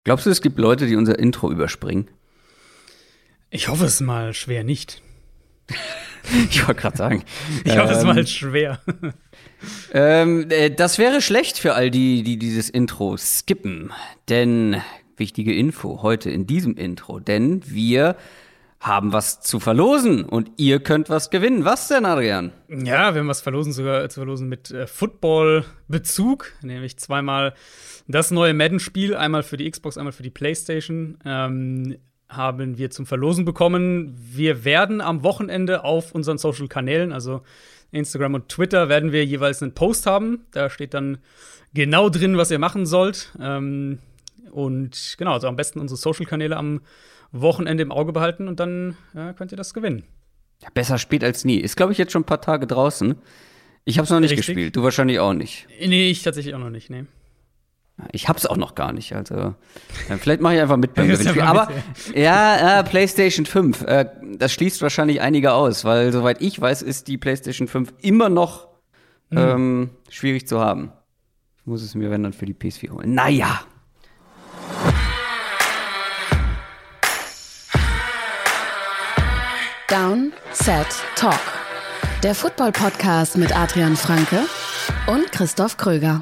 Glaubst du, es gibt Leute, die unser Intro überspringen? Ich hoffe es mal schwer nicht. Ich wollte gerade sagen. Ich hoffe es mal schwer. Das wäre schlecht für all die dieses Intro skippen. Denn, wichtige Info heute in diesem Intro, denn wir haben was zu verlosen und ihr könnt was gewinnen. Was denn, Adrian? Ja, wir haben was verlosen, sogar zu verlosen mit Football-Bezug, nämlich zweimal das neue Madden-Spiel, einmal für die Xbox, einmal für die PlayStation, haben wir zum Verlosen bekommen. Wir werden am Wochenende auf unseren Social-Kanälen, also Instagram und Twitter, werden wir jeweils einen Post haben. Da steht dann genau drin, was ihr machen sollt. Und genau, also am besten unsere Social-Kanäle am Wochenende im Auge behalten und dann könnt ihr das gewinnen. Ja, besser spät als nie. Ist, glaube ich, jetzt schon ein paar Tage draußen. Ich habe es noch nicht gespielt. Du wahrscheinlich auch nicht. Nee, ich tatsächlich auch noch nicht, nee. Ich hab's auch noch gar nicht, also vielleicht mache ich einfach mit beim Gewinnspiel. Aber ja, PlayStation 5, das schließt wahrscheinlich einige aus, weil soweit ich weiß, ist die PlayStation 5 immer noch schwierig zu haben. Ich muss es mir, wenn dann, für die PS4 holen. Naja. Down, Set, Talk. Der Football-Podcast mit Adrian Franke und Christoph Kröger.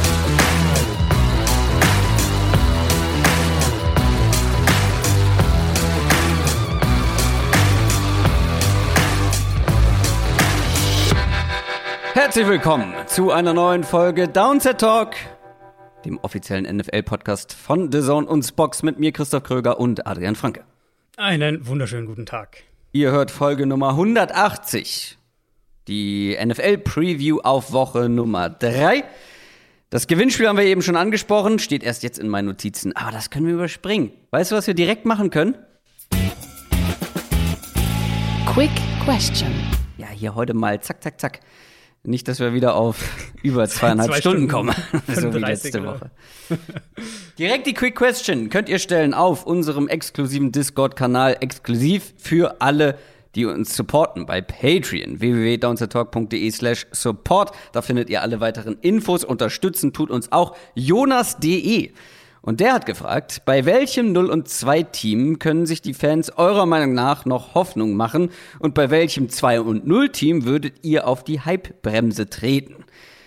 Herzlich willkommen zu einer neuen Folge Downset Talk, dem offiziellen NFL-Podcast von DAZN und Spox mit mir, Christoph Kröger und Adrian Franke. Einen wunderschönen guten Tag. Ihr hört Folge Nummer 180, die NFL-Preview auf Woche Nummer 3. Das Gewinnspiel haben wir eben schon angesprochen, steht erst jetzt in meinen Notizen, aber das können wir überspringen. Weißt du, was wir direkt machen können? Quick Question. Ja, hier heute mal zack, zack, zack. Nicht, dass wir wieder auf über 2,5 Stunden kommen, so wie letzte Woche. Direkt die Quick Question könnt ihr stellen auf unserem exklusiven Discord-Kanal, exklusiv für alle, die uns supporten bei Patreon, www.downsettalk.de/support. Da findet ihr alle weiteren Infos. Unterstützen tut uns auch Jonas.de. Und der hat gefragt, bei welchem 0-2-Team können sich die Fans eurer Meinung nach noch Hoffnung machen und bei welchem 2-0-Team würdet ihr auf die Hype-Bremse treten?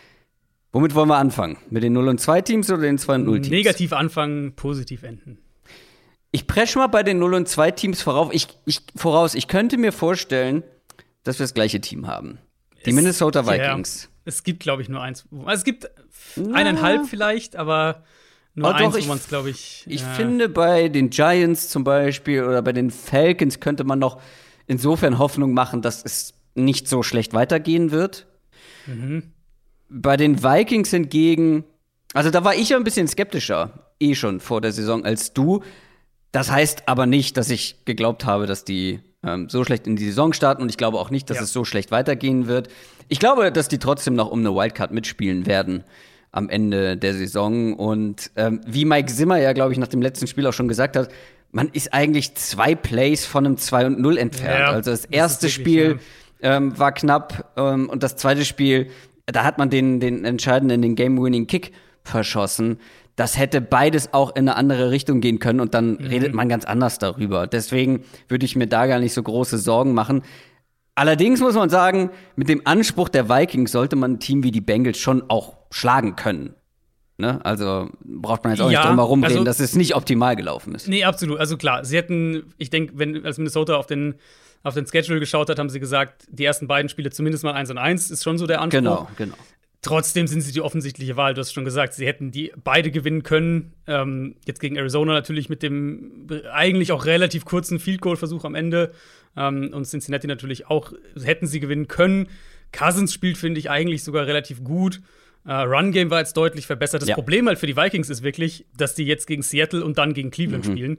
Womit wollen wir anfangen? Mit den 0-2-Teams oder den 2-0-Teams? Negativ anfangen, positiv enden. Ich presche mal bei den 0-2-Teams voraus. Ich könnte mir vorstellen, dass wir das gleiche Team haben. Die Minnesota Vikings. Ja, es gibt, glaube ich, nur eins. Also es gibt 1,5 vielleicht, aber nur eins, wo man es, glaube ich. Ich finde, bei den Giants zum Beispiel oder bei den Falcons könnte man noch insofern Hoffnung machen, dass es nicht so schlecht weitergehen wird. Mhm. Bei den Vikings hingegen, also da war ich ja ein bisschen skeptischer, schon vor der Saison als du. Das heißt aber nicht, dass ich geglaubt habe, dass die so schlecht in die Saison starten, und ich glaube auch nicht, dass es so schlecht weitergehen wird. Ich glaube, dass die trotzdem noch um eine Wildcard mitspielen werden am Ende der Saison. Und wie Mike Zimmer ja, glaube ich, nach dem letzten Spiel auch schon gesagt hat, man ist eigentlich 2 Plays von einem 2-0 entfernt. Ja, also das erste Spiel war knapp und das zweite Spiel, da hat man den entscheidenden, den Game-Winning-Kick verschossen. Das hätte beides auch in eine andere Richtung gehen können und dann redet man ganz anders darüber. Deswegen würde ich mir da gar nicht so große Sorgen machen. Allerdings muss man sagen, mit dem Anspruch der Vikings sollte man ein Team wie die Bengals schon auch schlagen können. Ne? Also braucht man jetzt auch nicht drum herum reden, dass es nicht optimal gelaufen ist. Nee, absolut. Also klar, sie hätten, ich denke, als Minnesota auf den Schedule geschaut hat, haben sie gesagt, die ersten beiden Spiele zumindest mal 1-1 ist schon so der Anspruch. Genau. Trotzdem sind sie die offensichtliche Wahl. Du hast schon gesagt, sie hätten die beide gewinnen können. Jetzt gegen Arizona natürlich mit dem eigentlich auch relativ kurzen Field-Goal-Versuch am Ende. Und Cincinnati natürlich auch, hätten sie gewinnen können. Cousins spielt, finde ich, eigentlich sogar relativ gut. Run-Game war jetzt deutlich verbessert. Das Problem halt für die Vikings ist wirklich, dass die jetzt gegen Seattle und dann gegen Cleveland spielen.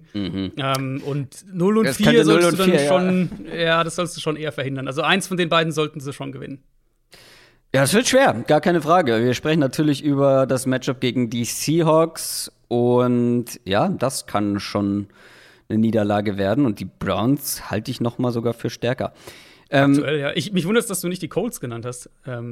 Und 0-4 sollst du dann schon, das sollst du schon eher verhindern. Also eins von den beiden sollten sie schon gewinnen. Ja, es wird schwer, gar keine Frage. Wir sprechen natürlich über das Matchup gegen die Seahawks. Und ja, das kann schon eine Niederlage werden. Und die Browns halte ich noch mal sogar für stärker. Aktuell, ja. Mich wundert es, dass du nicht die Colts genannt hast.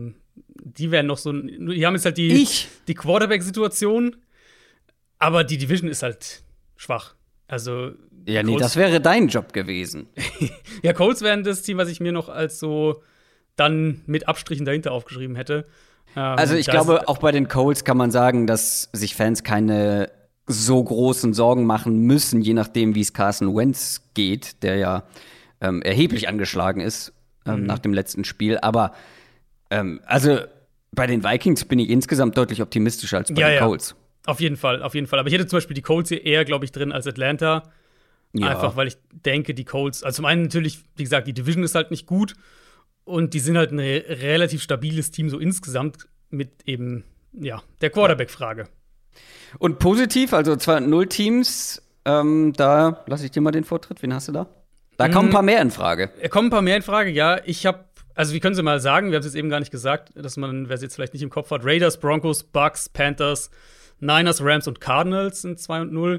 Die wären noch so die haben jetzt halt die Quarterback-Situation, aber die Division ist halt schwach. Also ja, nee, das wäre dein Job gewesen. Ja, Colts wären das Team, was ich mir noch als so dann mit Abstrichen dahinter aufgeschrieben hätte. Also ich glaube, auch bei den Colts kann man sagen, dass sich Fans keine so großen Sorgen machen müssen, je nachdem, wie es Carson Wentz geht, der ja erheblich angeschlagen ist nach dem letzten Spiel. Aber also bei den Vikings bin ich insgesamt deutlich optimistischer als bei den Colts. Auf jeden Fall, auf jeden Fall. Aber ich hätte zum Beispiel die Colts hier eher, glaube ich, drin als Atlanta. Ja. Einfach, weil ich denke, die Colts, also zum einen natürlich, wie gesagt, die Division ist halt nicht gut und die sind halt ein relativ stabiles Team so insgesamt mit eben, ja, der Quarterback-Frage. Und positiv, also 2-0 Teams, da lasse ich dir mal den Vortritt. Wen hast du da? Da kommen ein paar mehr in Frage. Kommen ein paar mehr in Frage, ja. Also wir können sie mal sagen, wir haben es jetzt eben gar nicht gesagt, dass man, wer es jetzt vielleicht nicht im Kopf hat, Raiders, Broncos, Bucks, Panthers, Niners, Rams und Cardinals sind 2-0.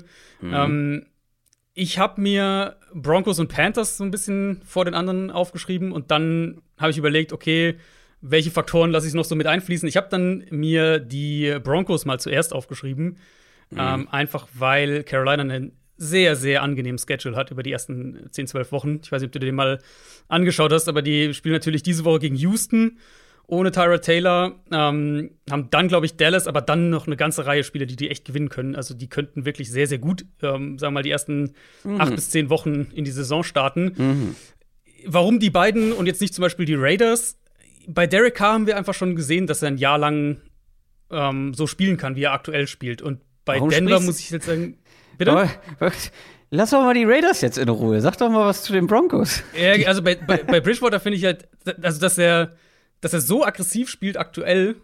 Ich habe mir Broncos und Panthers so ein bisschen vor den anderen aufgeschrieben und dann habe ich überlegt, okay, welche Faktoren lasse ich noch so mit einfließen? Ich habe dann mir die Broncos mal zuerst aufgeschrieben, einfach weil Carolina einen sehr, sehr angenehmen Schedule hat über die ersten 10, 12 Wochen. Ich weiß nicht, ob du dir den mal angeschaut hast, aber die spielen natürlich diese Woche gegen Houston ohne Tyrod Taylor, haben dann, glaube ich, Dallas, aber dann noch eine ganze Reihe Spiele, die echt gewinnen können. Also die könnten wirklich sehr, sehr gut, sagen wir mal, die ersten 8 bis 10 Wochen in die Saison starten. Warum die beiden und jetzt nicht zum Beispiel die Raiders? Bei Derek Carr haben wir einfach schon gesehen, dass er ein Jahr lang so spielen kann, wie er aktuell spielt. Und bei Denver muss ich jetzt sagen, bitte? Aber, lass doch mal die Raiders jetzt in Ruhe. Sag doch mal was zu den Broncos. Ja, also bei Bridgewater finde ich halt, also dass er so aggressiv spielt aktuell,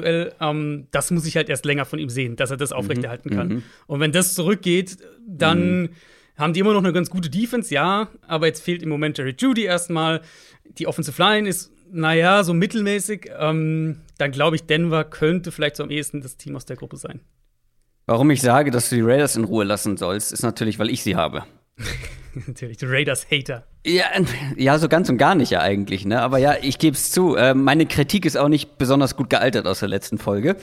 das muss ich halt erst länger von ihm sehen, dass er das aufrechterhalten kann. Und wenn das zurückgeht, dann haben die immer noch eine ganz gute Defense, ja, aber jetzt fehlt im Moment Jerry Jeudy erstmal. Die Offensive Line ist, naja, so mittelmäßig. Dann glaube ich, Denver könnte vielleicht so am ehesten das Team aus der Gruppe sein. Warum ich sage, dass du die Raiders in Ruhe lassen sollst, ist natürlich, weil ich sie habe. Natürlich, du Raiders-Hater. Ja, so ganz und gar nicht ja eigentlich, ne? Aber ja, ich gebe es zu. Meine Kritik ist auch nicht besonders gut gealtert aus der letzten Folge.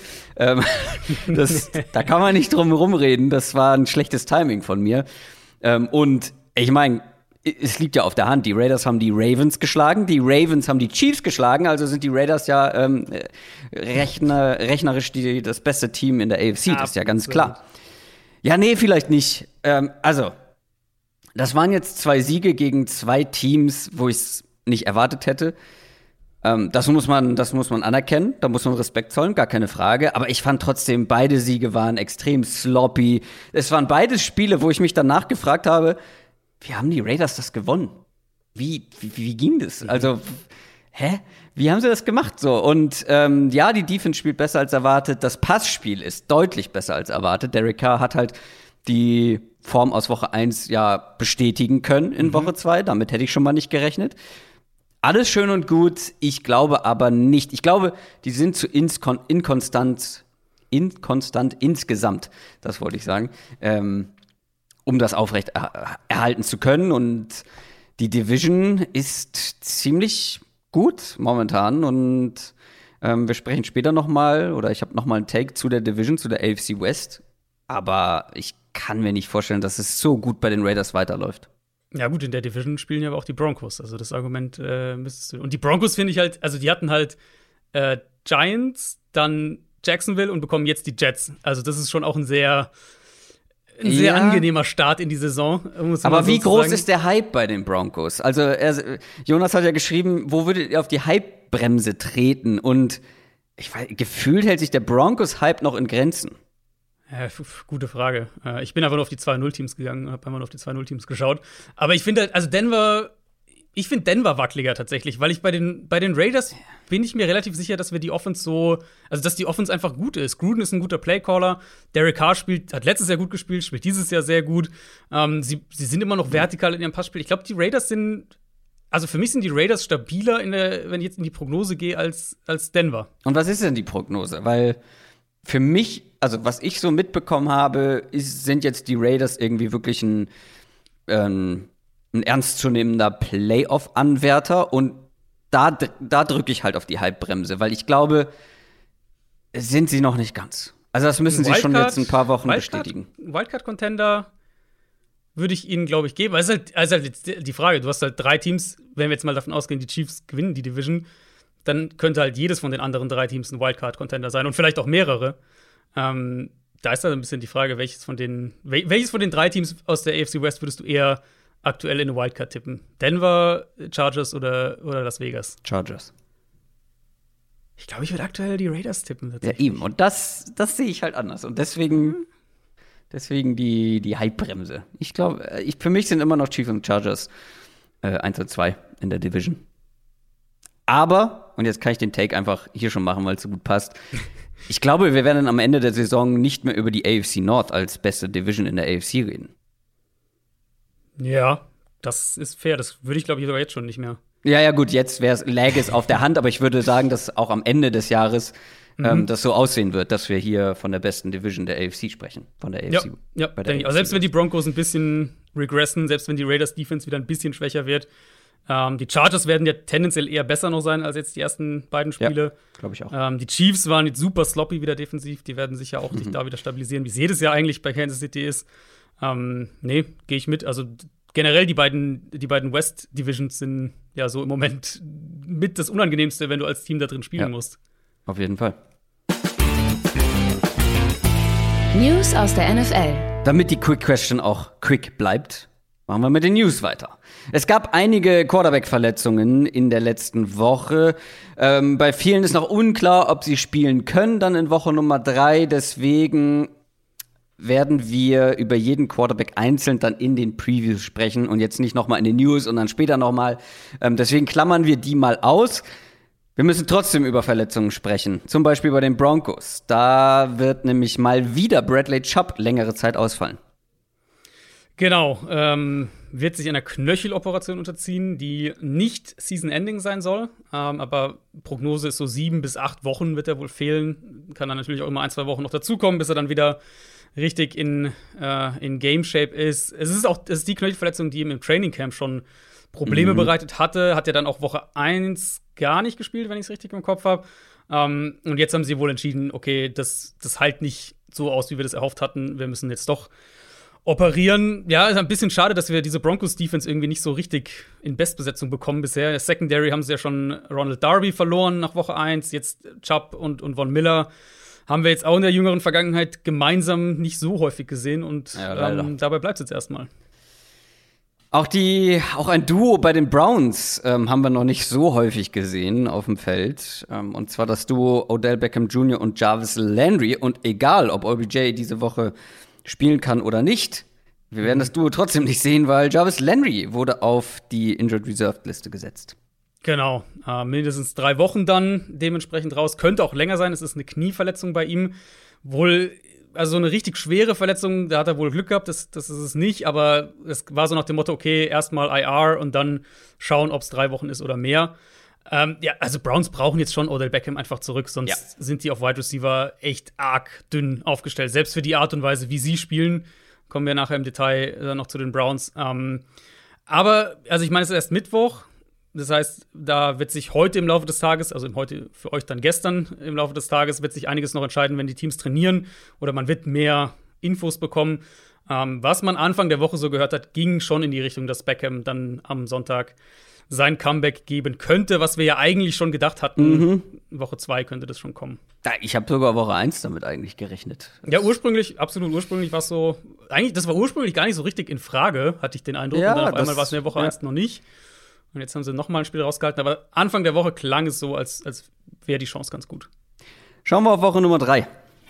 Da kann man nicht drum herum reden. Das war ein schlechtes Timing von mir. Und ich meine, es liegt ja auf der Hand. Die Raiders haben die Ravens geschlagen, die Ravens haben die Chiefs geschlagen. Also sind die Raiders ja rechnerisch das beste Team in der AFC. Das ist ja ganz klar. Ja, nee, vielleicht nicht. Das waren jetzt 2 Siege gegen 2 Teams, wo ich es nicht erwartet hätte. Das muss man anerkennen, da muss man Respekt zollen, gar keine Frage. Aber ich fand trotzdem, beide Siege waren extrem sloppy. Es waren beides Spiele, wo ich mich danach gefragt habe, wie haben die Raiders das gewonnen? Wie ging das? Also, wie haben sie das gemacht so? Und ja, die Defense spielt besser als erwartet. Das Passspiel ist deutlich besser als erwartet. Derek Carr hat halt die Form aus Woche 1 ja bestätigen können in Woche 2. Damit hätte ich schon mal nicht gerechnet. Alles schön und gut. Ich glaube aber nicht. Ich glaube, die sind zu inkonstant insgesamt, das wollte ich sagen, um das aufrecht erhalten zu können. Und die Division ist ziemlich gut momentan. Und wir sprechen später noch mal, oder ich habe noch mal einen Take zu der Division, zu der AFC West. Aber ich kann mir nicht vorstellen, dass es so gut bei den Raiders weiterläuft. Ja gut, in der Division spielen ja aber auch die Broncos. Also das Argument müsstest du. Und die Broncos finde ich halt, also die hatten halt Giants, dann Jacksonville und bekommen jetzt die Jets. Also das ist schon auch ein sehr angenehmer Start in die Saison. Aber wie groß ist der Hype bei den Broncos? Also Jonas hat ja geschrieben, wo würdet ihr auf die Hype-Bremse treten? Und ich weiß, gefühlt hält sich der Broncos-Hype noch in Grenzen. Ja, gute Frage. Ich bin einfach nur auf die 2-0-Teams gegangen und habe einmal auf die 2-0-Teams geschaut. Aber ich finde halt, also Denver wackeliger tatsächlich, weil ich bei den Raiders bin ich mir relativ sicher, dass wir die Offense dass die Offense einfach gut ist. Gruden ist ein guter Playcaller. Derek Carr hat letztes Jahr gut gespielt, spielt dieses Jahr sehr gut. Sie sind immer noch vertikal in ihrem Passspiel. Ich glaube, die Raiders also für mich sind die Raiders stabiler, wenn ich jetzt in die Prognose gehe, als Denver. Und was ist denn die Prognose? Weil für mich, also was ich so mitbekommen habe, sind jetzt die Raiders irgendwie wirklich ein ernstzunehmender Playoff-Anwärter. Und da drücke ich halt auf die Hype-Bremse, weil ich glaube, sind sie noch nicht ganz. Also das müssen sie schon jetzt ein paar Wochen bestätigen. Wildcard-Contender würde ich ihnen, glaube ich, geben. Es ist halt jetzt die Frage, du hast halt 3 Teams, wenn wir jetzt mal davon ausgehen, die Chiefs gewinnen die Division, dann könnte halt jedes von den anderen 3 Teams ein Wildcard-Contender sein und vielleicht auch mehrere. Da ist halt ein bisschen die Frage, welches von den 3 Teams aus der AFC West würdest du eher aktuell in eine Wildcard tippen? Denver, Chargers oder Las Vegas? Chargers. Ich glaube, ich würde aktuell die Raiders tippen. Ja, eben. Und das sehe ich halt anders. Und deswegen die Hype-Bremse. Ich glaube, für mich sind immer noch Chiefs und Chargers 1 und 2 in der Division. Aber, und jetzt kann ich den Take einfach hier schon machen, weil es so gut passt. Ich glaube, wir werden am Ende der Saison nicht mehr über die AFC North als beste Division in der AFC reden. Ja, das ist fair. Das würde ich, glaube ich, sogar jetzt schon nicht mehr. Ja, gut, jetzt läge es auf der Hand, aber ich würde sagen, dass auch am Ende des Jahres das so aussehen wird, dass wir hier von der besten Division der AFC sprechen. Von der AFC. Ja, denke ich. Also selbst wenn die Broncos ein bisschen regressen, selbst wenn die Raiders Defense wieder ein bisschen schwächer wird, die Chargers werden ja tendenziell eher besser noch sein als jetzt die ersten beiden Spiele. Ja, glaube ich auch. Die Chiefs waren jetzt super sloppy wieder defensiv. Die werden sich ja auch sich da wieder stabilisieren, wie es jedes Jahr eigentlich bei Kansas City ist. Nee, gehe ich mit. Also generell die beiden West Divisions sind ja so im Moment mit das Unangenehmste, wenn du als Team da drin spielen musst. Auf jeden Fall. News aus der NFL. Damit die Quick Question auch quick bleibt, machen wir mit den News weiter. Es gab einige Quarterback-Verletzungen in der letzten Woche. Bei vielen ist noch unklar, ob sie spielen können, dann in Woche Nummer 3. Deswegen werden wir über jeden Quarterback einzeln dann in den Previews sprechen und jetzt nicht nochmal in den News und dann später nochmal. Deswegen klammern wir die mal aus. Wir müssen trotzdem über Verletzungen sprechen. Zum Beispiel bei den Broncos. Da wird nämlich mal wieder Bradley Chubb längere Zeit ausfallen. Genau. Wird sich einer Knöcheloperation unterziehen, die nicht Season-Ending sein soll. Aber Prognose ist so 7 bis 8 Wochen wird er wohl fehlen. Kann dann natürlich auch immer 1, 2 Wochen noch dazukommen, bis er dann wieder richtig in Game-Shape ist. Es ist die Knöchelverletzung, die ihm im Trainingcamp schon Probleme bereitet hatte. Hat ja dann auch Woche 1 gar nicht gespielt, wenn ich es richtig im Kopf habe. Und jetzt haben sie wohl entschieden, okay, das halt nicht so aus, wie wir das erhofft hatten. Wir müssen jetzt doch operieren. Ja, ist ein bisschen schade, dass wir diese Broncos-Defense irgendwie nicht so richtig in Bestbesetzung bekommen bisher. Der Secondary haben sie ja schon Ronald Darby verloren nach Woche 1. Jetzt Chubb und Von Miller haben wir jetzt auch in der jüngeren Vergangenheit gemeinsam nicht so häufig gesehen. Und dabei bleibt es jetzt erstmal. Auch ein Duo bei den Browns haben wir noch nicht so häufig gesehen auf dem Feld. Und zwar das Duo Odell Beckham Jr. und Jarvis Landry. Und egal, ob OBJ diese Woche spielen kann oder nicht, wir werden das Duo trotzdem nicht sehen, weil Jarvis Landry wurde auf die Injured Reserved Liste gesetzt. Genau, mindestens 3 Wochen dann dementsprechend raus. Könnte auch länger sein, es ist eine Knieverletzung bei ihm. Also eine richtig schwere Verletzung, da hat er wohl Glück gehabt, das ist es nicht, aber es war so nach dem Motto, okay, erstmal IR und dann schauen, ob es 3 Wochen ist oder mehr. Also Browns brauchen jetzt schon Odell Beckham einfach zurück, sonst sind die auf Wide Receiver echt arg dünn aufgestellt. Selbst für die Art und Weise, wie sie spielen, kommen wir nachher im Detail noch zu den Browns. Aber, also ich meine, es ist erst Mittwoch. Das heißt, da wird sich heute im Laufe des Tages, also heute für euch dann gestern im Laufe des Tages, wird sich einiges noch entscheiden, wenn die Teams trainieren oder man wird mehr Infos bekommen. Was man Anfang der Woche so gehört hat, ging schon in die Richtung, dass Beckham dann am Sonntag sein Comeback geben könnte, was wir ja eigentlich schon gedacht hatten. Woche 2 könnte das schon kommen. Ich habe sogar Woche 1 damit eigentlich gerechnet. Ja, absolut ursprünglich war es so, eigentlich, das war ursprünglich gar nicht so richtig in Frage, hatte ich den Eindruck. Ja, und dann auf einmal war es in der Woche 1 noch nicht. Und jetzt haben sie noch mal ein Spiel rausgehalten. Aber Anfang der Woche klang es so, als wäre die Chance ganz gut. Schauen wir auf Woche Nummer 3.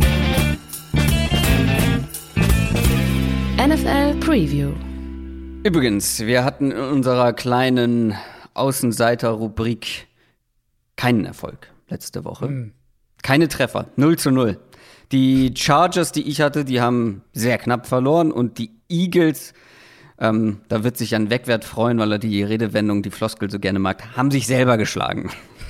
NFL Preview. Übrigens, wir hatten in unserer kleinen Außenseiter-Rubrik keinen Erfolg letzte Woche. Keine Treffer, 0:0. Die Chargers, die ich hatte, die haben sehr knapp verloren. Und die Eagles, da wird sich Jan Wegwert freuen, weil er die Redewendung, die Floskel so gerne mag, haben sich selber geschlagen.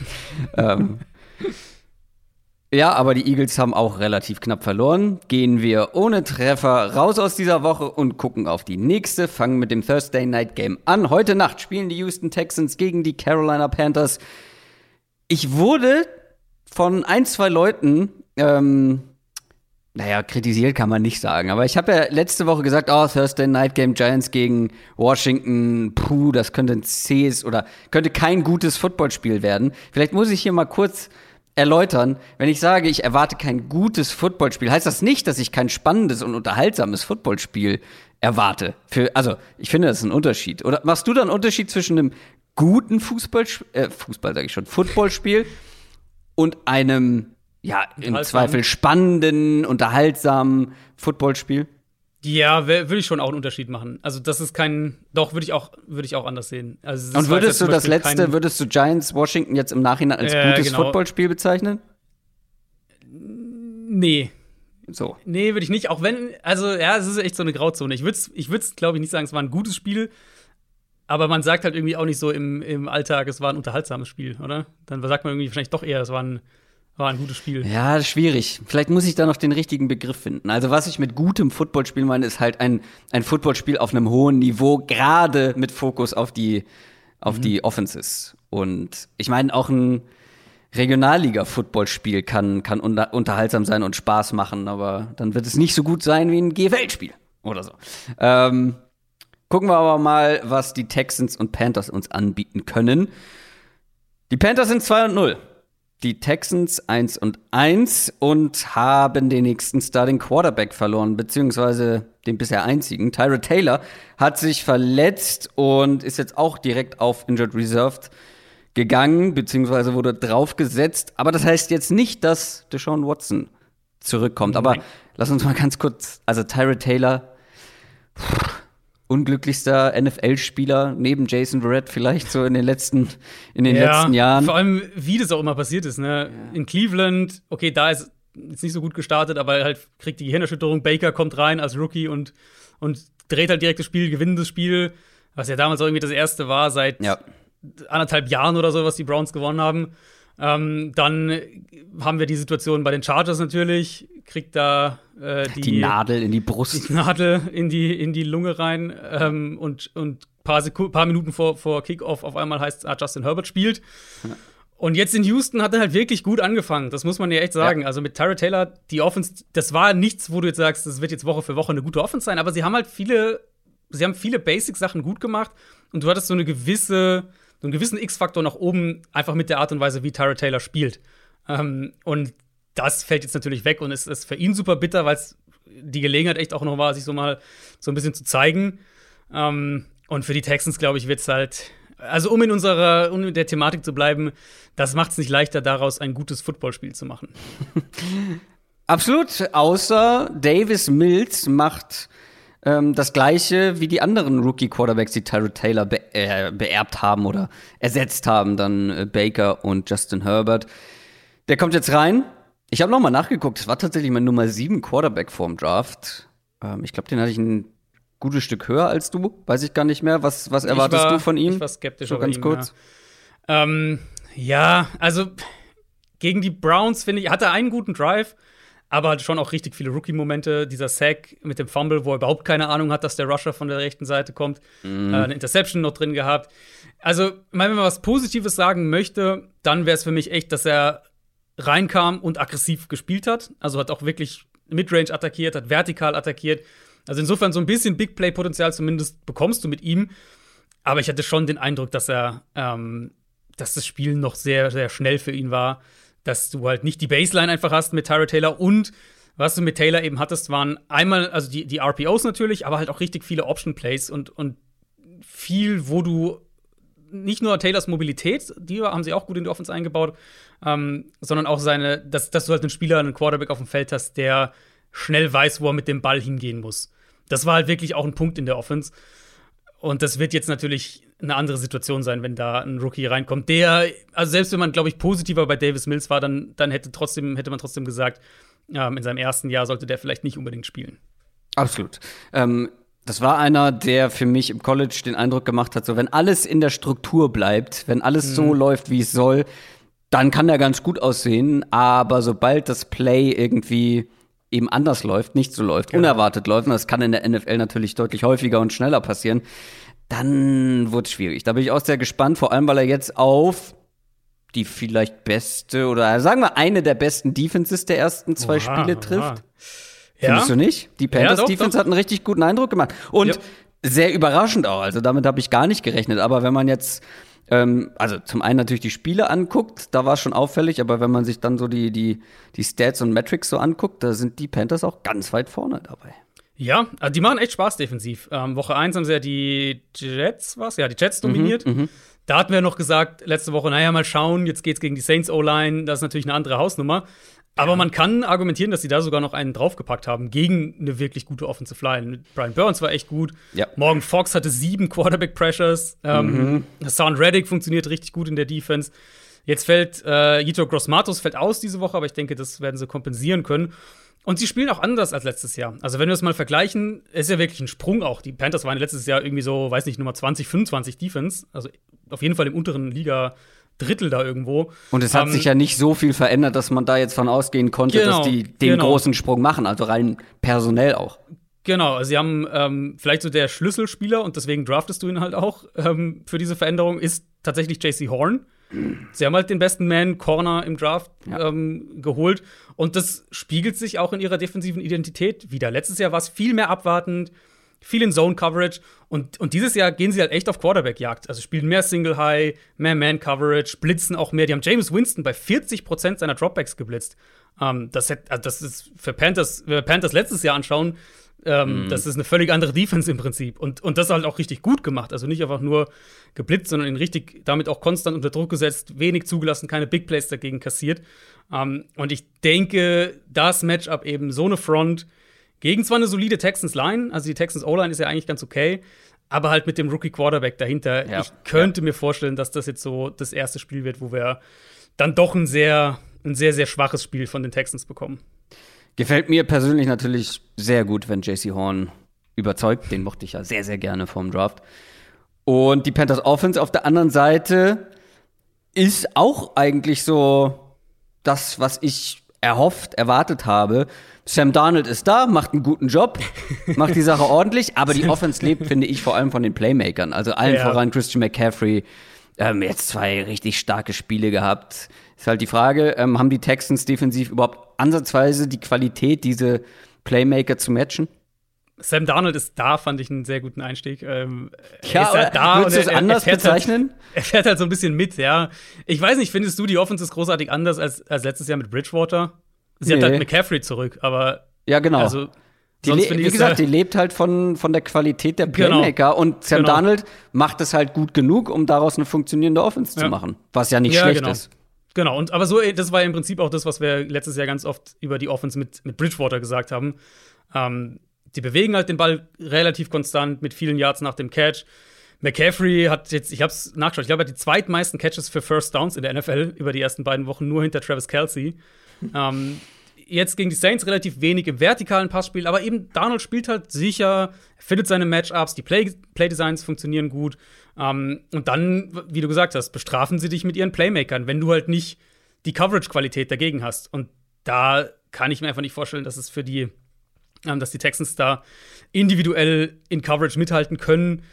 Ja, aber die Eagles haben auch relativ knapp verloren. Gehen wir ohne Treffer raus aus dieser Woche und gucken auf die nächste. Fangen mit dem Thursday Night Game an. Heute Nacht spielen die Houston Texans gegen die Carolina Panthers. Ich wurde von 1, 2 Leuten Naja, kritisiert kann man nicht sagen. Aber ich habe ja letzte Woche gesagt, Thursday Night Game Giants gegen Washington, das könnte ein zähes oder könnte kein gutes Footballspiel werden. Vielleicht muss ich hier mal kurz erläutern. Wenn ich sage, ich erwarte kein gutes Footballspiel, heißt das nicht, dass ich kein spannendes und unterhaltsames Footballspiel erwarte. Ich finde, das ist ein Unterschied. Oder machst du da einen Unterschied zwischen einem guten Footballspiel und einem im Zweifel spannenden, unterhaltsamen Footballspiel? Ja, würde ich schon auch einen Unterschied machen. Also das ist würde ich auch anders sehen. Also und würdest du Giants Washington jetzt im Nachhinein als gutes Footballspiel bezeichnen? Nee. So. Nee, würde ich nicht. Auch wenn, es ist echt so eine Grauzone. Ich würde glaube ich, nicht sagen, es war ein gutes Spiel. Aber man sagt halt irgendwie auch nicht so im Alltag, es war ein unterhaltsames Spiel, oder? Dann sagt man irgendwie wahrscheinlich doch eher, es war ein gutes Spiel. Ja, schwierig. Vielleicht muss ich da noch den richtigen Begriff finden. Also was ich mit gutem Footballspiel meine, ist halt ein Footballspiel auf einem hohen Niveau, gerade mit Fokus auf die Offenses. Und ich meine, auch ein Regionalliga-Footballspiel kann unterhaltsam sein und Spaß machen, aber dann wird es nicht so gut sein wie ein GFL-Spiel oder so. Gucken wir aber mal, was die Texans und Panthers uns anbieten können. Die Panthers sind 2-0. Die Texans 1-1 und haben den nächsten Starting Quarterback verloren, beziehungsweise den bisher einzigen. Tyrod Taylor hat sich verletzt und ist jetzt auch direkt auf Injured Reserved gegangen, beziehungsweise wurde draufgesetzt. Aber das heißt jetzt nicht, dass Deshaun Watson zurückkommt. Aber lass uns mal ganz kurz, also Tyrod Taylor, unglücklichster NFL-Spieler neben Jason Verrett vielleicht so in den letzten Jahren. Vor allem, wie das auch immer passiert ist, ne? Ja. In Cleveland, okay, da ist jetzt nicht so gut gestartet, aber halt kriegt die Gehirnerschütterung. Baker kommt rein als Rookie und dreht halt direkt das Spiel, gewinnt das Spiel, was ja damals auch irgendwie das erste war seit 1,5 Jahren oder so, was die Browns gewonnen haben. Dann haben wir die Situation bei den Chargers natürlich, kriegt da die Nadel in die Brust. Die Nadel in die Lunge rein und paar Minuten vor Kickoff auf einmal heißt es, Justin Herbert spielt. Ja. Und jetzt in Houston hat er halt wirklich gut angefangen, das muss man ja echt sagen. Ja. Also mit Tyrod Taylor, die Offense, das war nichts, wo du jetzt sagst, das wird jetzt Woche für Woche eine gute Offense sein, aber sie haben viele Basic-Sachen gut gemacht und du hattest so einen gewissen X-Faktor nach oben, einfach mit der Art und Weise, wie Tyrod Taylor spielt. Und das fällt jetzt natürlich weg und es ist für ihn super bitter, weil es die Gelegenheit echt auch noch war, sich so mal so ein bisschen zu zeigen. Und für die Texans, glaube ich, wird es halt, also um in der Thematik zu bleiben, das macht es nicht leichter, daraus ein gutes Footballspiel zu machen. Absolut, außer Davis Mills macht das Gleiche wie die anderen Rookie-Quarterbacks, die Tyrod Taylor beerbt haben oder ersetzt haben, dann Baker und Justin Herbert. Der kommt jetzt rein. Ich habe noch mal nachgeguckt, es war tatsächlich mein Nummer 7 Quarterback vorm Draft. Ich glaube, den hatte ich ein gutes Stück höher als du. Weiß ich gar nicht mehr. Was erwartest du von ihm? Ich war skeptisch so ganz kurz. Ja. Also gegen die Browns, finde ich, hat er einen guten Drive, aber hat schon auch richtig viele Rookie-Momente. Dieser Sack mit dem Fumble, wo er überhaupt keine Ahnung hat, dass der Rusher von der rechten Seite kommt. Eine Interception noch drin gehabt. Also, wenn man was Positives sagen möchte, dann wäre es für mich echt, dass er reinkam und aggressiv gespielt hat. Also hat auch wirklich Midrange attackiert, hat vertikal attackiert. Also insofern so ein bisschen Big-Play-Potenzial zumindest bekommst du mit ihm. Aber ich hatte schon den Eindruck, dass das Spiel noch sehr, sehr schnell für ihn war. Dass du halt nicht die Baseline einfach hast mit Tyrod Taylor. Und was du mit Taylor eben hattest, waren einmal, also die RPOs natürlich, aber halt auch richtig viele Option-Plays und viel, wo du nicht nur Taylors Mobilität, die haben sie auch gut in die Offense eingebaut, sondern auch dass du halt einen Quarterback auf dem Feld hast, der schnell weiß, wo er mit dem Ball hingehen muss. Das war halt wirklich auch ein Punkt in der Offense. Und das wird jetzt natürlich eine andere Situation sein, wenn da ein Rookie reinkommt, also selbst wenn man, glaube ich, positiver bei Davis Mills war, dann hätte man trotzdem gesagt, in seinem ersten Jahr sollte der vielleicht nicht unbedingt spielen. Absolut. Das war einer, der für mich im College den Eindruck gemacht hat, so wenn alles in der Struktur bleibt, wenn alles so läuft, wie es soll, dann kann er ganz gut aussehen. Aber sobald das Play irgendwie eben anders läuft, nicht so läuft, unerwartet läuft, und das kann in der NFL natürlich deutlich häufiger und schneller passieren, dann wird es schwierig. Da bin ich auch sehr gespannt, vor allem, weil er jetzt auf die vielleicht beste oder sagen wir eine der besten Defenses der ersten 2 Spiele trifft. Findest du nicht? Die Panthers-Defense hat einen richtig guten Eindruck gemacht. Und sehr überraschend auch. Also damit habe ich gar nicht gerechnet. Aber wenn man jetzt also zum einen natürlich die Spiele anguckt, da war es schon auffällig, aber wenn man sich dann so die Stats und Metrics so anguckt, da sind die Panthers auch ganz weit vorne dabei. Ja, also die machen echt Spaß defensiv. Woche 1 haben sie ja die Jets dominiert. Da hatten wir noch gesagt, letzte Woche, naja, mal schauen, jetzt geht's gegen die Saints O-Line, das ist natürlich eine andere Hausnummer. Aber man kann argumentieren, dass sie da sogar noch einen draufgepackt haben gegen eine wirklich gute Offensive Line. Brian Burns war echt gut. Ja. Morgan Fox hatte 7 Quarterback-Pressures. Hassan Reddick funktioniert richtig gut in der Defense. Jetzt fällt Yetur Gross-Matos fällt aus diese Woche, aber ich denke, das werden sie kompensieren können. Und sie spielen auch anders als letztes Jahr. Also wenn wir es mal vergleichen, ist ja wirklich ein Sprung auch. Die Panthers waren letztes Jahr irgendwie so, weiß nicht, Nummer 20, 25 Defense. Also auf jeden Fall im unteren Liga-Drittel da irgendwo. Und es hat sich ja nicht so viel verändert, dass man da jetzt von ausgehen konnte, dass die den großen Sprung machen. Also rein personell auch. Genau, also sie haben vielleicht so der Schlüsselspieler, und deswegen draftest du ihn halt auch für diese Veränderung, ist tatsächlich J.C. Horn. Sie haben halt den besten Man-Corner im Draft geholt. Und das spiegelt sich auch in ihrer defensiven Identität wieder. Letztes Jahr war es viel mehr abwartend, viel in Zone-Coverage. Und dieses Jahr gehen sie halt echt auf Quarterback-Jagd. Also spielen mehr Single-High, mehr Man-Coverage, blitzen auch mehr. Die haben Jameis Winston bei 40% seiner Dropbacks geblitzt. Das ist für Panthers, wenn wir Panthers letztes Jahr anschauen, das ist eine völlig andere Defense im Prinzip. Und das halt auch richtig gut gemacht. Also nicht einfach nur geblitzt, sondern ihn richtig damit auch konstant unter Druck gesetzt, wenig zugelassen, keine Big Plays dagegen kassiert. Und ich denke, das Matchup eben so eine Front gegen zwar eine solide Texans-Line, also die Texans-O-Line ist ja eigentlich ganz okay, aber halt mit dem Rookie-Quarterback dahinter. Ja. Ich könnte mir vorstellen, dass das jetzt so das erste Spiel wird, wo wir dann doch ein sehr, sehr schwaches Spiel von den Texans bekommen. Gefällt mir persönlich natürlich sehr gut, wenn J.C. Horn überzeugt. Den mochte ich ja sehr, sehr gerne vorm Draft. Und die Panthers Offense auf der anderen Seite ist auch eigentlich so das, was ich erwartet habe. Sam Darnold ist da, macht einen guten Job, macht die Sache ordentlich, aber die Offense lebt, finde ich, vor allem von den Playmakern. Also allen voran Christian McCaffrey. Jetzt 2 richtig starke Spiele gehabt. Ist halt die Frage, haben die Texans defensiv überhaupt ansatzweise die Qualität, diese Playmaker zu matchen? Sam Darnold ist da, fand ich einen sehr guten Einstieg. Ist halt da. Würdest du es anders bezeichnen? Er fährt halt so ein bisschen mit, ja. Ich weiß nicht, findest du, die Offense ist großartig anders als letztes Jahr mit Bridgewater? Sie hat halt McCaffrey zurück, aber ja, genau. Also, wie gesagt, die lebt halt von der Qualität der Playmaker. Und Sam Darnold macht es halt gut genug, um daraus eine funktionierende Offense zu machen. Was ja nicht schlecht ist. Genau, aber so, das war im Prinzip auch das, was wir letztes Jahr ganz oft über die Offense mit Bridgewater gesagt haben. Die bewegen halt den Ball relativ konstant mit vielen Yards nach dem Catch. McCaffrey hat jetzt, ich hab's nachgeschaut, ich glaube, er hat die zweitmeisten Catches für First Downs in der NFL über die ersten beiden Wochen, nur hinter Travis Kelce. Jetzt gegen die Saints relativ wenig im vertikalen Passspiel, aber eben Darnold spielt halt sicher, findet seine Matchups, die Playdesigns funktionieren gut. Und dann, wie du gesagt hast, bestrafen sie dich mit ihren Playmakern, wenn du halt nicht die Coverage-Qualität dagegen hast. Und da kann ich mir einfach nicht vorstellen, dass die Texans da individuell in Coverage mithalten können.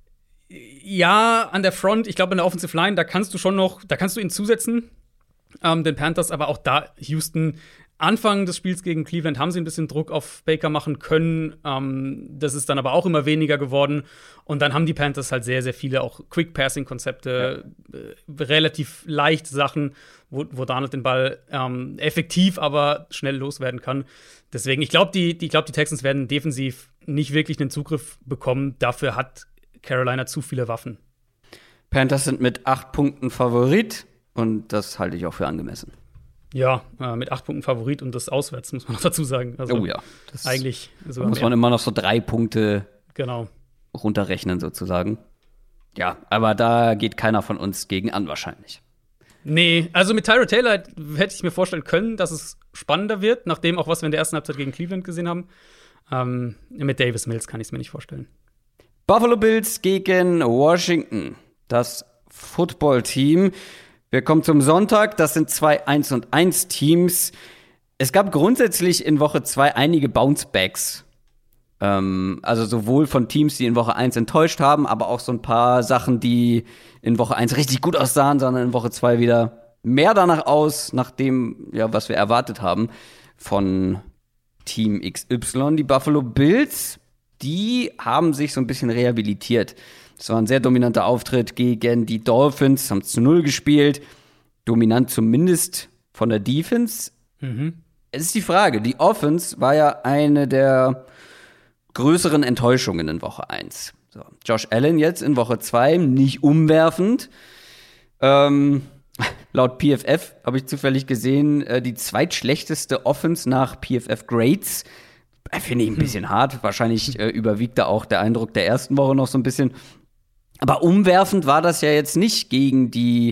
Ja, an der Front, ich glaube, an der Offensive Line, da kannst du ihn zusetzen, den Panthers, aber auch da Houston. Anfang des Spiels gegen Cleveland haben sie ein bisschen Druck auf Baker machen können. Das ist dann aber auch immer weniger geworden. Und dann haben die Panthers halt sehr, sehr viele auch Quick-Passing-Konzepte, relativ leichte Sachen, wo Darnold den Ball effektiv, aber schnell loswerden kann. Deswegen, ich glaube, die Texans werden defensiv nicht wirklich einen Zugriff bekommen. Dafür hat Carolina zu viele Waffen. Panthers sind mit 8 Punkten Favorit. Und das halte ich auch für angemessen. Ja, mit 8 Punkten Favorit und das auswärts, muss man noch dazu sagen. Also oh ja. Das eigentlich sogar muss man immer noch so 3 Punkte genau runterrechnen, sozusagen. Ja, aber da geht keiner von uns gegen an, wahrscheinlich. Nee, also mit Tyrod Taylor hätte ich mir vorstellen können, dass es spannender wird, nachdem auch, was wir in der ersten Halbzeit gegen Cleveland gesehen haben. Mit Davis Mills kann ich es mir nicht vorstellen. Buffalo Bills gegen Washington, das Football-Team. Wir kommen zum Sonntag, das sind 2 1-1-Teams. Es gab grundsätzlich in Woche 2 einige Bounce-Backs. Also sowohl von Teams, die in Woche 1 enttäuscht haben, aber auch so ein paar Sachen, die in Woche 1 richtig gut aussahen, sondern in Woche 2 wieder mehr danach aus, nach dem, ja, was wir erwartet haben von Team XY. Die Buffalo Bills, die haben sich so ein bisschen rehabilitiert. Es war ein sehr dominanter Auftritt gegen die Dolphins, haben 0 gespielt. Dominant zumindest von der Defense. Es ist die Frage, die Offense war ja eine der größeren Enttäuschungen in Woche 1. So, Josh Allen jetzt in Woche 2, nicht umwerfend. Laut PFF habe ich zufällig gesehen, die zweitschlechteste Offense nach PFF Grades. Finde ich ein bisschen hart. Wahrscheinlich überwiegt da auch der Eindruck der ersten Woche noch so ein bisschen. Aber umwerfend war das ja jetzt nicht gegen die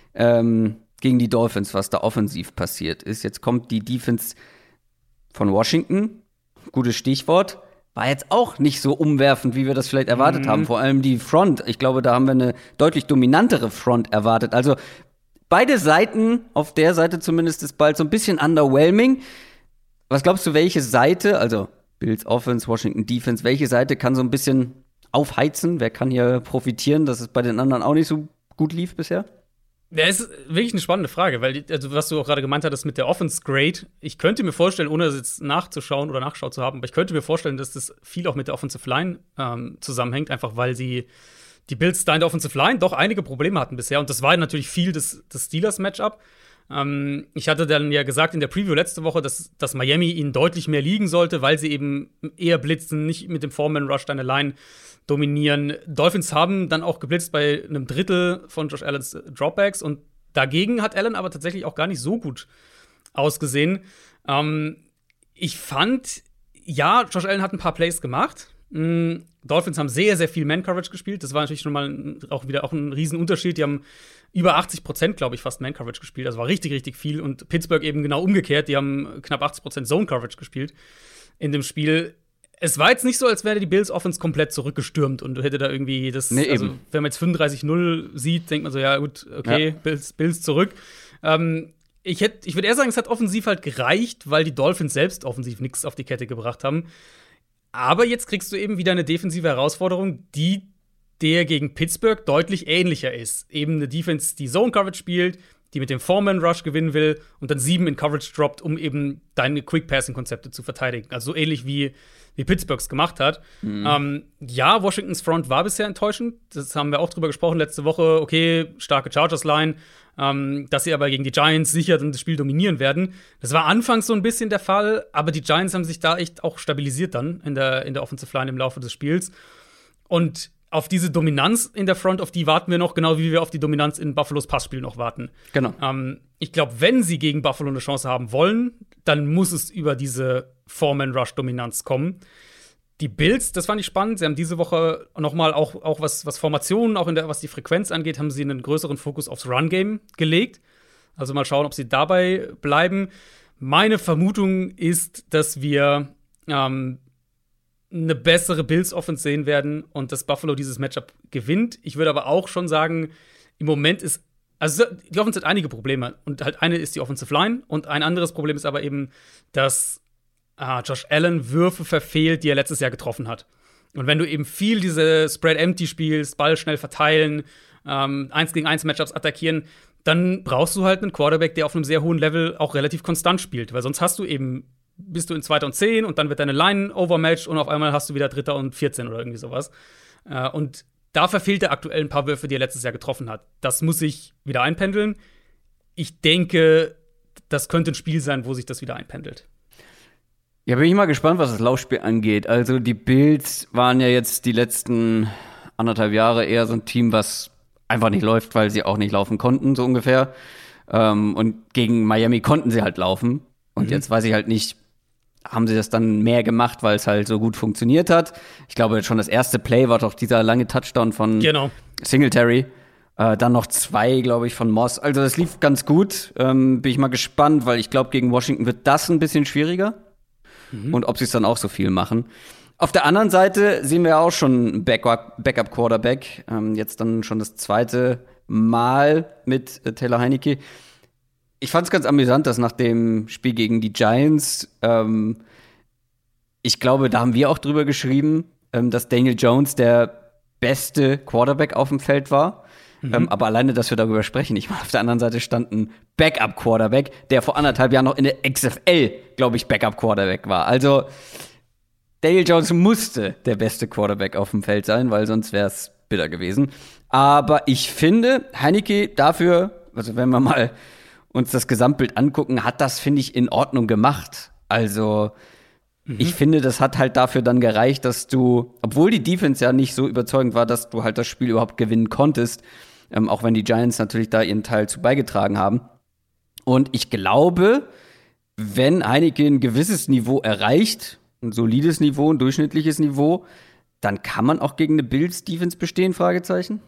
Dolphins, was da offensiv passiert ist. Jetzt kommt die Defense von Washington. Gutes Stichwort. War jetzt auch nicht so umwerfend, wie wir das vielleicht erwartet haben. Vor allem die Front. Ich glaube, da haben wir eine deutlich dominantere Front erwartet. Also beide Seiten, auf der Seite zumindest ist bald so ein bisschen underwhelming. Was glaubst du, welche Seite, also Bills Offense, Washington Defense, welche Seite kann so ein bisschen aufheizen? Wer kann hier profitieren, dass es bei den anderen auch nicht so gut lief bisher? Ja, ist wirklich eine spannende Frage, weil, also was du auch gerade gemeint hattest mit der Offense Grade, ich könnte mir vorstellen, ohne das jetzt nachzuschauen oder nachgeschaut zu haben, aber ich könnte mir vorstellen, dass das viel auch mit der Offensive Line zusammenhängt, einfach weil die Bills da in der Offensive Line doch einige Probleme hatten bisher und das war natürlich viel das Steelers-Matchup. Ich hatte dann ja gesagt in der Preview letzte Woche, dass Miami ihnen deutlich mehr liegen sollte, weil sie eben eher blitzen, nicht mit dem Foreman-Rush deine Line dominieren. Dolphins haben dann auch geblitzt bei einem Drittel von Josh Allens Dropbacks und dagegen hat Allen aber tatsächlich auch gar nicht so gut ausgesehen. Ich fand, ja, Josh Allen hat ein paar Plays gemacht. Dolphins haben sehr, sehr viel Man-Coverage gespielt. Das war natürlich schon mal auch ein Riesenunterschied. Die haben über 80%, glaube ich, fast Man-Coverage gespielt. Das war richtig, richtig viel. Und Pittsburgh eben genau umgekehrt. Die haben knapp 80% Zone-Coverage gespielt in dem Spiel. Es war jetzt nicht so, als wäre die Bills Offense komplett zurückgestürmt und hätte da irgendwie das. Nee, also, wenn man jetzt 35-0 sieht, denkt man so, ja, gut, okay, ja. Bills zurück. Ich würde eher sagen, es hat offensiv halt gereicht, weil die Dolphins selbst offensiv nichts auf die Kette gebracht haben. Aber jetzt kriegst du eben wieder eine defensive Herausforderung, die der gegen Pittsburgh deutlich ähnlicher ist. Eben eine Defense, die Zone-Coverage spielt, die mit dem Foreman-Rush gewinnen will und dann 7 in Coverage droppt, um eben deine Quick-Passing-Konzepte zu verteidigen. Also so ähnlich wie Pittsburghs gemacht hat. Ja, Washingtons Front war bisher enttäuschend. Das haben wir auch drüber gesprochen letzte Woche. Okay, starke Chargers-Line. Dass sie aber gegen die Giants sicher dann das Spiel dominieren werden. Das war anfangs so ein bisschen der Fall, aber die Giants haben sich da echt auch stabilisiert dann in der Offensive Line im Laufe des Spiels. Und auf diese Dominanz in der Front, auf die warten wir noch, genau wie wir auf die Dominanz in Buffalos Passspiel noch warten. Genau. Ich glaube, wenn sie gegen Buffalo eine Chance haben wollen, dann muss es über diese Foreman-Rush-Dominanz kommen. Die Bills, das fand ich spannend. Sie haben diese Woche noch mal auch was Formationen, auch was die Frequenz angeht, haben sie einen größeren Fokus aufs Run-Game gelegt. Also mal schauen, ob sie dabei bleiben. Meine Vermutung ist, dass wir eine bessere Bills-Offense sehen werden und dass Buffalo dieses Matchup gewinnt. Ich würde aber auch schon sagen, im Moment ist also die Offense hat einige Probleme. Und halt eine ist die Offensive Line. Und ein anderes Problem ist aber eben, dass Josh Allen Würfe verfehlt, die er letztes Jahr getroffen hat. Und wenn du eben viel diese Spread-Empty spielst, Ball schnell verteilen, 1-gegen-1 Matchups attackieren, dann brauchst du halt einen Quarterback, der auf einem sehr hohen Level auch relativ konstant spielt. Weil sonst bist du in 2. und 10 und dann wird deine Line overmatched und auf einmal hast du wieder 3. und 14 oder irgendwie sowas. Und da verfehlt er aktuell ein paar Würfe, die er letztes Jahr getroffen hat. Das muss sich wieder einpendeln. Ich denke, das könnte ein Spiel sein, wo sich das wieder einpendelt. Ja, bin ich mal gespannt, was das Laufspiel angeht. Also die Bills waren ja jetzt die letzten 1,5 Jahre eher so ein Team, was einfach nicht läuft, weil sie auch nicht laufen konnten, so ungefähr. Und gegen Miami konnten sie halt laufen. Und jetzt weiß ich halt nicht, haben sie das dann mehr gemacht, weil es halt so gut funktioniert hat. Ich glaube, schon das erste Play war doch dieser lange Touchdown von Singletary. Dann noch 2, glaube ich, von Moss. Also das lief ganz gut. Bin ich mal gespannt, weil ich glaube, gegen Washington wird das ein bisschen schwieriger. Und ob sie es dann auch so viel machen. Auf der anderen Seite sehen wir auch schon Backup-Quarterback. Jetzt dann schon das 2. Mal mit Taylor Heinicke. Ich fand es ganz amüsant, dass nach dem Spiel gegen die Giants, ich glaube, da haben wir auch drüber geschrieben, dass Daniel Jones der beste Quarterback auf dem Feld war. Aber alleine, dass wir darüber sprechen, ich meine, auf der anderen Seite stand ein Backup-Quarterback, der vor 1,5 Jahren noch in der XFL, glaube ich, Backup-Quarterback war. Also Daniel Jones musste der beste Quarterback auf dem Feld sein, weil sonst wäre es bitter gewesen. Aber ich finde, Heinicke dafür, also wenn wir mal uns das Gesamtbild angucken, hat das, finde ich, in Ordnung gemacht. Also ich finde, das hat halt dafür dann gereicht, dass du, obwohl die Defense ja nicht so überzeugend war, dass du halt das Spiel überhaupt gewinnen konntest, auch wenn die Giants natürlich da ihren Teil zu beigetragen haben. Und ich glaube, wenn Heinicke ein gewisses Niveau erreicht, ein solides Niveau, ein durchschnittliches Niveau, dann kann man auch gegen eine Bills-Defense bestehen, Fragezeichen?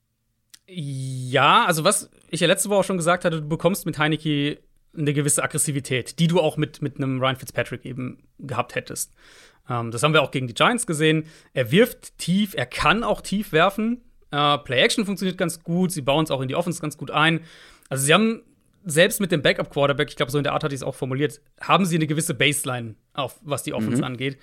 Ja, also was ich ja letzte Woche schon gesagt hatte, du bekommst mit Heinicke eine gewisse Aggressivität, die du auch mit einem Ryan Fitzpatrick eben gehabt hättest. Das haben wir auch gegen die Giants gesehen. Er wirft tief, er kann auch tief werfen. Play-Action funktioniert ganz gut, sie bauen es auch in die Offense ganz gut ein. Also sie haben selbst mit dem Backup-Quarterback, ich glaube, so in der Art hatte ich es auch formuliert, haben sie eine gewisse Baseline, auf was die Offense angeht.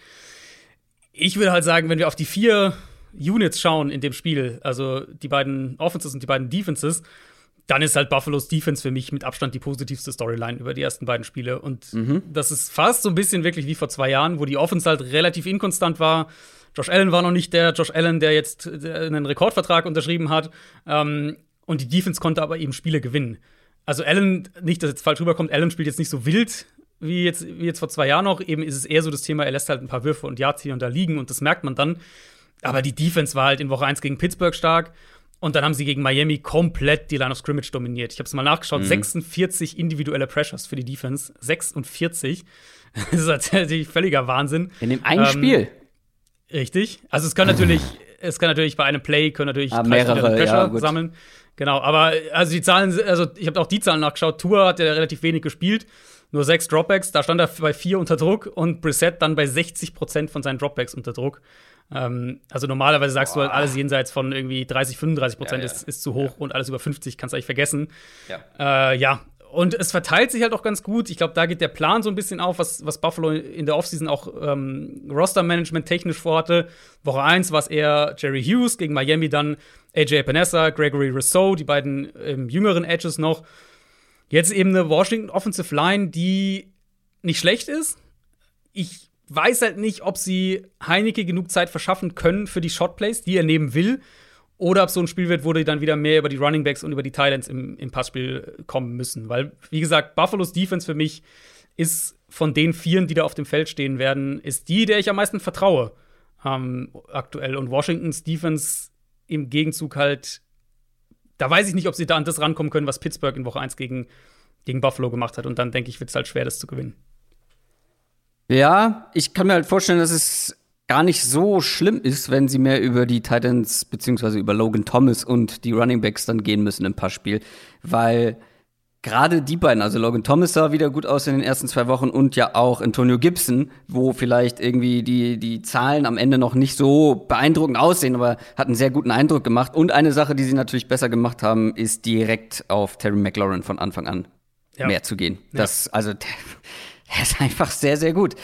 Ich würde halt sagen, wenn wir auf die 4 Units schauen in dem Spiel, also die beiden Offenses und die beiden Defenses, dann ist halt Buffalos Defense für mich mit Abstand die positivste Storyline über die ersten beiden Spiele. Und das ist fast so ein bisschen wirklich wie vor 2 Jahren, wo die Offense halt relativ inkonstant war. Josh Allen war noch nicht der Josh Allen, der jetzt einen Rekordvertrag unterschrieben hat. Und die Defense konnte aber eben Spiele gewinnen. Also Allen, nicht, dass jetzt falsch rüberkommt, Allen spielt jetzt nicht so wild wie jetzt vor 2 Jahren noch. Eben ist es eher so das Thema, er lässt halt ein paar Würfe und Yards hier und da liegen und das merkt man dann. Aber die Defense war halt in Woche 1 gegen Pittsburgh stark. Und dann haben sie gegen Miami komplett die Line of Scrimmage dominiert. Ich habe es mal nachgeschaut, 46 individuelle Pressures für die Defense. 46. Das ist tatsächlich völliger Wahnsinn. In dem einen Spiel. Richtig. Also es kann natürlich bei einem Play mehrere Pressure sammeln. Genau, aber also die Zahlen, also ich habe auch die Zahlen nachgeschaut. Tua hat ja relativ wenig gespielt, nur 6 Dropbacks. Da stand er bei 4 unter Druck und Brissett dann bei 60% von seinen Dropbacks unter Druck. Also normalerweise sagst du halt, alles jenseits von irgendwie 30-35% ist zu hoch und alles über 50 kannst du eigentlich vergessen. Ja. Und es verteilt sich halt auch ganz gut. Ich glaube, da geht der Plan so ein bisschen auf, was Buffalo in der Offseason auch Roster-Management technisch vorhatte. Woche 1 war es eher Jerry Hughes, gegen Miami dann AJ Epinesa, Gregory Rousseau, die beiden jüngeren Edges noch. Jetzt eben eine Washington Offensive Line, die nicht schlecht ist. Ich weiß halt nicht, ob sie Heinicke genug Zeit verschaffen können für die Shotplays, die er nehmen will. Oder ob so ein Spiel wird, wo die dann wieder mehr über die Runningbacks und über die Tight Ends im Passspiel kommen müssen. Weil, wie gesagt, Buffalos Defense für mich ist von den 4, die da auf dem Feld stehen werden, ist die, der ich am meisten vertraue aktuell. Und Washingtons Defense im Gegenzug halt, da weiß ich nicht, ob sie da an das rankommen können, was Pittsburgh in Woche 1 gegen Buffalo gemacht hat. Und dann, denke ich, wird es halt schwer, das zu gewinnen. Ja, ich kann mir halt vorstellen, dass es gar nicht so schlimm ist, wenn sie mehr über die Titans beziehungsweise über Logan Thomas und die Runningbacks dann gehen müssen im Passspiel, weil gerade die beiden, also Logan Thomas sah wieder gut aus in den ersten 2 Wochen und ja auch Antonio Gibson, wo vielleicht irgendwie die Zahlen am Ende noch nicht so beeindruckend aussehen, aber hat einen sehr guten Eindruck gemacht. Und eine Sache, die sie natürlich besser gemacht haben, ist direkt auf Terry McLaurin von Anfang an mehr zu gehen. Ja. Der ist einfach sehr, sehr gut.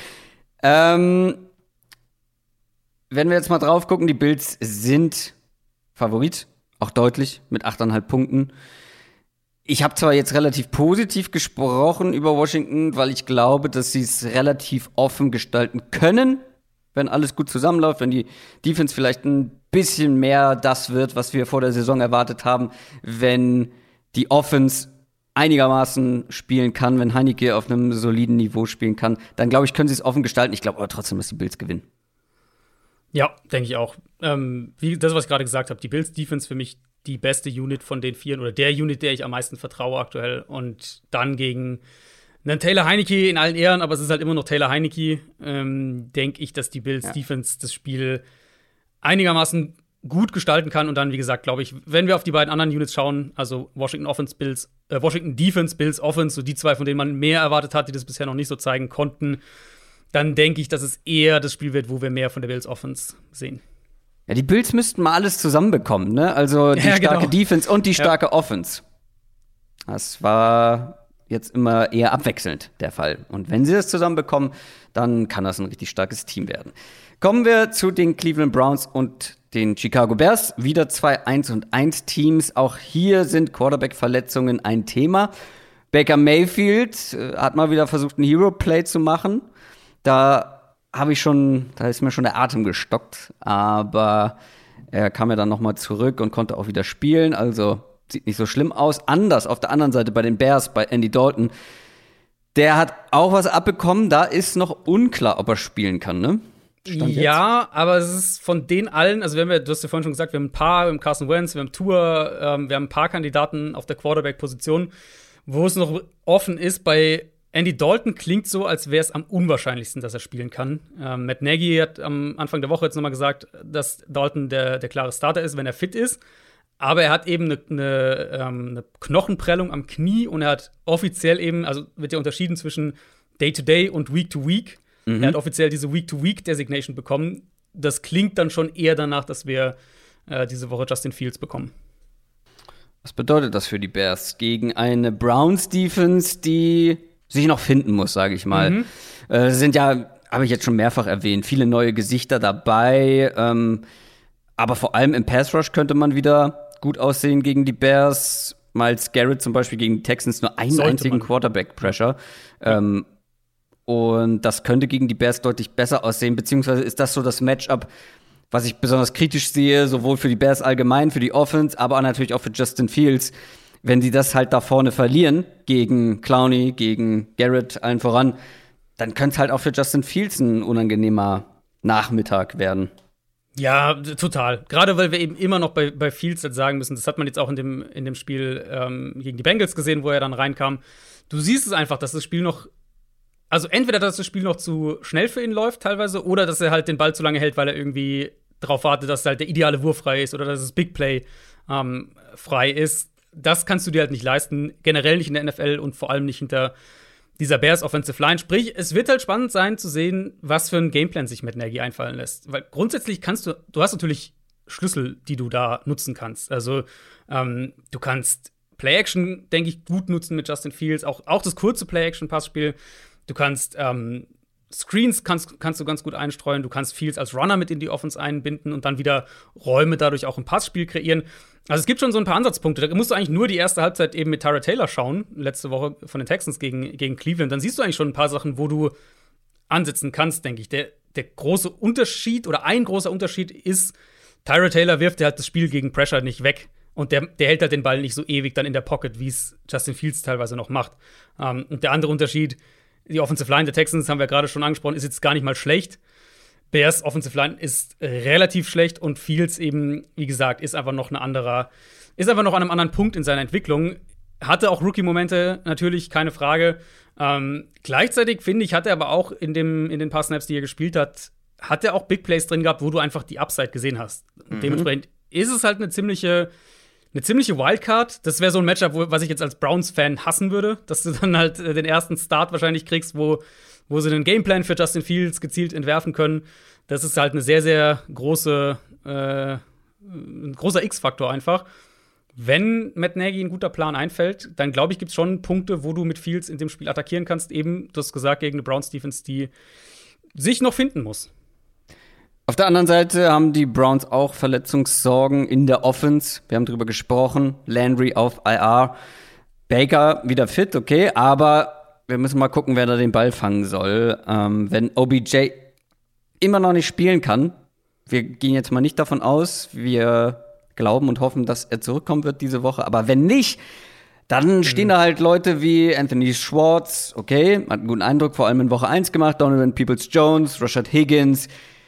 Wenn wir jetzt mal drauf gucken, die Bills sind Favorit, auch deutlich, mit 8,5 Punkten. Ich habe zwar jetzt relativ positiv gesprochen über Washington, weil ich glaube, dass sie es relativ offen gestalten können, wenn alles gut zusammenläuft, wenn die Defense vielleicht ein bisschen mehr das wird, was wir vor der Saison erwartet haben, wenn die Offense einigermaßen spielen kann, wenn Heinicke auf einem soliden Niveau spielen kann, dann glaube ich, können sie es offen gestalten. Ich glaube aber trotzdem, dass die Bills gewinnen. Ja, denke ich auch. Wie das, was ich gerade gesagt habe, die Bills-Defense für mich die beste Unit von den 4 oder der Unit, der ich am meisten vertraue aktuell. Und dann gegen einen Taylor Heinicke in allen Ehren, aber es ist halt immer noch Taylor Heinicke, denke ich, dass die Bills-Defense das Spiel einigermaßen gut gestalten kann. Und dann, wie gesagt, glaube ich, wenn wir auf die beiden anderen Units schauen, also Washington Defense, Bills Offense, so die 2, von denen man mehr erwartet hat, die das bisher noch nicht so zeigen konnten, dann denke ich, dass es eher das Spiel wird, wo wir mehr von der Bills Offense sehen. Ja, die Bills müssten mal alles zusammenbekommen, ne? Also die starke Defense und die starke Offense. Das war jetzt immer eher abwechselnd der Fall. Und wenn sie das zusammenbekommen, dann kann das ein richtig starkes Team werden. Kommen wir zu den Cleveland Browns und den Chicago Bears. Wieder 2 1-1 Teams. Auch hier sind Quarterback-Verletzungen ein Thema. Baker Mayfield hat mal wieder versucht, einen Hero-Play zu machen. Da ist mir schon der Atem gestockt. Aber er kam ja dann noch mal zurück und konnte auch wieder spielen. Also sieht nicht so schlimm aus. Anders auf der anderen Seite bei den Bears, bei Andy Dalton. Der hat auch was abbekommen. Da ist noch unklar, ob er spielen kann, ne? Ja, aber es ist von den allen, also du hast ja vorhin schon gesagt, wir haben Carson Wentz, wir haben Tua, wir haben ein paar Kandidaten auf der Quarterback-Position, wo es noch offen ist. Bei Andy Dalton klingt so, als wäre es am unwahrscheinlichsten, dass er spielen kann. Matt Nagy hat am Anfang der Woche jetzt noch mal gesagt, dass Dalton der klare Starter ist, wenn er fit ist. Aber er hat eben eine Knochenprellung am Knie und er hat offiziell eben, also wird ja unterschieden zwischen Day-to-Day und Week-to-Week. Er hat offiziell diese Week-to-Week-Designation bekommen. Das klingt dann schon eher danach, dass wir diese Woche Justin Fields bekommen. Was bedeutet das für die Bears? Gegen eine Browns-Defense, die sich noch finden muss, sage ich mal. Sind ja, habe ich jetzt schon mehrfach erwähnt, viele neue Gesichter dabei. Aber vor allem im Pass-Rush könnte man wieder gut aussehen gegen die Bears. Miles Garrett zum Beispiel gegen die Texans nur einen einzigen Quarterback-Pressure. Und das könnte gegen die Bears deutlich besser aussehen, beziehungsweise ist das so das Matchup, was ich besonders kritisch sehe, sowohl für die Bears allgemein, für die Offense, aber natürlich auch für Justin Fields. Wenn sie das halt da vorne verlieren, gegen Clowney, gegen Garrett, allen voran, dann könnte es halt auch für Justin Fields ein unangenehmer Nachmittag werden. Ja, total. Gerade weil wir eben immer noch bei Fields jetzt sagen müssen, das hat man jetzt auch in dem Spiel gegen die Bengals gesehen, wo er dann reinkam. Du siehst es einfach, dass das Spiel noch Also entweder, dass das Spiel noch zu schnell für ihn läuft teilweise, oder dass er halt den Ball zu lange hält, weil er irgendwie darauf wartet, dass halt der ideale Wurf frei ist oder dass das Big Play frei ist. Das kannst du dir halt nicht leisten, generell nicht in der NFL und vor allem nicht hinter dieser Bears Offensive Line. Sprich, es wird halt spannend sein zu sehen, was für ein Gameplan sich Matt Nagy einfallen lässt. Weil grundsätzlich du hast natürlich Schlüssel, die du da nutzen kannst. Also du kannst Play-Action, denke ich, gut nutzen mit Justin Fields, auch das kurze Play-Action-Passspiel. Du kannst Screens kannst du ganz gut einstreuen. Du kannst Fields als Runner mit in die Offense einbinden und dann wieder Räume dadurch auch im Passspiel kreieren. Also es gibt schon so ein paar Ansatzpunkte. Da musst du eigentlich nur die erste Halbzeit eben mit Tyrod Taylor schauen, letzte Woche von den Texans gegen Cleveland. Dann siehst du eigentlich schon ein paar Sachen, wo du ansetzen kannst, denke ich. Der große Unterschied oder ein großer Unterschied ist, Tyrod Taylor wirft halt das Spiel gegen Pressure nicht weg. Und der hält halt den Ball nicht so ewig dann in der Pocket, wie es Justin Fields teilweise noch macht. Und der andere Unterschied, die Offensive Line der Texans, haben wir gerade schon angesprochen, ist jetzt gar nicht mal schlecht. Bears Offensive Line ist relativ schlecht und Fields eben, wie gesagt, ist einfach noch an einem anderen Punkt in seiner Entwicklung. Hatte auch Rookie-Momente, natürlich, keine Frage. Gleichzeitig, finde ich, hat er aber auch in den paar Snaps, die er gespielt hat er auch Big Plays drin gehabt, wo du einfach die Upside gesehen hast. Und dementsprechend ist es halt eine ziemliche Wildcard. Das wäre so ein Matchup, was ich jetzt als Browns-Fan hassen würde, dass du dann halt den ersten Start wahrscheinlich kriegst, wo sie einen Gameplan für Justin Fields gezielt entwerfen können. Das ist halt eine sehr, sehr großer X-Faktor einfach. Wenn Matt Nagy ein guter Plan einfällt, dann glaube ich, gibt es schon Punkte, wo du mit Fields in dem Spiel attackieren kannst. Eben, du hast gesagt, gegen eine Browns-Defense, die sich noch finden muss. Auf der anderen Seite haben die Browns auch Verletzungssorgen in der Offense. Wir haben drüber gesprochen. Landry auf IR. Baker wieder fit, okay, aber wir müssen mal gucken, wer da den Ball fangen soll. Wenn OBJ immer noch nicht spielen kann, wir gehen jetzt mal nicht davon aus, wir glauben und hoffen, dass er zurückkommen wird diese Woche, aber wenn nicht, dann stehen da halt Leute wie Anthony Schwartz, okay, hat einen guten Eindruck, vor allem in Woche 1 gemacht, Donovan Peoples-Jones, Rashad Higgins.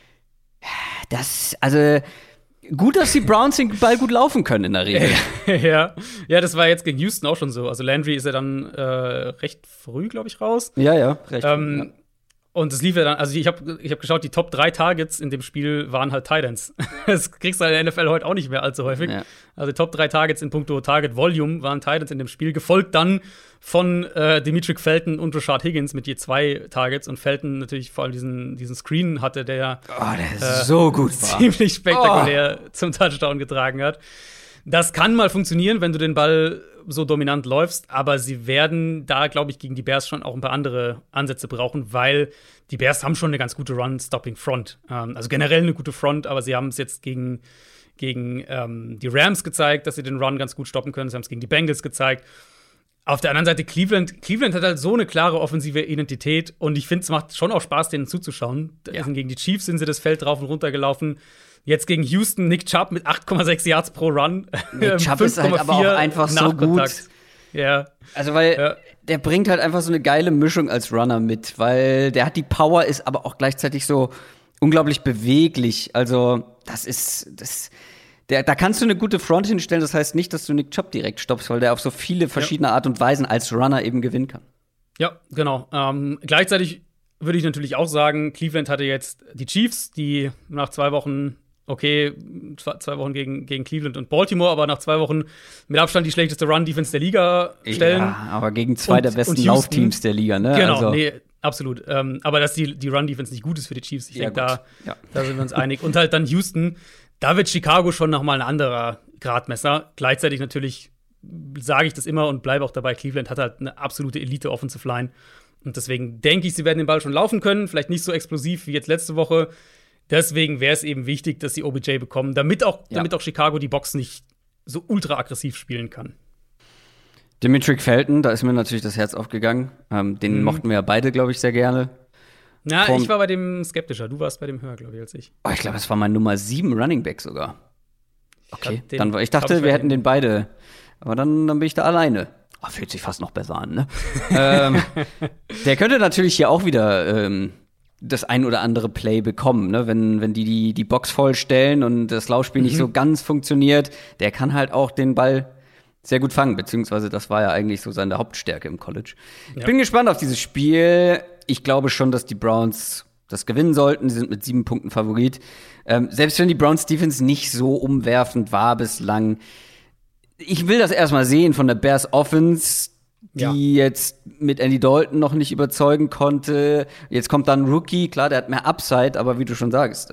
Gut, dass die Browns den Ball gut laufen können in der Regel. Ja, das war jetzt gegen Houston auch schon so. Also Landry ist ja dann recht früh, glaube ich, raus. Ja, recht früh. Ja. Und es lief ja dann, also ich hab geschaut, die Top 3 Targets in dem Spiel waren halt Tight Ends. Das kriegst du in der NFL heute auch nicht mehr allzu häufig. Ja. Also die Top 3 Targets in puncto Target Volume waren Tight Ends in dem Spiel, gefolgt dann von Demetric Felton und Rashad Higgins mit je 2 Targets. Und Felton natürlich vor allem diesen Screen hatte, der ist so gut ziemlich spektakulär zum Touchdown getragen hat. Das kann mal funktionieren, wenn du den Ball so dominant läufst, aber sie werden da, glaube ich, gegen die Bears schon auch ein paar andere Ansätze brauchen, weil die Bears haben schon eine ganz gute Run-Stopping-Front. Also generell eine gute Front, aber sie haben es jetzt gegen die Rams gezeigt, dass sie den Run ganz gut stoppen können. Sie haben es gegen die Bengals gezeigt. Auf der anderen Seite Cleveland hat halt so eine klare offensive Identität und ich finde, es macht schon auch Spaß, denen zuzuschauen. Ja. Gegen die Chiefs sind sie das Feld drauf und runter gelaufen. Jetzt gegen Houston, Nick Chubb mit 8,6 Yards pro Run. Nick Chubb ist halt aber auch einfach so gut. Ja. Also, weil der bringt halt einfach so eine geile Mischung als Runner mit, weil der hat die Power, ist aber auch gleichzeitig so unglaublich beweglich. Also, da kannst du eine gute Front hinstellen. Das heißt nicht, dass du Nick Chubb direkt stoppst, weil der auf so viele verschiedene Art und Weisen als Runner eben gewinnen kann. Ja, genau. Gleichzeitig würde ich natürlich auch sagen, Cleveland hatte jetzt die Chiefs, die nach 2 Wochen, 2 Wochen gegen Cleveland und Baltimore, aber nach 2 Wochen mit Abstand die schlechteste Run-Defense der Liga stellen. Ja, aber gegen 2 der besten Laufteams der Liga, ne? Genau, also. Nee, absolut. Aber dass die Run-Defense nicht gut ist für die Chiefs, ich denke, da sind wir uns einig. Und halt dann Houston, da wird Chicago schon noch mal ein anderer Gradmesser. Gleichzeitig natürlich sage ich das immer und bleibe auch dabei, Cleveland hat halt eine absolute Elite-Offensive Line. Und deswegen denke ich, sie werden den Ball schon laufen können. Vielleicht nicht so explosiv wie jetzt letzte Woche. Deswegen wäre es eben wichtig, dass sie OBJ bekommen, damit auch Chicago die Box nicht so ultra aggressiv spielen kann. Demetric Felton, da ist mir natürlich das Herz aufgegangen. Den mochten wir ja beide, glaube ich, sehr gerne. Na, ich war bei dem skeptischer. Du warst bei dem höher, glaube ich, als ich. Oh, ich glaube, es war mein Nummer 7 Running Back sogar. Okay, ich dachte, wir hätten den beide. Aber dann bin ich da alleine. Oh, fühlt sich fast noch besser an, ne? Der könnte natürlich hier auch wieder das ein oder andere Play bekommen, ne? Wenn die Box vollstellen und das Laufspiel nicht so ganz funktioniert. Der kann halt auch den Ball sehr gut fangen, beziehungsweise das war ja eigentlich so seine Hauptstärke im College. Ja. Ich bin gespannt auf dieses Spiel. Ich glaube schon, dass die Browns das gewinnen sollten. Sie sind mit 7 Punkten Favorit. Selbst wenn die Browns Defense nicht so umwerfend war bislang. Ich will das erstmal sehen von der Bears Offense, die jetzt mit Andy Dalton noch nicht überzeugen konnte. Jetzt kommt dann ein Rookie. Klar, der hat mehr Upside, aber wie du schon sagst,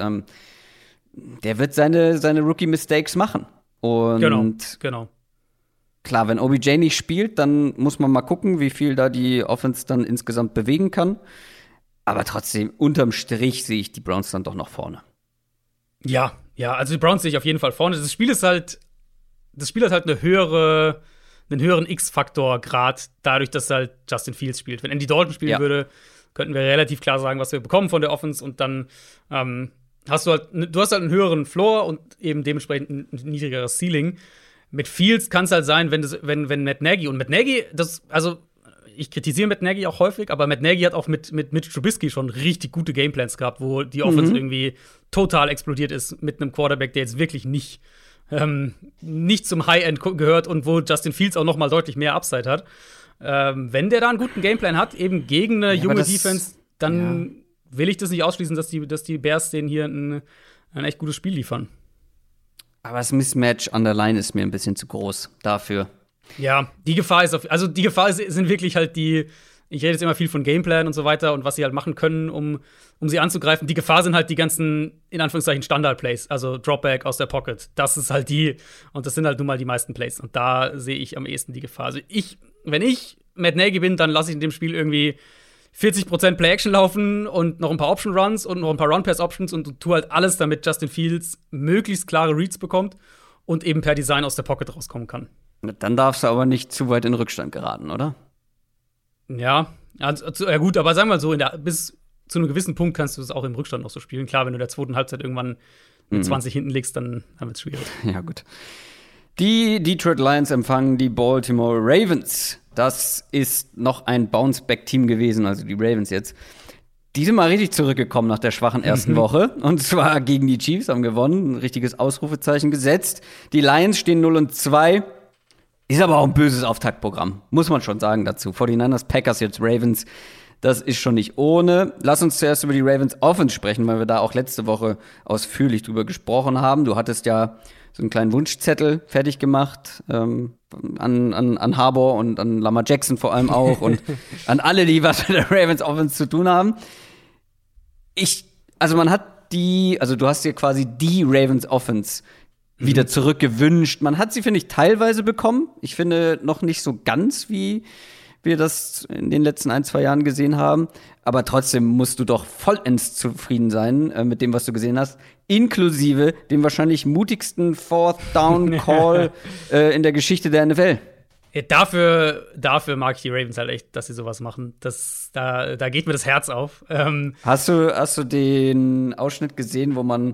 der wird seine Rookie-Mistakes machen. Und genau. Klar, wenn OBJ nicht spielt, dann muss man mal gucken, wie viel da die Offense dann insgesamt bewegen kann. Aber trotzdem, unterm Strich sehe ich die Browns dann doch noch vorne. Ja, also die Browns sehe ich auf jeden Fall vorne. Das Spiel hat halt einen höheren X-Faktor-Grad, dadurch, dass halt Justin Fields spielt. Wenn Andy Dalton spielen würde, könnten wir relativ klar sagen, was wir bekommen von der Offense. Und dann hast du halt einen höheren Floor und eben dementsprechend ein niedrigeres Ceiling. Mit Fields kann es halt sein, wenn Matt Nagy, ich kritisiere Matt Nagy auch häufig, aber Matt Nagy hat auch mit Trubisky schon richtig gute Gameplans gehabt, wo die Offense irgendwie total explodiert ist mit einem Quarterback, der jetzt wirklich nicht zum High-End gehört und wo Justin Fields auch noch mal deutlich mehr Upside hat. Wenn der da einen guten Gameplan hat, eben gegen eine junge Defense, dann will ich das nicht ausschließen, dass die Bears denen hier ein echt gutes Spiel liefern. Aber das Mismatch an der Line ist mir ein bisschen zu groß dafür. Ja, die Gefahr sind wirklich halt ich rede jetzt immer viel von Gameplan und so weiter und was sie halt machen können, um sie anzugreifen. Die Gefahr sind halt die ganzen, in Anführungszeichen, Standard-Plays, also Dropback aus der Pocket. Das ist halt und das sind halt nun mal die meisten Plays. Und da sehe ich am ehesten die Gefahr. Also wenn ich Matt Nagy bin, dann lasse ich in dem Spiel irgendwie 40% Play-Action laufen und noch ein paar Option-Runs und noch ein paar Run-Pass-Options und tu halt alles, damit Justin Fields möglichst klare Reads bekommt und eben per Design aus der Pocket rauskommen kann. Dann darfst du aber nicht zu weit in Rückstand geraten, oder? Ja, gut, aber sagen wir mal so, bis zu einem gewissen Punkt kannst du es auch im Rückstand noch so spielen. Klar, wenn du in der zweiten Halbzeit irgendwann mit 20 hinten liegst, dann wird es schwierig. Ja, gut. Die Detroit Lions empfangen die Baltimore Ravens. Das ist noch ein Bounce-Back-Team gewesen, also die Ravens jetzt. Die sind mal richtig zurückgekommen nach der schwachen ersten Woche. Und zwar gegen die Chiefs, haben gewonnen, ein richtiges Ausrufezeichen gesetzt. Die Lions stehen 0-2. Ist aber auch ein böses Auftaktprogramm, muss man schon sagen dazu. 49ers, Packers, jetzt Ravens, das ist schon nicht ohne. Lass uns zuerst über die Ravens Offense sprechen, weil wir da auch letzte Woche ausführlich drüber gesprochen haben. Du hattest ja so einen kleinen Wunschzettel fertig gemacht an Harbour und an Lamar Jackson vor allem auch und an alle, die was mit der Ravens Offense zu tun haben. Du hast hier quasi die Ravens Offense wieder zurückgewünscht. Man hat sie, finde ich, teilweise bekommen. Ich finde noch nicht so ganz, wie wir das in den letzten 1-2 Jahren gesehen haben. Aber trotzdem musst du doch vollends zufrieden sein mit dem, was du gesehen hast. Inklusive dem wahrscheinlich mutigsten Fourth-Down-Call in der Geschichte der NFL. Ja, dafür mag ich die Ravens halt echt, dass sie sowas machen. Da geht mir das Herz auf. Hast du den Ausschnitt gesehen, wo man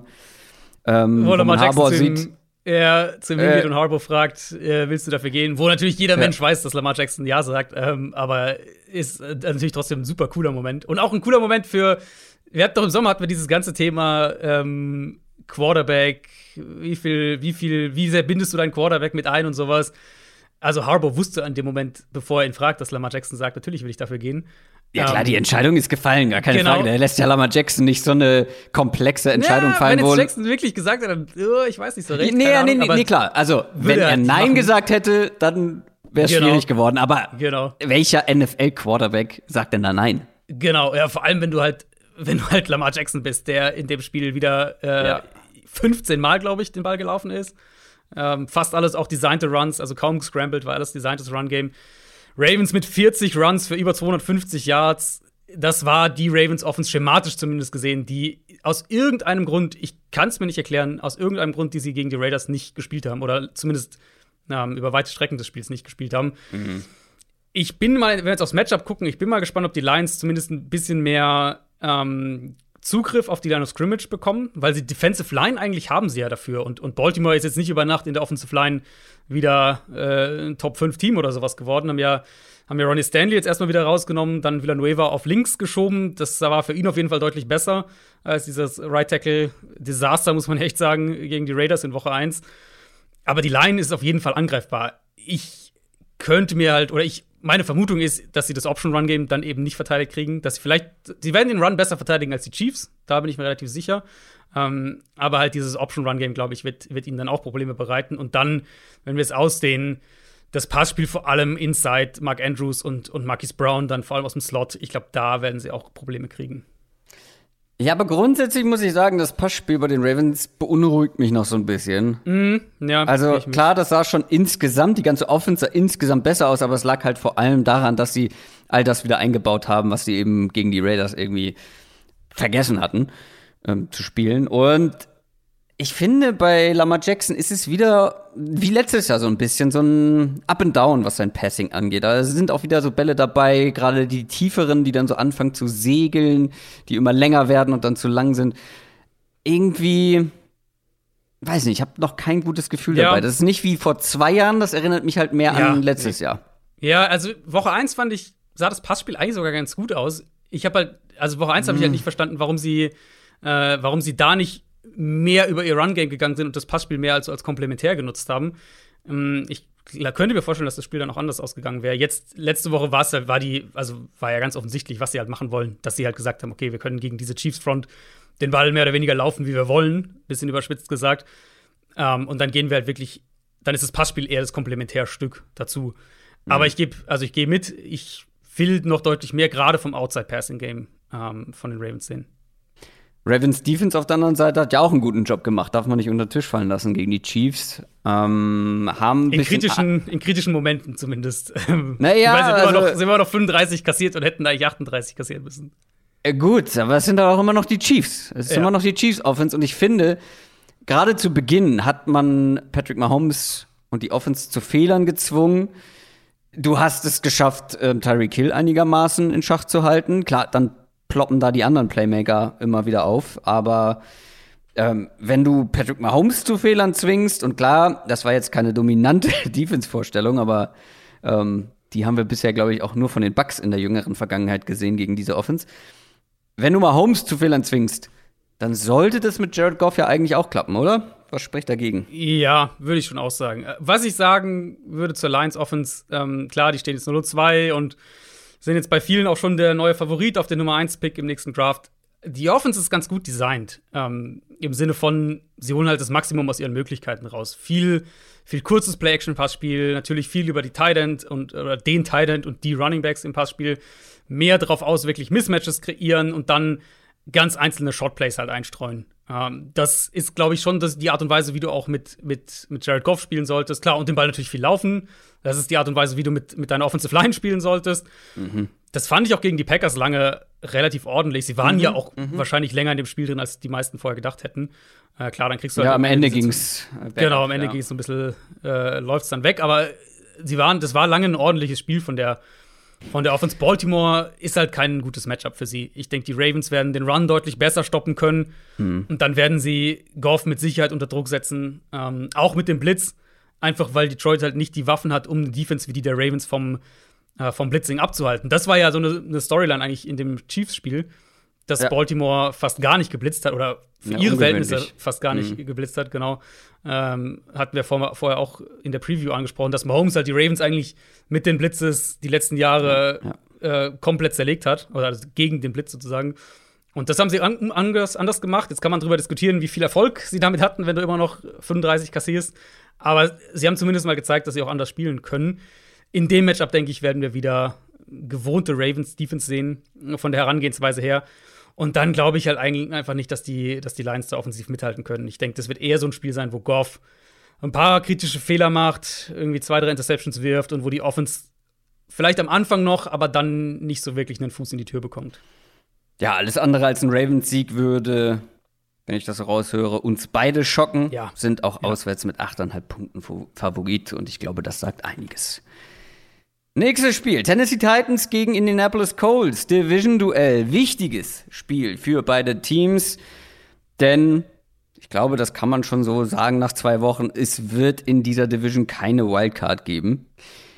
Harbour sieht? Er zu ihm geht und Harbour fragt, willst du dafür gehen? Wo natürlich jeder Mensch weiß, dass Lamar Jackson ja sagt, aber ist natürlich trotzdem ein super cooler Moment. Und auch ein cooler Moment wir hatten doch im Sommer dieses ganze Thema Quarterback, wie sehr bindest du deinen Quarterback mit ein und sowas. Also Harbour wusste an dem Moment, bevor er ihn fragt, dass Lamar Jackson sagt, natürlich will ich dafür gehen. Ja klar, die Entscheidung ist gefallen, gar keine Frage. Der lässt ja Lamar Jackson nicht so eine komplexe Entscheidung fallen. Wenn jetzt Jackson wirklich gesagt hat, dann, ich weiß nicht so recht. Nee, klar. Also, wenn er Nein gesagt hätte, dann wäre es schwierig geworden. Aber welcher NFL-Quarterback sagt denn da Nein? Genau, ja, vor allem, wenn du halt Lamar Jackson bist, der in dem Spiel wieder 15 Mal, glaube ich, den Ball gelaufen ist. Fast alles auch designte Runs, also kaum gescrambled, war alles designtes Run-Game. Ravens mit 40 Runs für über 250 Yards. Das war die Ravens-Offense, schematisch zumindest gesehen, die aus irgendeinem Grund, ich kann es mir nicht erklären, aus irgendeinem Grund, die sie gegen die Raiders nicht gespielt haben oder zumindest über weite Strecken des Spiels nicht gespielt haben. Mhm. Ich bin mal, wenn wir jetzt aufs Matchup gucken, ich bin mal gespannt, ob die Lions zumindest ein bisschen mehr Zugriff auf die Line of Scrimmage bekommen, weil sie Defensive Line eigentlich haben sie ja dafür. Und Baltimore ist jetzt nicht über Nacht in der Offensive Line wieder ein Top-5-Team oder sowas geworden. Haben ja Ronnie Stanley jetzt erstmal wieder rausgenommen, dann Villanueva auf links geschoben. Das war für ihn auf jeden Fall deutlich besser als dieses Right-Tackle-Desaster, muss man echt sagen, gegen die Raiders in Woche 1. Aber die Line ist auf jeden Fall angreifbar. Meine Vermutung ist, dass sie das Option-Run-Game dann eben nicht verteidigt kriegen. Sie werden den Run besser verteidigen als die Chiefs. Da bin ich mir relativ sicher. Aber halt dieses Option-Run-Game, glaube ich, wird ihnen dann auch Probleme bereiten. Und dann, wenn wir es ausdehnen, das Passspiel vor allem inside Mark Andrews und Marquise Brown, dann vor allem aus dem Slot. Ich glaube, da werden sie auch Probleme kriegen. Ja, aber grundsätzlich muss ich sagen, das Passspiel bei den Ravens beunruhigt mich noch so ein bisschen. Ja, also klar, das sah schon insgesamt, die ganze Offense sah insgesamt besser aus, aber es lag halt vor allem daran, dass sie all das wieder eingebaut haben, was sie eben gegen die Raiders irgendwie vergessen hatten zu spielen. Und ich finde, bei Lamar Jackson ist es wieder wie letztes Jahr so ein bisschen so ein Up and Down, was sein Passing angeht. Also sind auch wieder so Bälle dabei, gerade die tieferen, die dann so anfangen zu segeln, die immer länger werden und dann zu lang sind. Irgendwie, weiß nicht, ich habe noch kein gutes Gefühl dabei. Das ist nicht wie vor 2 Jahren, das erinnert mich halt mehr an letztes Jahr. Ja, also Woche 1 sah das Passspiel eigentlich sogar ganz gut aus. Woche 1 habe ich halt nicht verstanden, warum sie da nicht mehr über ihr Run-Game gegangen sind und das Passspiel mehr als komplementär genutzt haben. Ich könnte mir vorstellen, dass das Spiel dann auch anders ausgegangen wäre. Jetzt, letzte Woche war ja ganz offensichtlich, was sie halt machen wollen, dass sie halt gesagt haben, okay, wir können gegen diese Chiefs-Front den Ball mehr oder weniger laufen, wie wir wollen, bisschen überspitzt gesagt. Und dann gehen wir halt wirklich, dann ist das Passspiel eher das Komplementärstück dazu. Aber ich gehe mit, ich will noch deutlich mehr gerade vom Outside-Passing-Game von den Ravens sehen. Ravens Defense auf der anderen Seite hat ja auch einen guten Job gemacht, darf man nicht unter den Tisch fallen lassen gegen die Chiefs. Haben in kritischen Momenten zumindest. Naja, sind wir noch 35 kassiert und hätten eigentlich 38 kassieren müssen. Gut, aber es sind aber auch immer noch die Chiefs. Es ist immer noch die Chiefs-Offense. Und ich finde, gerade zu Beginn hat man Patrick Mahomes und die Offense zu Fehlern gezwungen. Du hast es geschafft, Tyreek Hill einigermaßen in Schach zu halten. Klar, dann ploppen da die anderen Playmaker immer wieder auf. Aber wenn du Patrick Mahomes zu Fehlern zwingst, und klar, das war jetzt keine dominante Defense-Vorstellung, aber die haben wir bisher, glaube ich, auch nur von den Bucks in der jüngeren Vergangenheit gesehen gegen diese Offense. Wenn du Mahomes zu Fehlern zwingst, dann sollte das mit Jared Goff ja eigentlich auch klappen, oder? Was spricht dagegen? Ja, würde ich schon auch sagen. Was ich sagen würde zur Lions Offense, klar, die stehen jetzt 0-2 und sind jetzt bei vielen auch schon der neue Favorit auf den Nummer 1-Pick im nächsten Draft. Die Offense ist ganz gut designt. Im Sinne von, sie holen halt das Maximum aus ihren Möglichkeiten raus. Viel kurzes Play-Action-Passspiel, natürlich viel über die Tight End oder den Tight End und die Running Backs im Passspiel. Mehr darauf aus, wirklich Mismatches kreieren und dann ganz einzelne Shotplays halt einstreuen. Das ist, glaube ich, schon die Art und Weise, wie du auch mit Jared Goff spielen solltest. Klar, und den Ball natürlich viel laufen. Das ist die Art und Weise, wie du mit deiner Offensive Line spielen solltest. Das fand ich auch gegen die Packers lange relativ ordentlich. Sie waren ja auch wahrscheinlich länger in dem Spiel drin, als die meisten vorher gedacht hätten. Klar, dann kriegst du halt am Ende ging's weg. Genau, am Ende ging es so ein bisschen, läuft's dann weg. Aber das war lange ein ordentliches Spiel von der Offense. Baltimore ist halt kein gutes Matchup für sie. Ich denke, die Ravens werden den Run deutlich besser stoppen können. Und dann werden sie Goff mit Sicherheit unter Druck setzen. Auch mit dem Blitz. Einfach, weil Detroit halt nicht die Waffen hat, um eine Defense wie die der Ravens vom Blitzing abzuhalten. Das war ja so eine Storyline eigentlich in dem Chiefs-Spiel, dass Baltimore fast gar nicht geblitzt hat oder für ihre Verhältnisse fast gar nicht geblitzt hat, genau. Hatten wir vorher auch in der Preview angesprochen, dass Mahomes halt die Ravens eigentlich mit den Blitzes die letzten Jahre komplett zerlegt hat, oder also gegen den Blitz sozusagen. Und das haben sie anders gemacht. Jetzt kann man darüber diskutieren, wie viel Erfolg sie damit hatten, wenn du immer noch 35 kassierst. Aber sie haben zumindest mal gezeigt, dass sie auch anders spielen können. In dem Matchup, denke ich, werden wir wieder gewohnte Ravens-Defense sehen, von der Herangehensweise her. Und dann glaube ich halt eigentlich einfach nicht, dass die Lions da offensiv mithalten können. Ich denke, das wird eher so ein Spiel sein, wo Goff ein paar kritische Fehler macht, irgendwie 2, 3 Interceptions wirft und wo die Offense vielleicht am Anfang noch, aber dann nicht so wirklich einen Fuß in die Tür bekommt. Ja, alles andere als ein Ravens-Sieg würde, wenn ich das so raushöre, uns beide schocken. Ja. Sind auch auswärts mit 8,5 Punkten Favorit. Und ich glaube, das sagt einiges. Nächstes Spiel. Tennessee Titans gegen Indianapolis Colts. Division-Duell. Wichtiges Spiel für beide Teams. Denn ich glaube, das kann man schon so sagen nach 2 Wochen. Es wird in dieser Division keine Wildcard geben.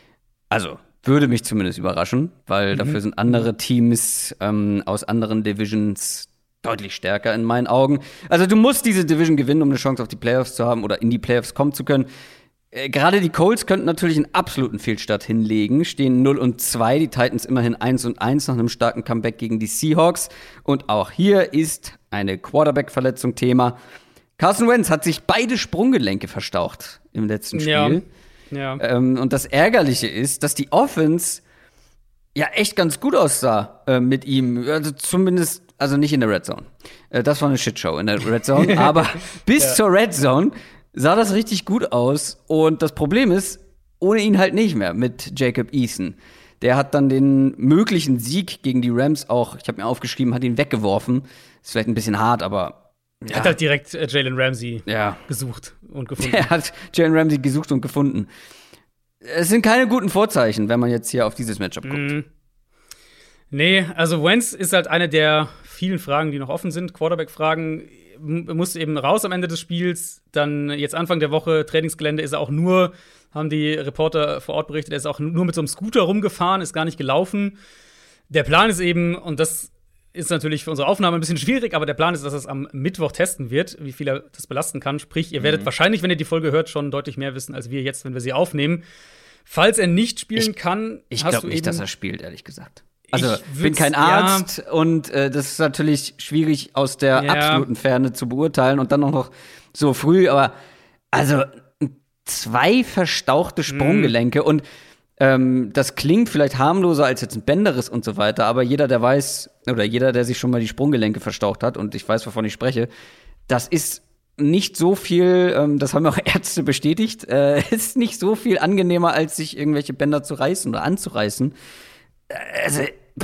Also, würde mich zumindest überraschen, weil dafür sind andere Teams aus anderen Divisions deutlich stärker in meinen Augen. Also du musst diese Division gewinnen, um eine Chance auf die Playoffs zu haben oder in die Playoffs kommen zu können. Gerade die Colts könnten natürlich einen absoluten Fehlstart hinlegen, stehen 0-2, die Titans immerhin 1-1 nach einem starken Comeback gegen die Seahawks. Und auch hier ist eine Quarterback-Verletzung Thema. Carson Wentz hat sich beide Sprunggelenke verstaucht im letzten Spiel. Ja. Und das Ärgerliche ist, dass die Offense ja echt ganz gut aussah mit ihm. Also zumindest, also nicht in der Red Zone. Das war eine Shitshow in der Red Zone. Aber bis zur Red Zone sah das richtig gut aus. Und das Problem ist, ohne ihn halt nicht mehr mit Jacob Eason. Der hat dann den möglichen Sieg gegen die Rams auch, ich habe mir aufgeschrieben, hat ihn weggeworfen. Ist vielleicht ein bisschen hart, aber Er hat halt direkt Jalen Ramsey gesucht und gefunden. Er hat Jalen Ramsey gesucht und gefunden. Es sind keine guten Vorzeichen, wenn man jetzt hier auf dieses Matchup guckt. Nee, also Wentz ist halt eine der vielen Fragen, die noch offen sind. Quarterback-Fragen. Musste eben raus am Ende des Spiels. Dann jetzt Anfang der Woche, Trainingsgelände, ist er auch nur, haben die Reporter vor Ort berichtet, er ist auch nur mit so einem Scooter rumgefahren, ist gar nicht gelaufen. Der Plan ist eben, und das ist natürlich für unsere Aufnahme ein bisschen schwierig, aber der Plan ist, dass er es am Mittwoch testen wird, wie viel er das belasten kann. Sprich, ihr werdet wahrscheinlich, wenn ihr die Folge hört, schon deutlich mehr wissen, als wir jetzt, wenn wir sie aufnehmen. Falls er nicht spielen kann, ich glaube nicht, dass er spielt, ehrlich gesagt. Also, ich bin kein Arzt und das ist natürlich schwierig aus der absoluten Ferne zu beurteilen und dann auch noch so früh, aber also 2 verstauchte Sprunggelenke und das klingt vielleicht harmloser als jetzt ein Bänderriss und so weiter, aber jeder, der weiß, oder jeder, der sich schon mal die Sprunggelenke verstaucht hat, und ich weiß, wovon ich spreche, das ist nicht so viel, das haben auch Ärzte bestätigt, ist nicht so viel angenehmer, als sich irgendwelche Bänder zu reißen oder anzureißen. Also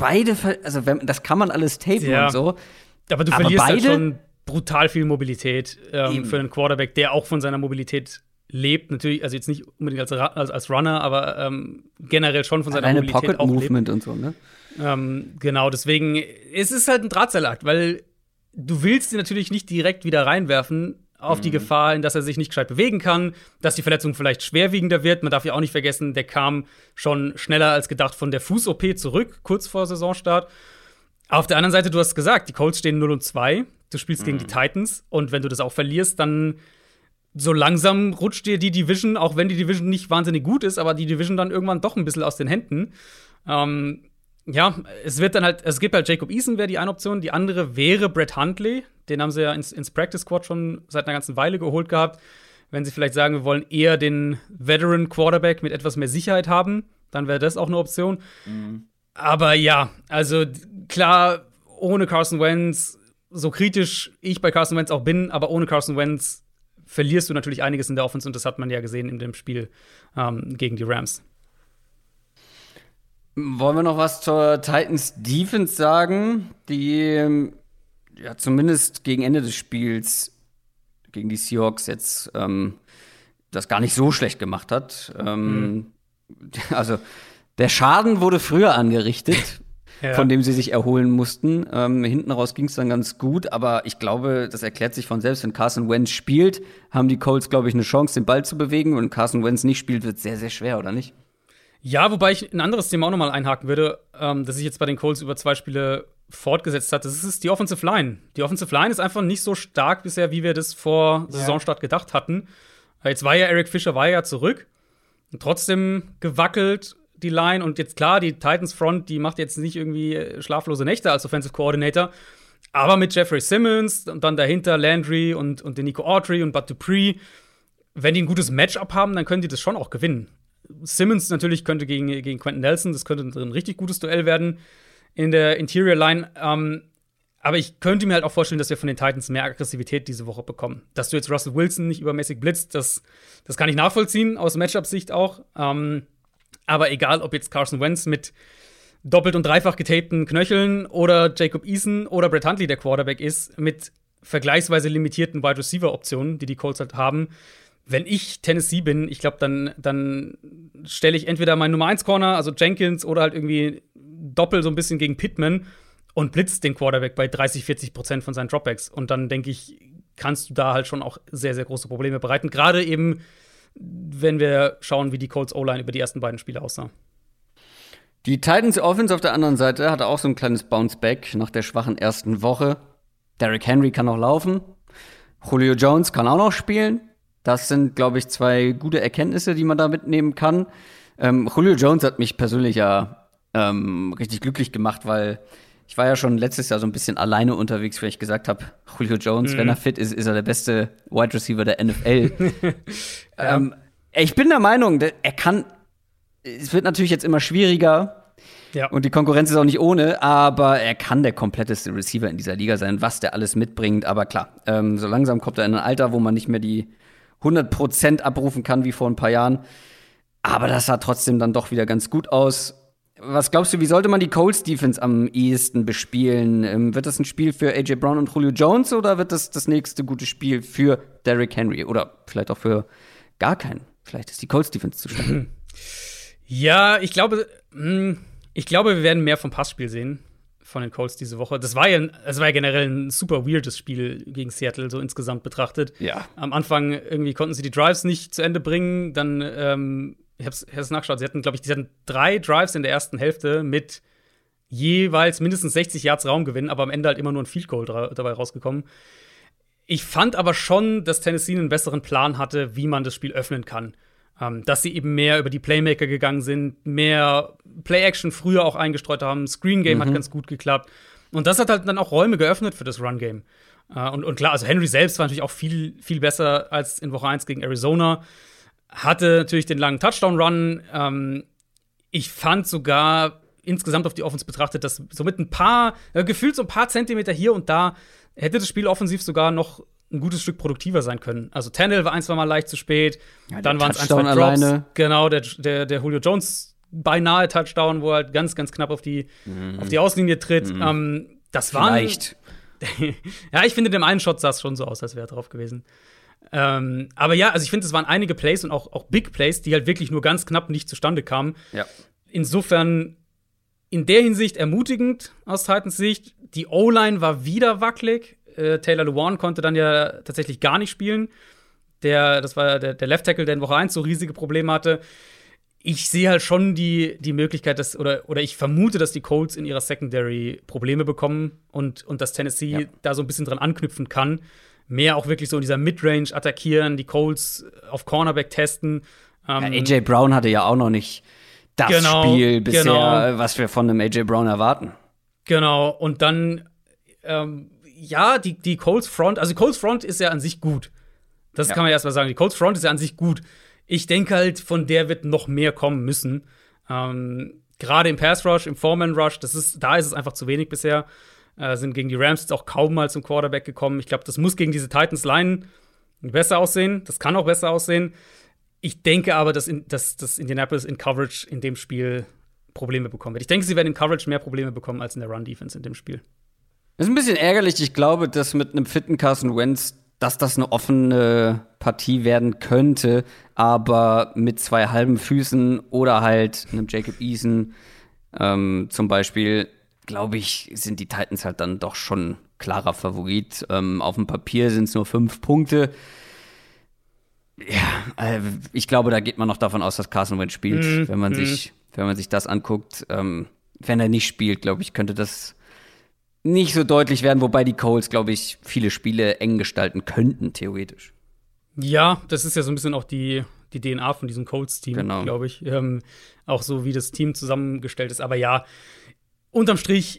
das kann man alles tapen und so. Aber du verlierst halt schon brutal viel Mobilität für einen Quarterback, der auch von seiner Mobilität lebt. Natürlich, also jetzt nicht unbedingt als Runner, aber generell schon von seiner Mobilität Pocket auch Movement lebt. Und so, ne? Genau, deswegen, es ist halt ein Drahtseilakt, weil du willst ihn natürlich nicht direkt wieder reinwerfen auf die Gefahr hin, dass er sich nicht gescheit bewegen kann, dass die Verletzung vielleicht schwerwiegender wird. Man darf ja auch nicht vergessen, der kam schon schneller als gedacht von der Fuß-OP zurück, kurz vor Saisonstart. Auf der anderen Seite, du hast gesagt, die Colts stehen 0-2, du spielst gegen die Titans und wenn du das auch verlierst, dann so langsam rutscht dir die Division, auch wenn die Division nicht wahnsinnig gut ist, aber die Division dann irgendwann doch ein bisschen aus den Händen. Es wird dann halt, es gibt halt Jacob Eason, wäre die eine Option. Die andere wäre Brett Hundley. Den haben sie ja ins Practice Squad schon seit einer ganzen Weile geholt gehabt. Wenn sie vielleicht sagen, wir wollen eher den Veteran Quarterback mit etwas mehr Sicherheit haben, dann wäre das auch eine Option. Aber ja, also klar, ohne Carson Wentz so kritisch ich bei Carson Wentz auch bin, aber ohne Carson Wentz verlierst du natürlich einiges in der Offense und das hat man ja gesehen in dem Spiel gegen die Rams. Wollen wir noch was zur Titans Defense sagen, die ja zumindest gegen Ende des Spiels gegen die Seahawks jetzt das gar nicht so schlecht gemacht hat. Also der Schaden wurde früher angerichtet, von dem sie sich erholen mussten. Hinten raus ging es dann ganz gut, aber ich glaube, das erklärt sich von selbst. Wenn Carson Wentz spielt, haben die Colts, glaube ich, eine Chance, den Ball zu bewegen. Und wenn Carson Wentz nicht spielt, wird es sehr, sehr schwer, oder nicht? Ja, wobei ich ein anderes Thema auch noch mal einhaken würde, das sich jetzt bei den Colts über 2 Spiele fortgesetzt hat. Das ist die Offensive Line. Die Offensive Line ist einfach nicht so stark bisher, wie wir das vor Saisonstart gedacht hatten. Jetzt war ja Eric Fisher zurück. Und trotzdem gewackelt die Line. Und jetzt klar, die Titans Front, die macht jetzt nicht irgendwie schlaflose Nächte als Offensive Coordinator. Aber mit Jeffrey Simmons und dann dahinter Landry und den Nico Autry und Bud Dupree, wenn die ein gutes Matchup haben, dann können die das schon auch gewinnen. Simmons natürlich könnte gegen Quentin Nelson, das könnte ein richtig gutes Duell werden in der Interior Line. Aber ich könnte mir halt auch vorstellen, dass wir von den Titans mehr Aggressivität diese Woche bekommen. Dass du jetzt Russell Wilson nicht übermäßig blitzt, das kann ich nachvollziehen, aus Matchup-Sicht auch. Aber egal, ob jetzt Carson Wentz mit doppelt und dreifach getapten Knöcheln oder Jacob Eason oder Brett Hundley der Quarterback ist, mit vergleichsweise limitierten Wide-Receiver-Optionen, die Colts halt haben. Wenn ich Tennessee bin, ich glaube, dann stelle ich entweder meinen Nummer-1-Corner, also Jenkins, oder halt irgendwie doppelt so ein bisschen gegen Pittman und blitzt den Quarterback bei 30-40% von seinen Dropbacks. Und dann, denke ich, kannst du da halt schon auch sehr, sehr große Probleme bereiten. Gerade eben, wenn wir schauen, wie die Colts O-Line über die ersten beiden Spiele aussah. Die Titans Offense auf der anderen Seite hatte auch so ein kleines Bounce-Back nach der schwachen ersten Woche. Derrick Henry kann noch laufen. Julio Jones kann auch noch spielen. Das sind, glaube ich, 2 gute Erkenntnisse, die man da mitnehmen kann. Julio Jones hat mich persönlich ja richtig glücklich gemacht, weil ich war ja schon letztes Jahr so ein bisschen alleine unterwegs, weil ich gesagt habe, Julio Jones, wenn er fit ist, ist er der beste Wide Receiver der NFL. Ich bin der Meinung, er kann. Es wird natürlich jetzt immer schwieriger. Ja. Und die Konkurrenz ist auch nicht ohne, aber er kann der kompletteste Receiver in dieser Liga sein, was der alles mitbringt. Aber klar, so langsam kommt er in ein Alter, wo man nicht mehr die 100% abrufen kann wie vor ein paar Jahren. Aber das sah trotzdem dann doch wieder ganz gut aus. Was glaubst du, wie sollte man die Colts-Defense am ehesten bespielen? Wird das ein Spiel für A.J. Brown und Julio Jones oder wird das nächste gute Spiel für Derrick Henry? Oder vielleicht auch für gar keinen? Vielleicht ist die Colts-Defense zu stark. Ja, ich glaube, wir werden mehr vom Passspiel sehen von den Colts diese Woche. Das war ja generell ein super weirdes Spiel gegen Seattle, so insgesamt betrachtet. Ja. Am Anfang irgendwie konnten sie die Drives nicht zu Ende bringen. Dann, ich hab's nachgeschaut, sie hatten 3 Drives in der ersten Hälfte mit jeweils mindestens 60 Yards Raumgewinn, aber am Ende halt immer nur ein Field Goal dabei rausgekommen. Ich fand aber schon, dass Tennessee einen besseren Plan hatte, wie man das Spiel öffnen kann. Dass sie eben mehr über die Playmaker gegangen sind, mehr Play-Action früher auch eingestreut haben. Screen-Game hat ganz gut geklappt. Und das hat halt dann auch Räume geöffnet für das Run-Game. Und klar, also Henry selbst war natürlich auch viel, viel besser als in Woche 1 gegen Arizona. Hatte natürlich den langen Touchdown-Run. Ich fand sogar insgesamt auf die Offense betrachtet, dass so mit gefühlt so ein paar Zentimeter hier und da hätte das Spiel offensiv sogar noch ein gutes Stück produktiver sein können. Also Tannehill war 1-2 Mal leicht zu spät, ja, dann waren es 1-2 Drops. Alleine. Genau, der Julio Jones beinahe Touchdown, wo er halt ganz, ganz knapp auf die Auslinie tritt. Das war vielleicht. Ja, ich finde, dem einen Shot sah es schon so aus, als wäre er drauf gewesen. Aber ja, also ich finde, es waren einige Plays und auch Big Plays, die halt wirklich nur ganz knapp nicht zustande kamen. Ja. Insofern in der Hinsicht ermutigend aus Titans Sicht. Die O-Line war wieder wackelig. Taylor Lewan konnte dann ja tatsächlich gar nicht spielen. Das war der Left Tackle, der in Woche 1 so riesige Probleme hatte. Ich sehe halt schon die Möglichkeit, oder ich vermute, dass die Colts in ihrer Secondary Probleme bekommen und dass Tennessee da so ein bisschen dran anknüpfen kann. Mehr auch wirklich so in dieser Midrange attackieren, die Colts auf Cornerback testen. A.J. Brown hatte ja auch noch nicht das Spiel bisher, was wir von einem A.J. Brown erwarten. Genau, und dann die Colts Front, also die Colts Front ist ja an sich gut. Das kann man erst mal sagen. Die Colts Front ist ja an sich gut. Ich denke halt, von der wird noch mehr kommen müssen. Gerade im Pass Rush, im Foreman Rush, da ist es einfach zu wenig bisher. sind gegen die Rams jetzt auch kaum mal zum Quarterback gekommen. Ich glaube, das muss gegen diese Titans-Line besser aussehen. Das kann auch besser aussehen. Ich denke aber, dass Indianapolis in Coverage in dem Spiel Probleme bekommen wird. Ich denke, sie werden in Coverage mehr Probleme bekommen als in der Run-Defense in dem Spiel. Das ist ein bisschen ärgerlich. Ich glaube, dass mit einem fitten Carson Wentz, dass das eine offene Partie werden könnte, aber mit 2 halben Füßen oder halt einem Jacob Eason zum Beispiel, glaube ich, sind die Titans halt dann doch schon klarer Favorit. Auf dem Papier sind es nur 5 Punkte. Ja, ich glaube, da geht man noch davon aus, dass Carson Wentz spielt, wenn man sich das anguckt. Wenn er nicht spielt, glaube ich, könnte das nicht so deutlich werden, wobei die Colts, glaube ich, viele Spiele eng gestalten könnten, theoretisch. Ja, das ist ja so ein bisschen auch die DNA von diesem Colts-Team, genau, glaube ich. Auch so, wie das Team zusammengestellt ist. Aber ja, unterm Strich,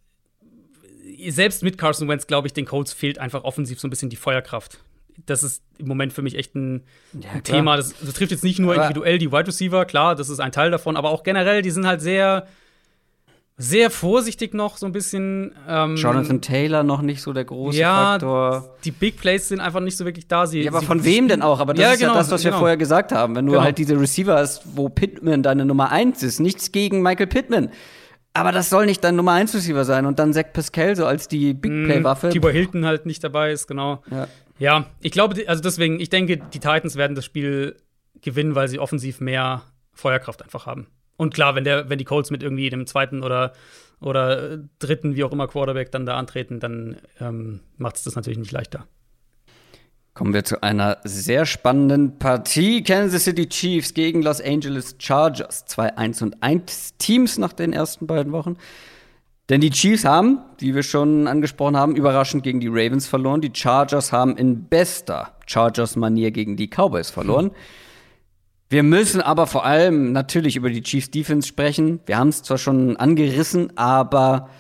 selbst mit Carson Wentz, glaube ich, den Colts fehlt einfach offensiv so ein bisschen die Feuerkraft. Das ist im Moment für mich echt ein Thema. Das trifft jetzt nicht nur individuell die Wide Receiver, klar, das ist ein Teil davon, aber auch generell, die sind halt sehr, sehr vorsichtig noch so ein bisschen. Jonathan Taylor noch nicht so der große Faktor. Die Big Plays sind einfach nicht so wirklich da. Aber von wem denn auch? Aber das ist ja das, was wir vorher gesagt haben. Wenn du halt diese Receiver hast, wo Pittman deine Nummer 1 ist, nichts gegen Michael Pittman. Aber das soll nicht dein Nummer 1 Receiver sein und dann Zach Pascal so als die Big Play Waffe. T.Y. Hilton halt nicht dabei ist, genau. Ja, ich glaube, also deswegen, ich denke, die Titans werden das Spiel gewinnen, weil sie offensiv mehr Feuerkraft einfach haben. Und klar, wenn die Colts mit irgendwie dem 2. oder 3., wie auch immer, Quarterback dann da antreten, dann macht es das natürlich nicht leichter. Kommen wir zu einer sehr spannenden Partie. Kansas City Chiefs gegen Los Angeles Chargers. 2-1-1 Teams nach den ersten beiden Wochen. Denn die Chiefs haben, wie wir schon angesprochen haben, überraschend gegen die Ravens verloren. Die Chargers haben in bester Chargers-Manier gegen die Cowboys verloren. Wir müssen aber vor allem natürlich über die Chiefs Defense sprechen. Wir haben es zwar schon angerissen, aber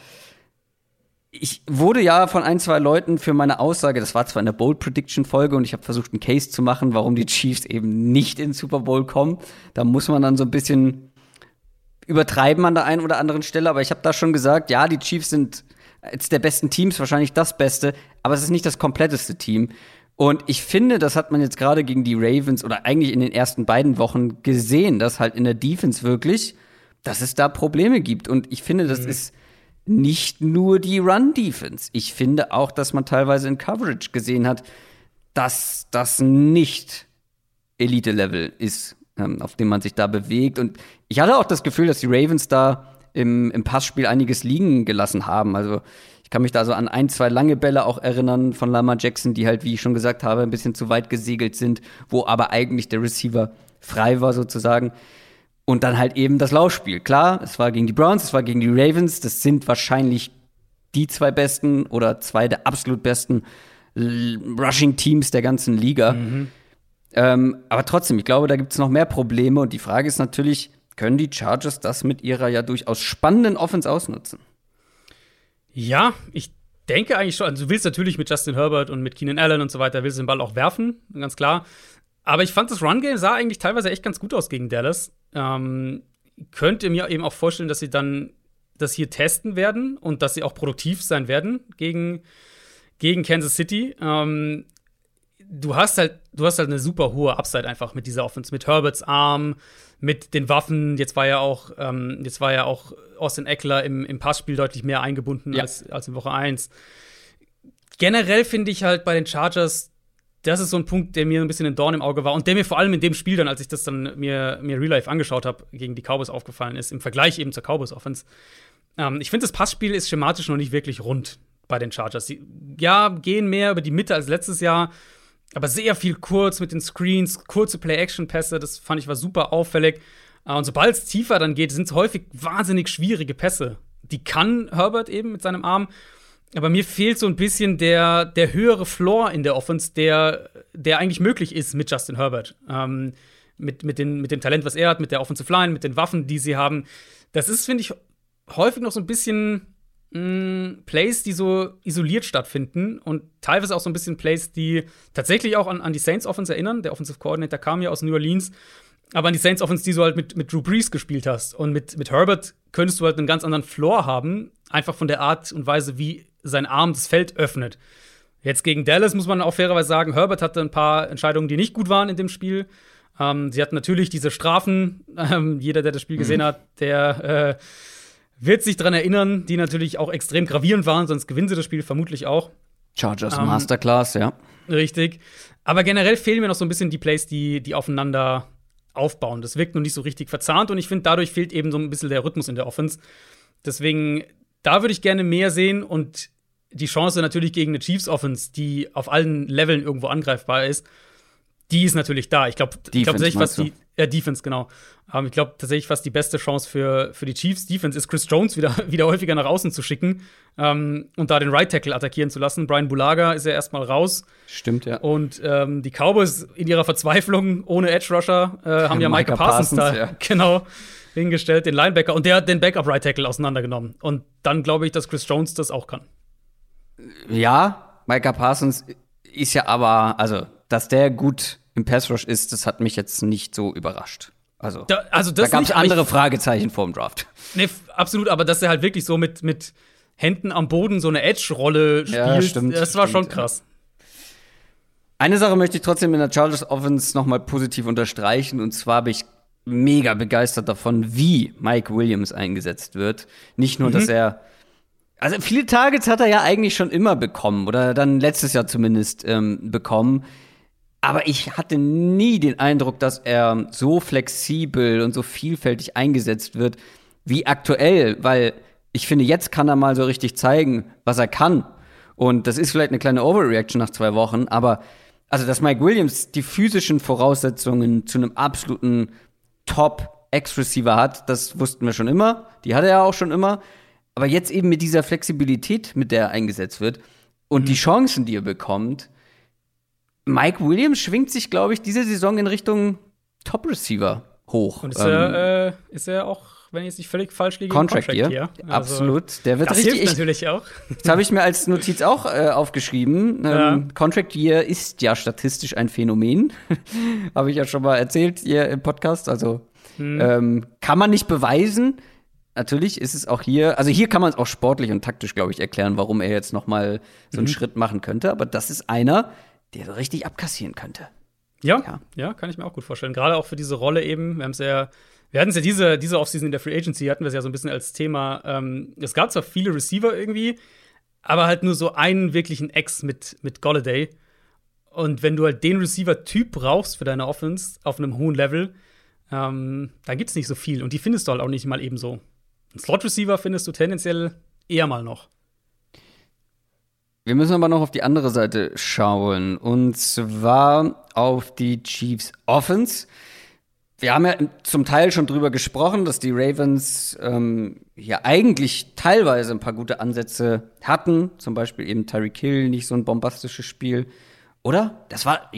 ich wurde ja von 1, 2 Leuten für meine Aussage, das war zwar in der Bold Prediction Folge und ich habe versucht, einen Case zu machen, warum die Chiefs eben nicht in den Super Bowl kommen. Da muss man dann so ein bisschen übertreiben an der einen oder anderen Stelle, aber ich habe da schon gesagt, ja, die Chiefs sind jetzt der besten Teams, wahrscheinlich das Beste, aber es ist nicht das kompletteste Team. Und ich finde, das hat man jetzt gerade gegen die Ravens oder eigentlich in den ersten beiden Wochen gesehen, dass halt in der Defense wirklich, dass es da Probleme gibt. Und ich finde, das ist nicht nur die Run-Defense. Ich finde auch, dass man teilweise in Coverage gesehen hat, dass das nicht Elite-Level ist, auf dem man sich da bewegt. Und ich hatte auch das Gefühl, dass die Ravens da im Passspiel einiges liegen gelassen haben. Also ich kann mich da so an 1, 2 lange Bälle auch erinnern von Lamar Jackson, die halt, wie ich schon gesagt habe, ein bisschen zu weit gesegelt sind, wo aber eigentlich der Receiver frei war sozusagen. Und dann halt eben das Laufspiel. Klar, es war gegen die Browns, es war gegen die Ravens. Das sind wahrscheinlich die 2 besten oder 2 der absolut besten Rushing-Teams der ganzen Liga. Aber trotzdem, ich glaube, da gibt es noch mehr Probleme. Und die Frage ist natürlich, können die Chargers das mit ihrer ja durchaus spannenden Offense ausnutzen? Ja, ich denke eigentlich schon. Also du willst natürlich mit Justin Herbert und mit Keenan Allen und so weiter, willst du den Ball auch werfen, ganz klar. Aber ich fand, das Run-Game sah eigentlich teilweise echt ganz gut aus gegen Dallas. Könnt ihr mir eben auch vorstellen, dass sie dann das hier testen werden und dass sie auch produktiv sein werden gegen Kansas City. Du hast halt eine super hohe Upside einfach mit dieser Offense, mit Herberts Arm, mit den Waffen. Jetzt war ja auch Austin Eckler im Passspiel deutlich mehr eingebunden als in Woche 1. Generell finde ich halt bei den Chargers, das ist so ein Punkt, der mir ein bisschen ein Dorn im Auge war und der mir vor allem in dem Spiel dann, als ich das dann mir Real Life angeschaut habe, gegen die Cowboys aufgefallen ist, im Vergleich eben zur Cowboys-Offense. Ich finde, das Passspiel ist schematisch noch nicht wirklich rund bei den Chargers. Sie gehen mehr über die Mitte als letztes Jahr, aber sehr viel kurz mit den Screens, kurze Play-Action-Pässe, das fand ich war super auffällig. Und sobald es tiefer dann geht, sind es häufig wahnsinnig schwierige Pässe. Die kann Herbert eben mit seinem Arm. Aber mir fehlt so ein bisschen der höhere Floor in der Offense, der eigentlich möglich ist mit Justin Herbert. Mit dem Talent, was er hat, mit der Offensive Line, mit den Waffen, die sie haben. Das ist, finde ich, häufig noch so ein bisschen Plays, die so isoliert stattfinden und teilweise auch so ein bisschen Plays, die tatsächlich auch an die Saints Offense erinnern. Der Offensive Coordinator kam ja aus New Orleans. aber an die Saints Offense, die du halt mit Drew Brees gespielt hast. Und mit Herbert könntest du halt einen ganz anderen Floor haben, einfach von der Art und Weise, wie sein Arm das Feld öffnet. Jetzt gegen Dallas muss man auch fairerweise sagen, Herbert hatte ein paar Entscheidungen, die nicht gut waren in dem Spiel. Sie hatten natürlich diese Strafen. Jeder, der das Spiel gesehen hat, der wird sich daran erinnern, die natürlich auch extrem gravierend waren, sonst gewinnen sie das Spiel vermutlich auch. Chargers Masterclass, ja. Richtig. Aber generell fehlen mir noch so ein bisschen die Plays, die aufeinander aufbauen. Das wirkt noch nicht so richtig verzahnt und ich finde, dadurch fehlt eben so ein bisschen der Rhythmus in der Offense. Deswegen, da würde ich gerne mehr sehen und die Chance natürlich gegen eine Chiefs-Offense, die auf allen Leveln irgendwo angreifbar ist, die ist natürlich da. Ich glaube tatsächlich, was die Defense, genau. Ich glaube tatsächlich, fast die beste Chance für die Chiefs-Defense ist, Chris Jones wieder häufiger nach außen zu schicken und da den Right Tackle attackieren zu lassen. Brian Bulaga ist ja erstmal raus. Stimmt, ja. Und die Cowboys in ihrer Verzweiflung ohne Edge-Rusher haben ja Micah Parsons da genau hingestellt, den Linebacker. Und der hat den Backup-Right Tackle auseinandergenommen. Und dann glaube ich, dass Chris Jones das auch kann. Ja, Micah Parsons ist ja aber, also, dass der gut im Pass-Rush ist, das hat mich jetzt nicht so überrascht. Also da gab es andere Fragezeichen vor dem Draft. Nee, absolut, aber dass er halt wirklich so mit Händen am Boden so eine Edge-Rolle spielt, ja, stimmt, das war schon krass. Eine Sache möchte ich trotzdem in der Chargers Offense noch mal positiv unterstreichen, und zwar bin ich mega begeistert davon, wie Mike Williams eingesetzt wird. Nicht nur, dass er also viele Targets hat er ja eigentlich schon immer bekommen, oder dann letztes Jahr zumindest bekommen. Aber ich hatte nie den Eindruck, dass er so flexibel und so vielfältig eingesetzt wird wie aktuell, weil ich finde, jetzt kann er mal so richtig zeigen, was er kann. Und das ist vielleicht eine kleine Overreaction nach 2 Wochen, aber also, dass Mike Williams die physischen Voraussetzungen zu einem absoluten Top-Ex-Receiver hat, das wussten wir schon immer. Die hatte er auch schon immer. Aber jetzt eben mit dieser Flexibilität, mit der er eingesetzt wird und die Chancen, die er bekommt, Mike Williams schwingt sich, glaube ich, diese Saison in Richtung Top-Receiver hoch. Und ist er auch, wenn ich jetzt nicht völlig falsch liege, Contract hier? Also, absolut. Der wird das richtig. Hilft natürlich auch. Das habe ich mir als Notiz auch aufgeschrieben. Contract Year ist ja statistisch ein Phänomen. Habe ich ja schon mal erzählt hier im Podcast. Also kann man nicht beweisen. Natürlich ist es auch hier, also hier kann man es auch sportlich und taktisch, glaube ich, erklären, warum er jetzt noch mal so einen Schritt machen könnte. Aber das ist einer, der so richtig abkassieren könnte. Ja, kann ich mir auch gut vorstellen. Gerade auch für diese Rolle eben. Wir hatten es ja diese Offseason in der Free Agency, hatten wir es ja so ein bisschen als Thema. Es gab zwar viele Receiver irgendwie, aber halt nur so einen wirklichen Ex mit Golladay. Und wenn du halt den Receiver-Typ brauchst für deine Offense auf einem hohen Level, dann gibt's nicht so viel. Und die findest du halt auch nicht mal eben so. Einen Slot-Receiver findest du tendenziell eher mal noch. Wir müssen aber noch auf die andere Seite schauen. Und zwar auf die Chiefs Offense. Wir haben ja zum Teil schon drüber gesprochen, dass die Ravens ja eigentlich teilweise ein paar gute Ansätze hatten. Zum Beispiel eben Tyreek Hill, nicht so ein bombastisches Spiel. Oder? Das war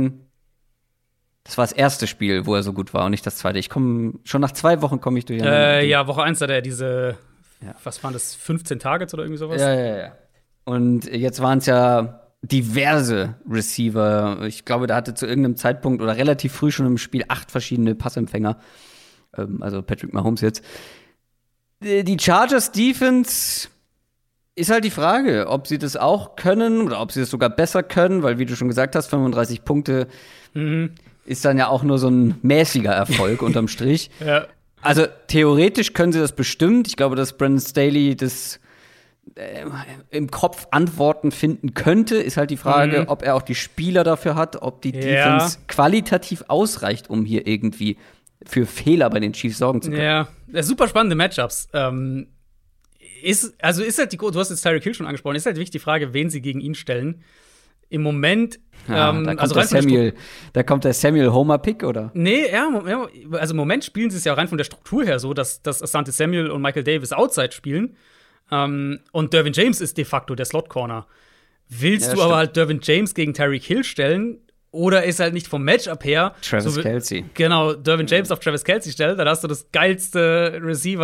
das erste Spiel, wo er so gut war und nicht das zweite. Schon nach 2 Wochen komme ich durch. Ja, Woche 1 hat er diese, was waren das, 15 Targets oder irgendwie sowas? Ja. Und jetzt waren es ja diverse Receiver. Ich glaube, da hatte zu irgendeinem Zeitpunkt oder relativ früh schon im Spiel 8 verschiedene Passempfänger. Also Patrick Mahomes jetzt. Die Chargers Defense ist halt die Frage, ob sie das auch können oder ob sie das sogar besser können, weil, wie du schon gesagt hast, 35 Punkte ist dann ja auch nur so ein mäßiger Erfolg unterm Strich. Ja. Also theoretisch können sie das bestimmt. Ich glaube, dass Brandon Staley das im Kopf Antworten finden könnte, ist halt die Frage, ob er auch die Spieler dafür hat, ob die Defense qualitativ ausreicht, um hier irgendwie für Fehler bei den Chiefs sorgen zu können. Ja, super spannende Matchups. Ist halt du hast jetzt Tyreek Hill schon angesprochen, ist halt wirklich die Frage, wen sie gegen ihn stellen. Im Moment da kommt der Samuel Homer-Pick, oder? Nee, also im Moment spielen sie es ja rein von der Struktur her so, dass Asante Samuel und Michael Davis Outside spielen. Und Derwin James ist de facto der Slot-Corner. Willst du aber halt Derwin James gegen Tyreek Hill stellen? Oder ist halt nicht vom Matchup her Travis Kelce. Genau, Derwin James auf Travis Kelce stellen, dann hast du das geilste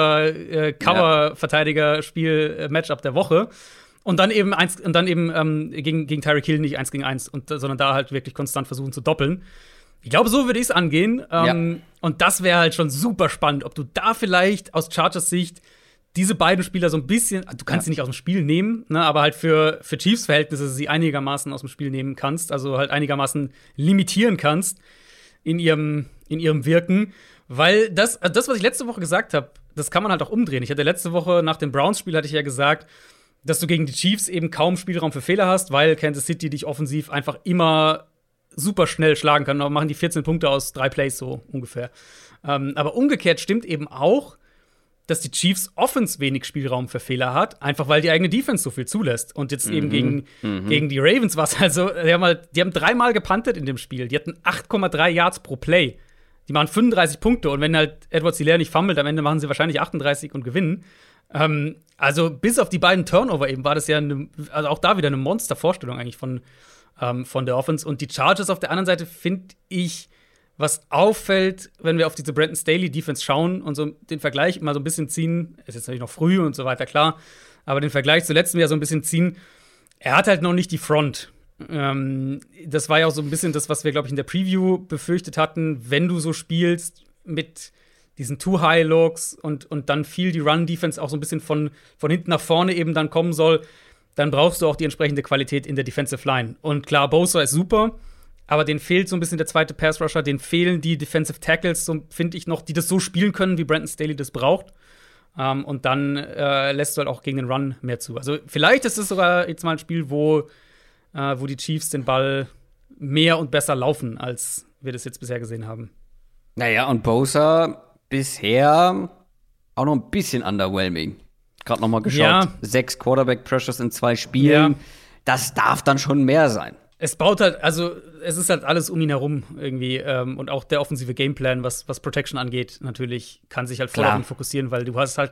Receiver-Cover-Verteidiger-Spiel-Matchup der Woche. Und dann eben gegen Tyreek Hill nicht 1 gegen 1, sondern da halt wirklich konstant versuchen zu doppeln. Ich glaube, so würde ich es angehen. Und das wäre halt schon super spannend, ob du da vielleicht aus Chargers Sicht diese beiden Spieler so ein bisschen, du kannst sie nicht aus dem Spiel nehmen, ne, aber halt für Chiefs-Verhältnisse sie einigermaßen aus dem Spiel nehmen kannst, also halt einigermaßen limitieren kannst in ihrem Wirken. Weil das, was ich letzte Woche gesagt habe, das kann man halt auch umdrehen. Ich hatte letzte Woche nach dem Browns-Spiel hatte ich ja gesagt, dass du gegen die Chiefs eben kaum Spielraum für Fehler hast, weil Kansas City dich offensiv einfach immer super schnell schlagen kann. Da machen die 14 Punkte aus 3 Plays so ungefähr. Aber umgekehrt stimmt eben auch, dass die Chiefs Offense wenig Spielraum für Fehler hat, einfach weil die eigene Defense so viel zulässt. Und jetzt eben gegen die Ravens war es also, die haben 3-mal gepuntet in dem Spiel. Die hatten 8,3 Yards pro Play. Die machen 35 Punkte. Und wenn halt Edwards-Helaire nicht fummelt, am Ende machen sie wahrscheinlich 38 und gewinnen. Also bis auf die beiden Turnover eben war das ja also auch da wieder eine Monstervorstellung eigentlich von der Offense. Und die Chargers auf der anderen Seite finde ich, was auffällt, wenn wir auf diese Brandon Staley-Defense schauen und so den Vergleich mal so ein bisschen ziehen, ist jetzt natürlich noch früh und so weiter, klar, aber den Vergleich zu letztem Jahr so ein bisschen ziehen, er hat halt noch nicht die Front. Das war ja auch so ein bisschen das, was wir, glaube ich, in der Preview befürchtet hatten, wenn du so spielst mit diesen Too-High-Looks und dann viel die Run-Defense auch so ein bisschen von hinten nach vorne eben dann kommen soll, dann brauchst du auch die entsprechende Qualität in der Defensive Line. Und klar, Bosa ist super, aber denen fehlt so ein bisschen der zweite Pass-Rusher, denen fehlen die Defensive Tackles, so finde ich noch, die das so spielen können, wie Brandon Staley das braucht. Und dann lässt du halt auch gegen den Run mehr zu. Also vielleicht ist es sogar jetzt mal ein Spiel, wo die Chiefs den Ball mehr und besser laufen, als wir das jetzt bisher gesehen haben. Naja, und Bosa bisher auch noch ein bisschen underwhelming. Gerade noch mal geschaut, Ja. 6 Quarterback-Pressures in 2 Spielen. Ja. Das darf dann schon mehr sein. Es baut halt, also es ist halt alles um ihn herum irgendwie. Und auch der offensive Gameplan, was Protection angeht, natürlich kann sich halt voll Klar. auf ihn fokussieren, weil du hast halt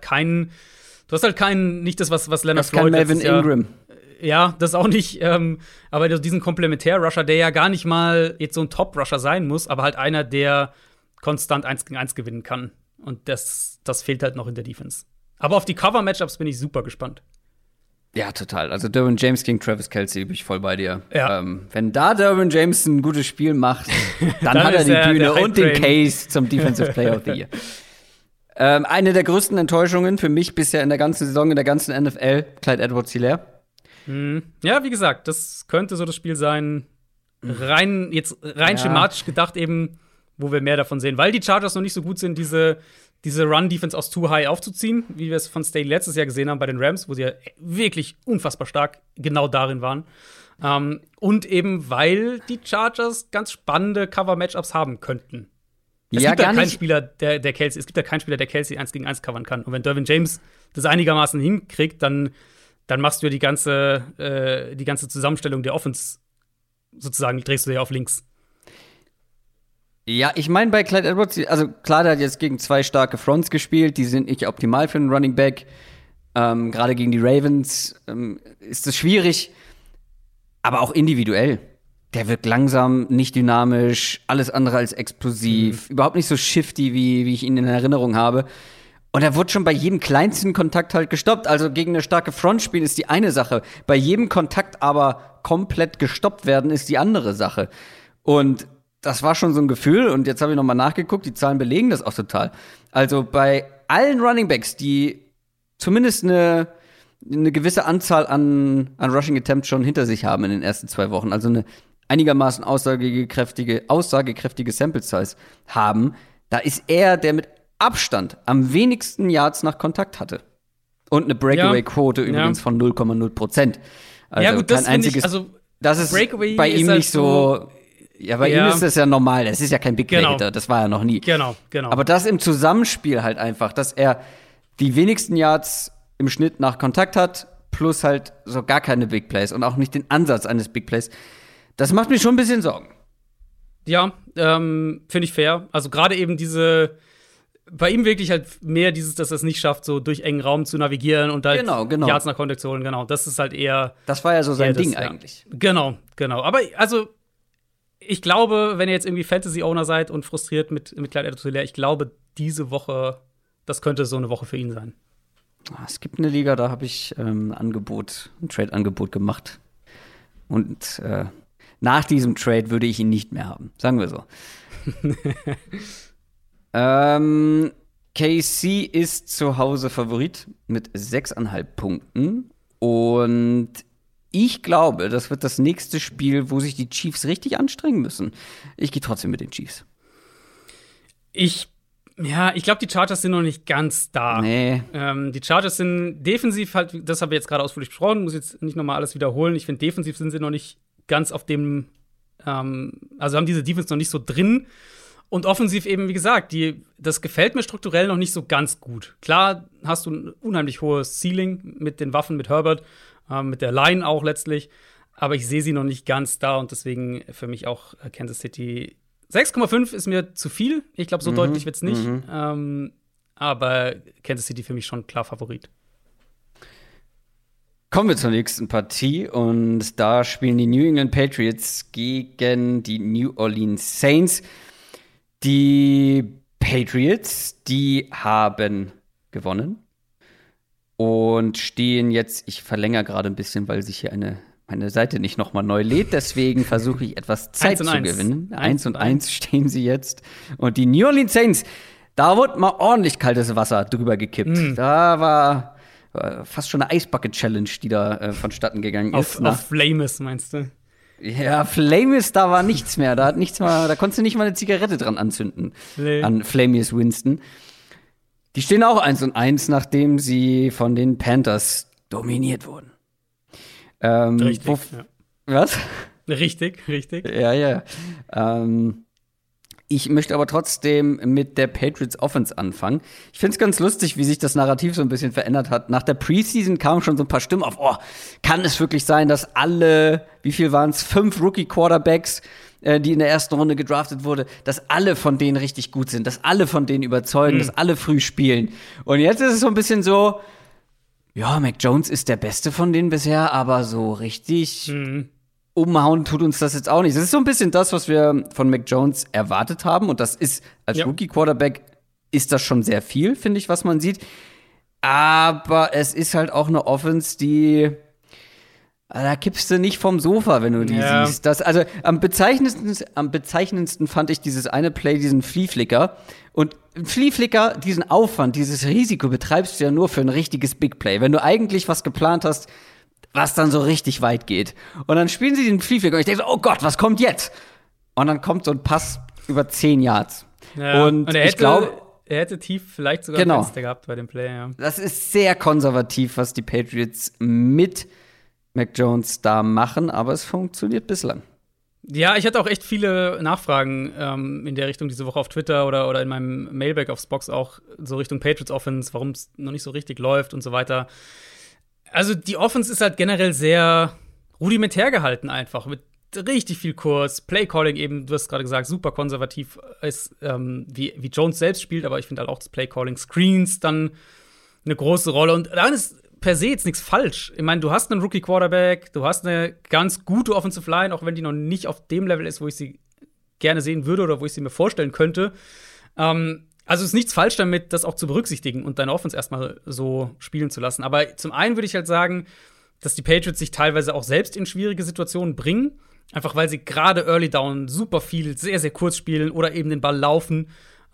nicht das, was Leonard Das kann Floyd Melvin letztes Jahr- Ingram. Ja, das auch nicht. Aber diesen Komplementär-Rusher, der ja gar nicht mal jetzt so ein Top-Rusher sein muss, aber halt einer, der konstant 1 gegen 1 gewinnen kann. Und das fehlt halt noch in der Defense. Aber auf die Cover-Matchups bin ich super gespannt. Ja, total. Also Derwin James gegen Travis Kelce, bin ich voll bei dir. Ja. Wenn da Derwin James ein gutes Spiel macht, dann Dann hat er ist die er Bühne der Hype und den Train. Case zum Defensive Player of the Year. Eine der größten Enttäuschungen für mich bisher in der ganzen Saison, in der ganzen NFL, Clyde Edwards-Helaire. Ja, wie gesagt, das könnte so das Spiel sein, rein schematisch gedacht eben, wo wir mehr davon sehen. Weil die Chargers noch nicht so gut sind, diese Run-Defense aus Too High aufzuziehen, wie wir es von Staley letztes Jahr gesehen haben bei den Rams, wo sie ja wirklich unfassbar stark genau darin waren. Und eben, weil die Chargers ganz spannende Cover-Matchups haben könnten. Es gibt ja keinen Spieler, der Kelce 1 gegen 1 covern kann. Und wenn Derwin James das einigermaßen hinkriegt, dann machst du ja die ganze Zusammenstellung der Offense sozusagen, drehst du ja auf links. Ja, ich meine bei Clyde Edwards, also klar, der hat jetzt gegen 2 starke Fronts gespielt, die sind nicht optimal für einen Running Back. Gerade gegen die Ravens ist es schwierig, aber auch individuell. Der wirkt langsam, nicht dynamisch, alles andere als explosiv, überhaupt nicht so shifty, wie ich ihn in Erinnerung habe. Und er wurde schon bei jedem kleinsten Kontakt halt gestoppt. Also gegen eine starke Front spielen ist die eine Sache. Bei jedem Kontakt aber komplett gestoppt werden ist die andere Sache. Und das war schon so ein Gefühl. Und jetzt habe ich noch mal nachgeguckt. Die Zahlen belegen das auch total. Also bei allen Runningbacks, die zumindest eine gewisse Anzahl an Rushing Attempts schon hinter sich haben in den ersten 2 Wochen, also eine einigermaßen aussagekräftige Sample Size haben, da ist er der mit Abstand am wenigsten Yards nach Kontakt hatte. Und eine Breakaway-Quote übrigens von 0,0%. Also ja, gut, das kein einziges. also das ist Breakaway bei ihm halt nicht so. Ja, bei ihm ist das ja normal. Das ist ja kein Big Play-Hitter. Das war er noch nie. Genau. Aber das im Zusammenspiel halt einfach, dass er die wenigsten Yards im Schnitt nach Kontakt hat, plus halt so gar keine Big Plays und auch nicht den Ansatz eines Big Plays. Das macht mir schon ein bisschen Sorgen. Ja, finde ich fair. Also gerade eben bei ihm wirklich halt mehr dass er es nicht schafft, so durch engen Raum zu navigieren und halt Genau. Yards nach Kontakt zu holen. Genau, das ist halt eher. Das war ja so sein Ding ja. eigentlich. Genau. Aber also, ich glaube, wenn ihr jetzt irgendwie Fantasy-Owner seid und frustriert mit Clyde Edwards-Helaire, ich glaube, diese Woche, das könnte so eine Woche für ihn sein. Es gibt eine Liga, da habe ich ein Trade-Angebot gemacht. Und nach diesem Trade würde ich ihn nicht mehr haben. Sagen wir so. KC ist zu Hause Favorit mit 6,5 Punkten. Und ich glaube, das wird das nächste Spiel, wo sich die Chiefs richtig anstrengen müssen. Ich gehe trotzdem mit den Chiefs. Ich glaube, die Chargers sind noch nicht ganz da. Nee. Die Chargers sind defensiv halt, das habe ich jetzt gerade ausführlich besprochen, muss jetzt nicht nochmal alles wiederholen. Ich finde, defensiv sind sie noch nicht ganz auf dem, also haben diese Defense noch nicht so drin. Und offensiv eben, wie gesagt, das gefällt mir strukturell noch nicht so ganz gut. Klar hast du ein unheimlich hohes Ceiling mit den Waffen, mit Herbert, mit der Line auch letztlich. Aber ich sehe sie noch nicht ganz da und deswegen für mich auch Kansas City 6,5 ist mir zu viel. Ich glaube, so deutlich wird's nicht. Aber Kansas City für mich schon klar Favorit. Kommen wir zur nächsten Partie und da spielen die New England Patriots gegen die New Orleans Saints. Die Patriots, die haben gewonnen und stehen jetzt, ich verlängere gerade ein bisschen, weil sich hier meine Seite nicht nochmal neu lädt, deswegen versuche ich etwas Zeit zu gewinnen. 1-1 stehen sie jetzt. Und die New Orleans Saints, da wurde mal ordentlich kaltes Wasser drüber gekippt. Da war fast schon eine Eisbucket-Challenge, die da vonstatten gegangen ist. Auf Flames, meinst du? Ja, Flamies, da war nichts mehr. Da konntest du nicht mal eine Zigarette dran anzünden. Nee. An Flamies Winston. Die stehen auch 1-1, nachdem sie von den Panthers dominiert wurden. Richtig. Was? Richtig. Ja. Ich möchte aber trotzdem mit der Patriots Offense anfangen. Ich finde es ganz lustig, wie sich das Narrativ so ein bisschen verändert hat. Nach der Preseason kamen schon so ein paar Stimmen auf, kann es wirklich sein, dass alle, wie viel waren es, 5 Rookie-Quarterbacks, die in der ersten Runde gedraftet wurde, dass alle von denen richtig gut sind, dass alle von denen überzeugen, dass alle früh spielen. Und jetzt ist es so ein bisschen so, ja, Mac Jones ist der Beste von denen bisher, aber so richtig umhauen tut uns das jetzt auch nicht. Das ist so ein bisschen das, was wir von Mac Jones erwartet haben. Und das ist, als Rookie-Quarterback ist das schon sehr viel, finde ich, was man sieht. Aber es ist halt auch eine Offense, da kippst du nicht vom Sofa, wenn du die siehst. Also am bezeichnendsten fand ich dieses eine Play, diesen Flea-Flicker. Und Flea-Flicker, diesen Aufwand, dieses Risiko betreibst du ja nur für ein richtiges Big Play. Wenn du eigentlich was geplant hast, was dann so richtig weit geht. Und dann spielen sie den Flea-Flicker und ich denke so, oh Gott, was kommt jetzt? Und dann kommt so ein Pass über 10 Yards. Ja, und ich glaube, er hätte tief vielleicht sogar ein Fenster gehabt bei dem Play, ja. Das ist sehr konservativ, was die Patriots mit Mac Jones da machen, aber es funktioniert bislang. Ja, ich hatte auch echt viele Nachfragen in der Richtung diese Woche auf Twitter oder in meinem Mailback aufs Box auch so Richtung Patriots Offense, warum es noch nicht so richtig läuft und so weiter. Also die Offense ist halt generell sehr rudimentär gehalten einfach, mit richtig viel Kurs, Playcalling eben, du hast gerade gesagt, super konservativ ist, wie Jones selbst spielt, aber ich finde halt auch das Playcalling, Screens dann eine große Rolle und daran ist per se jetzt nichts falsch. Ich meine, du hast einen Rookie-Quarterback, du hast eine ganz gute Offensive Line, auch wenn die noch nicht auf dem Level ist, wo ich sie gerne sehen würde oder wo ich sie mir vorstellen könnte. Also ist nichts falsch damit, das auch zu berücksichtigen und deine Offense erstmal so spielen zu lassen. Aber zum einen würde ich halt sagen, dass die Patriots sich teilweise auch selbst in schwierige Situationen bringen, einfach weil sie gerade Early Down super viel, sehr, sehr kurz spielen oder eben den Ball laufen.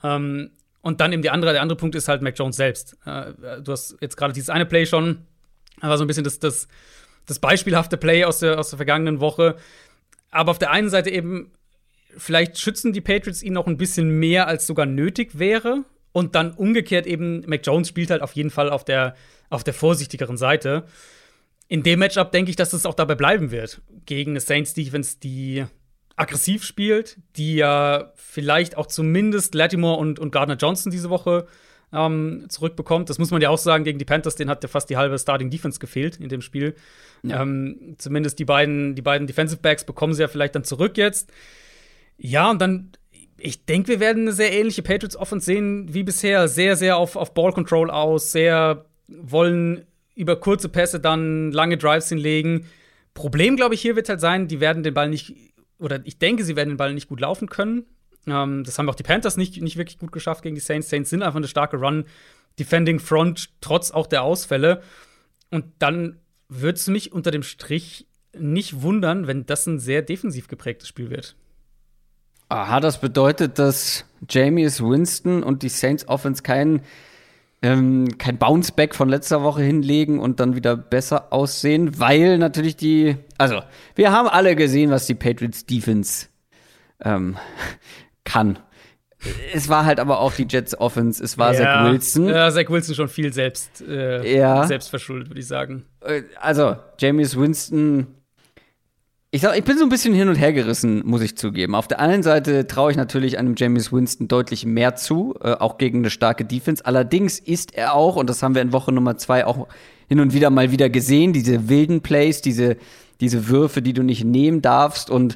Und dann eben der andere Punkt ist halt Mac Jones selbst. Du hast jetzt gerade dieses eine Play schon, aber so ein bisschen das beispielhafte Play aus der vergangenen Woche. Aber auf der einen Seite eben, vielleicht schützen die Patriots ihn noch ein bisschen mehr, als sogar nötig wäre. Und dann umgekehrt eben, Mac Jones spielt halt auf jeden Fall auf der vorsichtigeren Seite. In dem Matchup denke ich, dass es auch dabei bleiben wird. Gegen eine Saints-Defense, die aggressiv spielt, die ja vielleicht auch zumindest Lattimore und Gardner Johnson diese Woche zurückbekommt. Das muss man ja auch sagen, gegen die Panthers, denen hat ja fast die halbe Starting Defense gefehlt in dem Spiel. Ja. Zumindest die beiden Defensive Backs bekommen sie ja vielleicht dann zurück jetzt. Ja, und dann, ich denke, wir werden eine sehr ähnliche Patriots-Offense sehen wie bisher. Sehr, sehr auf Ball-Control aus, wollen über kurze Pässe dann lange Drives hinlegen. Problem, glaube ich, hier wird halt sein, die werden den Ball nicht, oder ich denke, sie werden den Ball nicht gut laufen können. Das haben auch die Panthers nicht wirklich gut geschafft gegen die Saints. Saints sind einfach eine starke Run-Defending-Front, trotz auch der Ausfälle. Und dann würde es mich unter dem Strich nicht wundern, wenn das ein sehr defensiv geprägtes Spiel wird. Aha, das bedeutet, dass Jameis Winston und die Saints Offense kein Bounceback von letzter Woche hinlegen und dann wieder besser aussehen, weil natürlich wir haben alle gesehen, was die Patriots Defense kann. Es war halt aber auch die Jets Offense, es war Zach Wilson. Ja, Zach Wilson schon viel selbst verschuldet, würde ich sagen. Also, Jameis Winston, ich bin so ein bisschen hin und her gerissen, muss ich zugeben. Auf der einen Seite traue ich natürlich einem Jameis Winston deutlich mehr zu, auch gegen eine starke Defense. Allerdings ist er auch, und das haben wir in Woche Nummer 2 auch hin und wieder mal wieder gesehen, diese wilden Plays, diese Würfe, die du nicht nehmen darfst. Und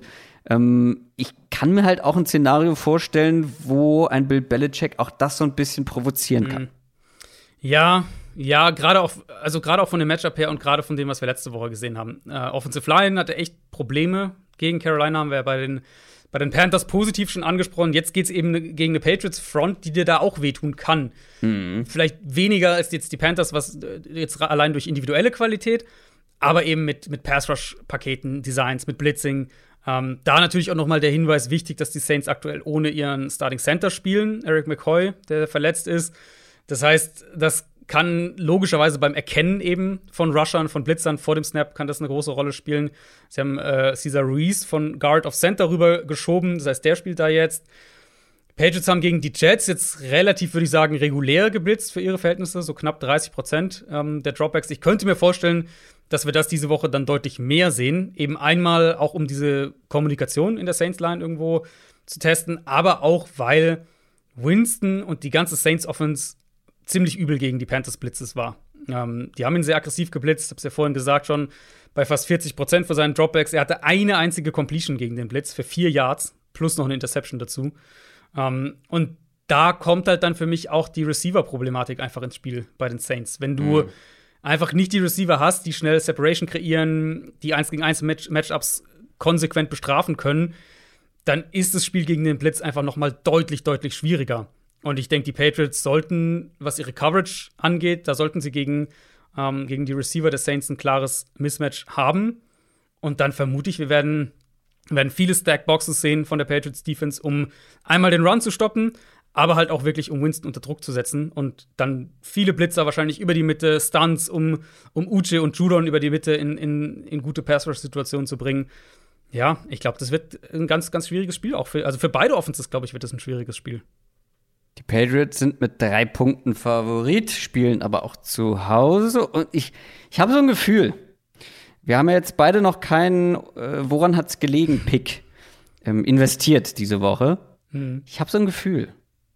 ich kann mir halt auch ein Szenario vorstellen, wo ein Bill Belichick auch das so ein bisschen provozieren kann. Ja, gerade auch von dem Matchup her und gerade von dem, was wir letzte Woche gesehen haben. Offensive Line hatte echt Probleme gegen Carolina, haben wir ja bei den Panthers positiv schon angesprochen. Jetzt geht's eben gegen eine Patriots Front, die dir da auch wehtun kann. Vielleicht weniger als jetzt die Panthers, was jetzt allein durch individuelle Qualität, aber eben mit Pass-Rush-Paketen, Designs, mit Blitzing. Da natürlich auch noch mal der Hinweis wichtig, dass die Saints aktuell ohne ihren Starting Center spielen, Eric McCoy, der verletzt ist. Das heißt, das kann logischerweise beim Erkennen eben von Rushern, von Blitzern vor dem Snap kann das eine große Rolle spielen. Sie haben Cesar Ruiz von Guard auf Center rüber geschoben, das heißt, der spielt da jetzt. Patriots haben gegen die Jets jetzt relativ, würde ich sagen, regulär geblitzt für ihre Verhältnisse, so knapp 30% der Dropbacks. Ich könnte mir vorstellen, dass wir das diese Woche dann deutlich mehr sehen. Eben einmal auch, um diese Kommunikation in der Saints-Line irgendwo zu testen, aber auch, weil Winston und die ganze Saints-Offense ziemlich übel gegen die Panthers-Blitzes war. Die haben ihn sehr aggressiv geblitzt, hab's ja vorhin gesagt schon, bei fast 40% für seinen Dropbacks. Er hatte eine einzige Completion gegen den Blitz für 4 Yards, plus noch eine Interception dazu. Und da kommt halt dann für mich auch die Receiver-Problematik einfach ins Spiel bei den Saints. Wenn du einfach nicht die Receiver hast, die schnell Separation kreieren, die 1-gegen-1 Matchups konsequent bestrafen können, dann ist das Spiel gegen den Blitz einfach noch mal deutlich, deutlich schwieriger. Und ich denke, die Patriots sollten, was ihre Coverage angeht, da sollten sie gegen die Receiver der Saints ein klares Mismatch haben. Und dann vermute ich, wir werden viele Stack-Boxes sehen von der Patriots Defense, um einmal den Run zu stoppen, aber halt auch wirklich, um Winston unter Druck zu setzen und dann viele Blitzer wahrscheinlich über die Mitte, Stunts, um Uche und Judon über die Mitte in gute Pass-Rush-Situationen zu bringen. Ja, ich glaube, das wird ein ganz, ganz schwieriges Spiel. Auch für beide Offenses, glaube ich, wird das ein schwieriges Spiel. Die Patriots sind mit 3 Punkten Favorit, spielen aber auch zu Hause. Und ich habe so ein Gefühl, wir haben ja jetzt beide noch keinen woran hat's gelegen Pick investiert diese Woche. Ich habe so ein Gefühl.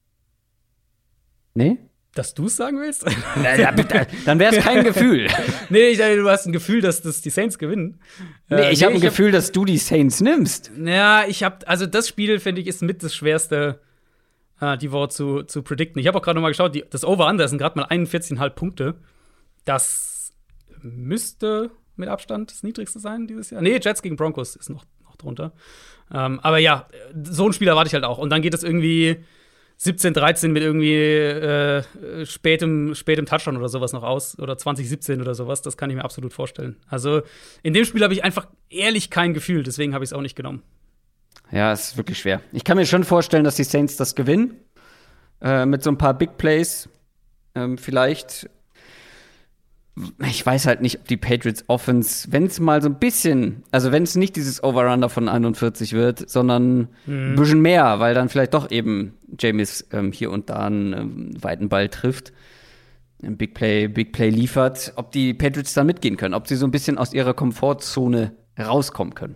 Nee? Dass du es sagen willst? Dann wäre es kein Gefühl. Nee, du hast ein Gefühl, dass die Saints gewinnen. Ich habe ein Gefühl, dass du die Saints nimmst. Ja, also das Spiel, finde ich, ist mit das Schwerste, die Woche zu predikten. Ich habe auch gerade noch mal geschaut, das Over-Under sind gerade mal 41,5 Punkte. Das müsste mit Abstand das niedrigste sein dieses Jahr. Nee, Jets gegen Broncos ist noch drunter. Aber ja, so ein Spiel erwarte ich halt auch. Und dann geht es irgendwie 17-13 mit irgendwie spätem Touchdown oder sowas noch aus. Oder 20-17 oder sowas. Das kann ich mir absolut vorstellen. Also in dem Spiel habe ich einfach ehrlich kein Gefühl. Deswegen habe ich es auch nicht genommen. Ja, es ist wirklich schwer. Ich kann mir schon vorstellen, dass die Saints das gewinnen. Mit so ein paar Big Plays. Vielleicht. Ich weiß halt nicht, ob die Patriots Offense, wenn es mal so ein bisschen, also wenn es nicht dieses Over-Under von 41 wird, sondern ein bisschen mehr, weil dann vielleicht doch eben Jameis hier und da einen weiten Ball trifft, ein Big Play liefert, ob die Patriots dann mitgehen können, ob sie so ein bisschen aus ihrer Komfortzone rauskommen können.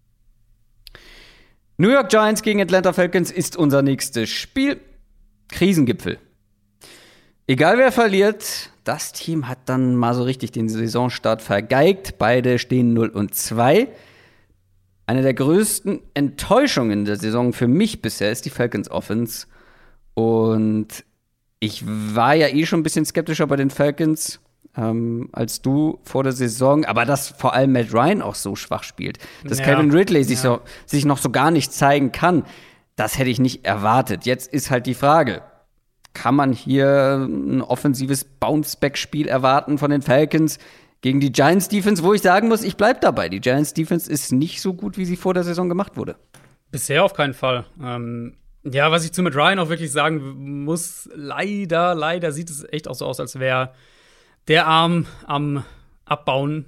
New York Giants gegen Atlanta Falcons ist unser nächstes Spiel. Krisengipfel. Egal wer verliert, das Team hat dann mal so richtig den Saisonstart vergeigt. Beide stehen 0-2. Eine der größten Enttäuschungen der Saison für mich bisher ist die Falcons Offense. Und ich war ja schon ein bisschen skeptischer bei den Falcons als du vor der Saison. Aber dass vor allem Matt Ryan auch so schwach spielt, dass Calvin Ridley sich noch so gar nicht zeigen kann, das hätte ich nicht erwartet. Jetzt ist halt die Frage, kann man hier ein offensives Bounce-Back-Spiel erwarten von den Falcons gegen die Giants-Defense, wo ich sagen muss, ich bleib dabei. Die Giants-Defense ist nicht so gut, wie sie vor der Saison gemacht wurde. Bisher auf keinen Fall. Ja, was ich zu Matt Ryan auch wirklich sagen muss, leider sieht es echt auch so aus, als wäre der Arm am Abbauen.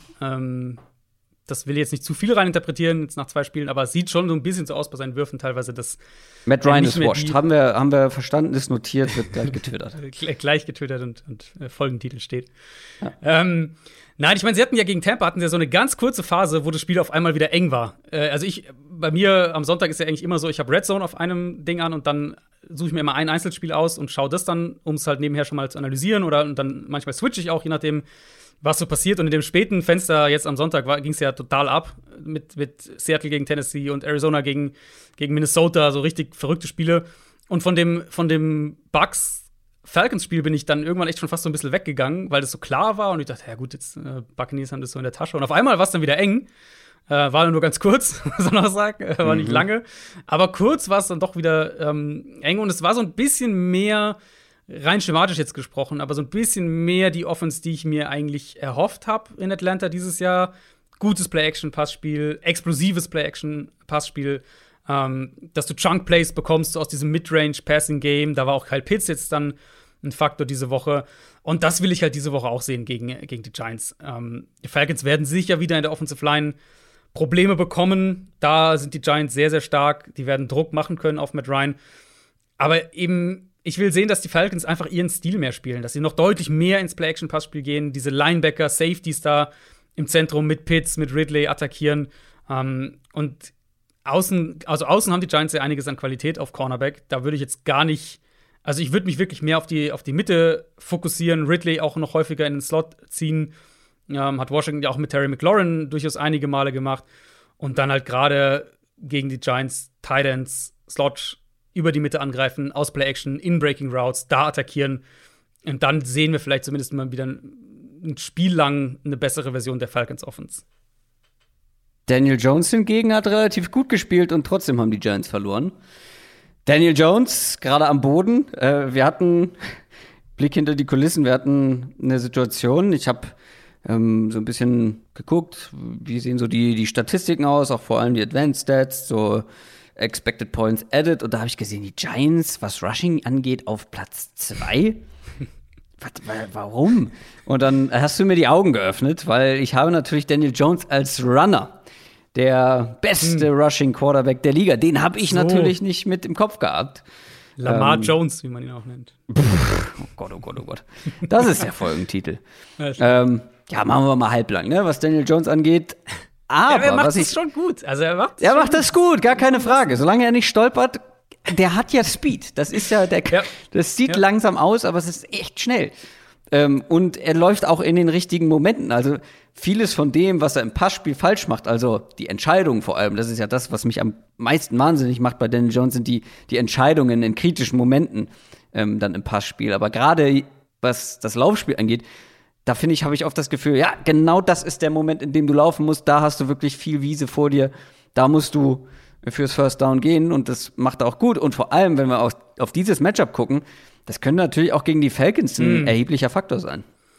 Das will ich jetzt nicht zu viel reininterpretieren, jetzt nach 2 Spielen, aber es sieht schon so ein bisschen so aus bei seinen Würfen teilweise, dass Matt Ryan ist washed. Haben wir verstanden, ist notiert, wird gleich getwittert. Gleich getwittert und Folgentitel steht. Ja. Nein, ich meine, sie hatten ja gegen Tampa hatten sie ja so eine ganz kurze Phase, wo das Spiel auf einmal wieder eng war. Also bei mir am Sonntag ist ja eigentlich immer so, ich habe Red Zone auf einem Ding an und dann suche ich mir immer ein Einzelspiel aus und schaue das dann, um es halt nebenher schon mal zu analysieren und dann manchmal switche ich auch, je nachdem, was so passiert. Und in dem späten Fenster jetzt am Sonntag ging es ja total ab mit Seattle gegen Tennessee und Arizona gegen Minnesota, so richtig verrückte Spiele. Und von dem Bucks-Falcons-Spiel bin ich dann irgendwann echt schon fast so ein bisschen weggegangen, weil das so klar war. Und ich dachte, ja gut, jetzt Buccaneers haben das so in der Tasche. Und auf einmal war es dann wieder eng. War nur ganz kurz, muss man auch sagen. War nicht lange. Aber kurz war es dann doch wieder eng. Und es war so ein bisschen mehr, rein schematisch jetzt gesprochen, aber so ein bisschen mehr die Offense, die ich mir eigentlich erhofft habe in Atlanta dieses Jahr. Gutes Play-Action-Passspiel, explosives Play-Action-Passspiel, dass du Chunk-Plays bekommst aus diesem Midrange-Passing-Game. Da war auch Kyle Pitts jetzt dann ein Faktor diese Woche. Und das will ich halt diese Woche auch sehen gegen die Giants. Die Falcons werden sicher wieder in der Offensive Line Probleme bekommen. Da sind die Giants sehr, sehr stark. Die werden Druck machen können auf Matt Ryan. Aber eben ich will sehen, dass die Falcons einfach ihren Stil mehr spielen, dass sie noch deutlich mehr ins Play-Action-Passspiel gehen, diese Linebacker, Safeties da im Zentrum mit Pitts, mit Ridley attackieren. Und außen haben die Giants ja einiges an Qualität auf Cornerback. Da würde ich jetzt gar nicht, also ich würde mich wirklich mehr auf die Mitte fokussieren, Ridley auch noch häufiger in den Slot ziehen. Hat Washington ja auch mit Terry McLaurin durchaus einige Male gemacht. Und dann halt gerade gegen die Giants, Tight Ends, Slot über die Mitte angreifen, aus Play-Action, in Breaking Routes, da attackieren. Und dann sehen wir vielleicht zumindest mal wieder ein Spiel lang eine bessere Version der Falcons Offense. Daniel Jones hingegen hat relativ gut gespielt und trotzdem haben die Giants verloren. Daniel Jones, gerade am Boden. Wir hatten Blick hinter die Kulissen, wir hatten eine Situation. Ich habe so ein bisschen geguckt, wie sehen so die Statistiken aus, auch vor allem die Advanced Stats, so Expected Points Added. Und da habe ich gesehen, die Giants, was Rushing angeht, auf Platz 2. Warum? Und dann hast du mir die Augen geöffnet, weil ich habe natürlich Daniel Jones als Runner, der beste Rushing Quarterback der Liga. Den habe ich natürlich nicht mit im Kopf gehabt. Lamar Jones, wie man ihn auch nennt. Oh Gott, oh Gott, oh Gott. Das ist der Folgentitel. Machen wir mal halblang, ne, was Daniel Jones angeht. Aber er macht es schon gut. Also er macht das gut, gar keine Frage. Solange er nicht stolpert, der hat ja Speed. Das ist ja das sieht langsam aus, aber es ist echt schnell. Und er läuft auch in den richtigen Momenten. Also vieles von dem, was er im Passspiel falsch macht, also die Entscheidungen vor allem, das ist ja das, was mich am meisten wahnsinnig macht bei Daniel Jones, sind die Entscheidungen in kritischen Momenten dann im Passspiel. Aber gerade was das Laufspiel angeht, da habe ich oft das Gefühl, ja, genau das ist der Moment, in dem du laufen musst. Da hast du wirklich viel Wiese vor dir. Da musst du fürs First Down gehen und das macht er auch gut. Und vor allem, wenn wir auf dieses Matchup gucken, das könnte natürlich auch gegen die Falcons ein erheblicher Faktor sein.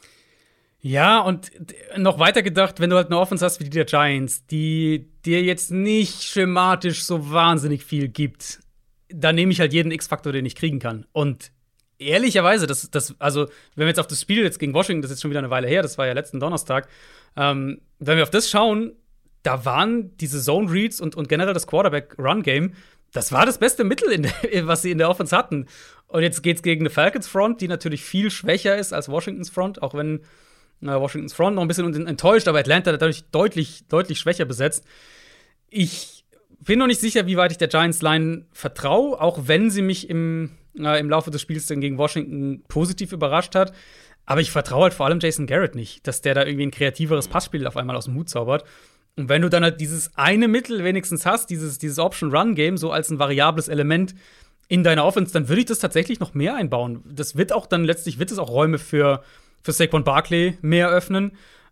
Ja, und noch weiter gedacht, wenn du halt eine Offense hast wie die der Giants, die dir jetzt nicht schematisch so wahnsinnig viel gibt, dann nehme ich halt jeden X-Faktor, den ich kriegen kann. Und ehrlicherweise, also, wenn wir jetzt auf das Spiel jetzt gegen Washington, das ist jetzt schon wieder eine Weile her, das war ja letzten Donnerstag, wenn wir auf das schauen, da waren diese Zone-Reads und generell das Quarterback-Run-Game, das war das beste Mittel, was sie in der Offense hatten. Und jetzt geht's gegen eine Falcons-Front, die natürlich viel schwächer ist als Washingtons Front, auch wenn Washingtons Front noch ein bisschen enttäuscht, aber Atlanta dadurch deutlich schwächer besetzt. Ich bin noch nicht sicher, wie weit ich der Giants-Line vertraue, auch wenn sie mich im Laufe des Spiels dann gegen Washington positiv überrascht hat. Aber ich vertraue halt vor allem Jason Garrett nicht, dass der da irgendwie ein kreativeres Passspiel auf einmal aus dem Hut zaubert. Und wenn du dann halt dieses eine Mittel wenigstens hast, dieses Option-Run-Game, so als ein variables Element in deiner Offense, dann würde ich das tatsächlich noch mehr einbauen. Das wird auch dann letztlich auch Räume für Saquon Barkley mehr öffnen.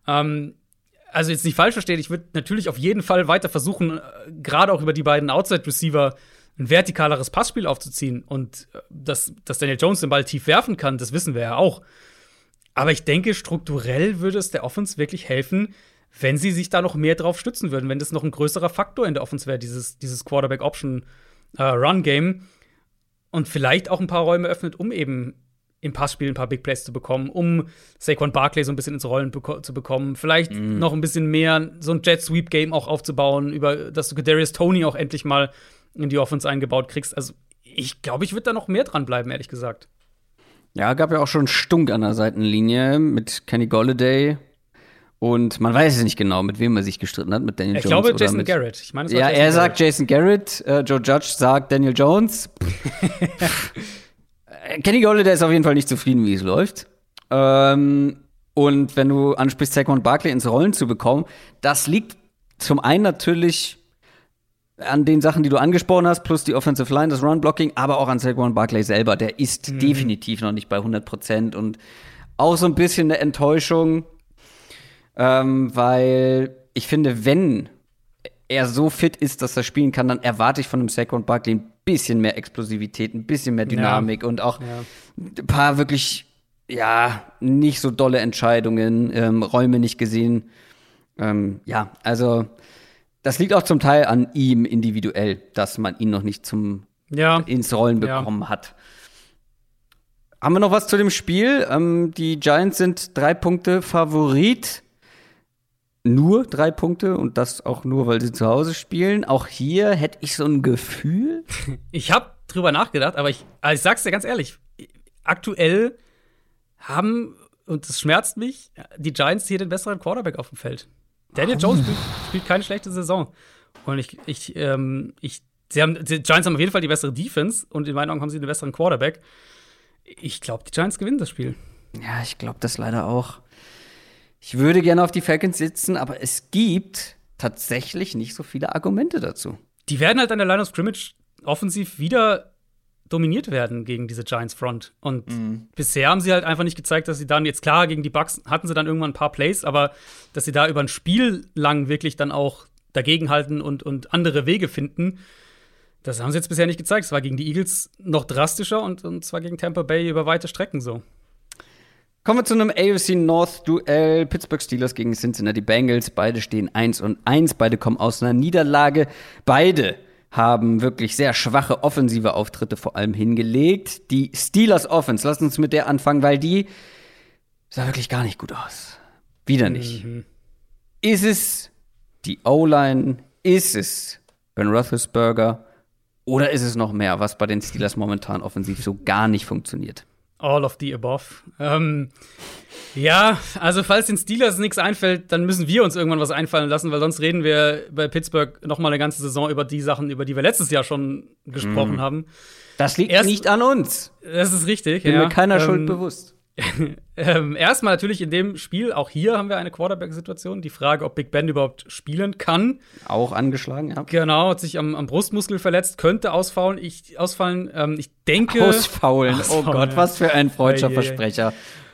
Also jetzt nicht falsch verstehen, ich würde natürlich auf jeden Fall weiter versuchen, gerade auch über die beiden Outside-Receiver ein vertikaleres Passspiel aufzuziehen. Und dass Daniel Jones den Ball tief werfen kann, das wissen wir ja auch. Aber ich denke, strukturell würde es der Offense wirklich helfen, wenn sie sich da noch mehr drauf stützen würden, wenn das noch ein größerer Faktor in der Offense wäre, dieses Quarterback-Option-Run-Game. und vielleicht auch ein paar Räume öffnet, um eben im Passspiel ein paar Big Plays zu bekommen, um Saquon Barkley so ein bisschen ins Rollen zu bekommen, vielleicht noch ein bisschen mehr so ein Jet-Sweep-Game auch aufzubauen, über dass du Kadarius Toney auch endlich mal in die Offense eingebaut kriegst. Also ich glaube, ich würde da noch mehr dranbleiben, ehrlich gesagt. Ja, gab ja auch schon Stunk an der Seitenlinie mit Kenny Golladay. Und man weiß es nicht genau, mit wem er sich gestritten hat, mit Daniel Jones. Ich glaube, oder Jason mit Garrett. Ich meine, ja, er sagt Jason Garrett, Joe Judge sagt Daniel Jones. Kenny Golladay ist auf jeden Fall nicht zufrieden, wie es läuft. Und wenn du ansprichst, Saquon Barkley ins Rollen zu bekommen, das liegt zum einen natürlich an den Sachen, die du angesprochen hast, plus die Offensive Line, das Run-Blocking, aber auch an Saquon Barkley selber. Der ist definitiv noch nicht bei 100% und auch so ein bisschen eine Enttäuschung. Weil ich finde, wenn er so fit ist, dass er spielen kann, dann erwarte ich von einem Saquon Barkley ein bisschen mehr Explosivität, ein bisschen mehr Dynamik und auch ein paar wirklich, nicht so dolle Entscheidungen, Räume nicht gesehen. Also das liegt auch zum Teil an ihm individuell, dass man ihn noch nicht ins Rollen bekommen hat. Haben wir noch was zu dem Spiel? Die Giants sind 3 Punkte Favorit. Nur 3 Punkte und das auch nur, weil sie zu Hause spielen. Auch hier hätte ich so ein Gefühl. Ich habe drüber nachgedacht, aber ich sag's dir ganz ehrlich, aktuell haben, und das schmerzt mich, die Giants hier den besseren Quarterback auf dem Feld. Daniel Jones spielt keine schlechte Saison. Und die Giants haben auf jeden Fall die bessere Defense und in meinen Augen haben sie den besseren Quarterback. Ich glaube, die Giants gewinnen das Spiel. Ja, ich glaube das leider auch. Ich würde gerne auf die Falcons sitzen, aber es gibt tatsächlich nicht so viele Argumente dazu. Die werden halt an der Line of Scrimmage offensiv wieder dominiert werden gegen diese Giants-Front. Und bisher haben sie halt einfach nicht gezeigt, dass sie dann jetzt klar, gegen die Bucks hatten sie dann irgendwann ein paar Plays, aber dass sie da über ein Spiel lang wirklich dann auch dagegenhalten und andere Wege finden, das haben sie jetzt bisher nicht gezeigt. Es war gegen die Eagles noch drastischer und zwar gegen Tampa Bay über weite Strecken so. Kommen wir zu einem AFC North-Duell. Pittsburgh Steelers gegen Cincinnati Bengals. Beide stehen 1-1. Beide kommen aus einer Niederlage. Beide haben wirklich sehr schwache offensive Auftritte vor allem hingelegt. Die Steelers Offense, lass uns mit der anfangen, weil die sah wirklich gar nicht gut aus. Wieder nicht. Ist es die O-Line? Ist es Ben Roethlisberger? Oder ist es noch mehr, was bei den Steelers momentan offensiv so gar nicht funktioniert? All of the above. Also falls den Steelers nichts einfällt, dann müssen wir uns irgendwann was einfallen lassen, weil sonst reden wir bei Pittsburgh noch mal eine ganze Saison über die Sachen, über die wir letztes Jahr schon gesprochen haben. Das liegt nicht an uns. Das ist richtig. Bin mir keiner Schuld bewusst. Erstmal natürlich in dem Spiel, auch hier haben wir eine Quarterback-Situation. Die Frage, ob Big Ben überhaupt spielen kann. Auch angeschlagen, ja. Genau, hat sich am Brustmuskel verletzt, könnte ausfallen. Ich denke. Ausfaulen, oh Gott, was für ein freudscher Versprecher.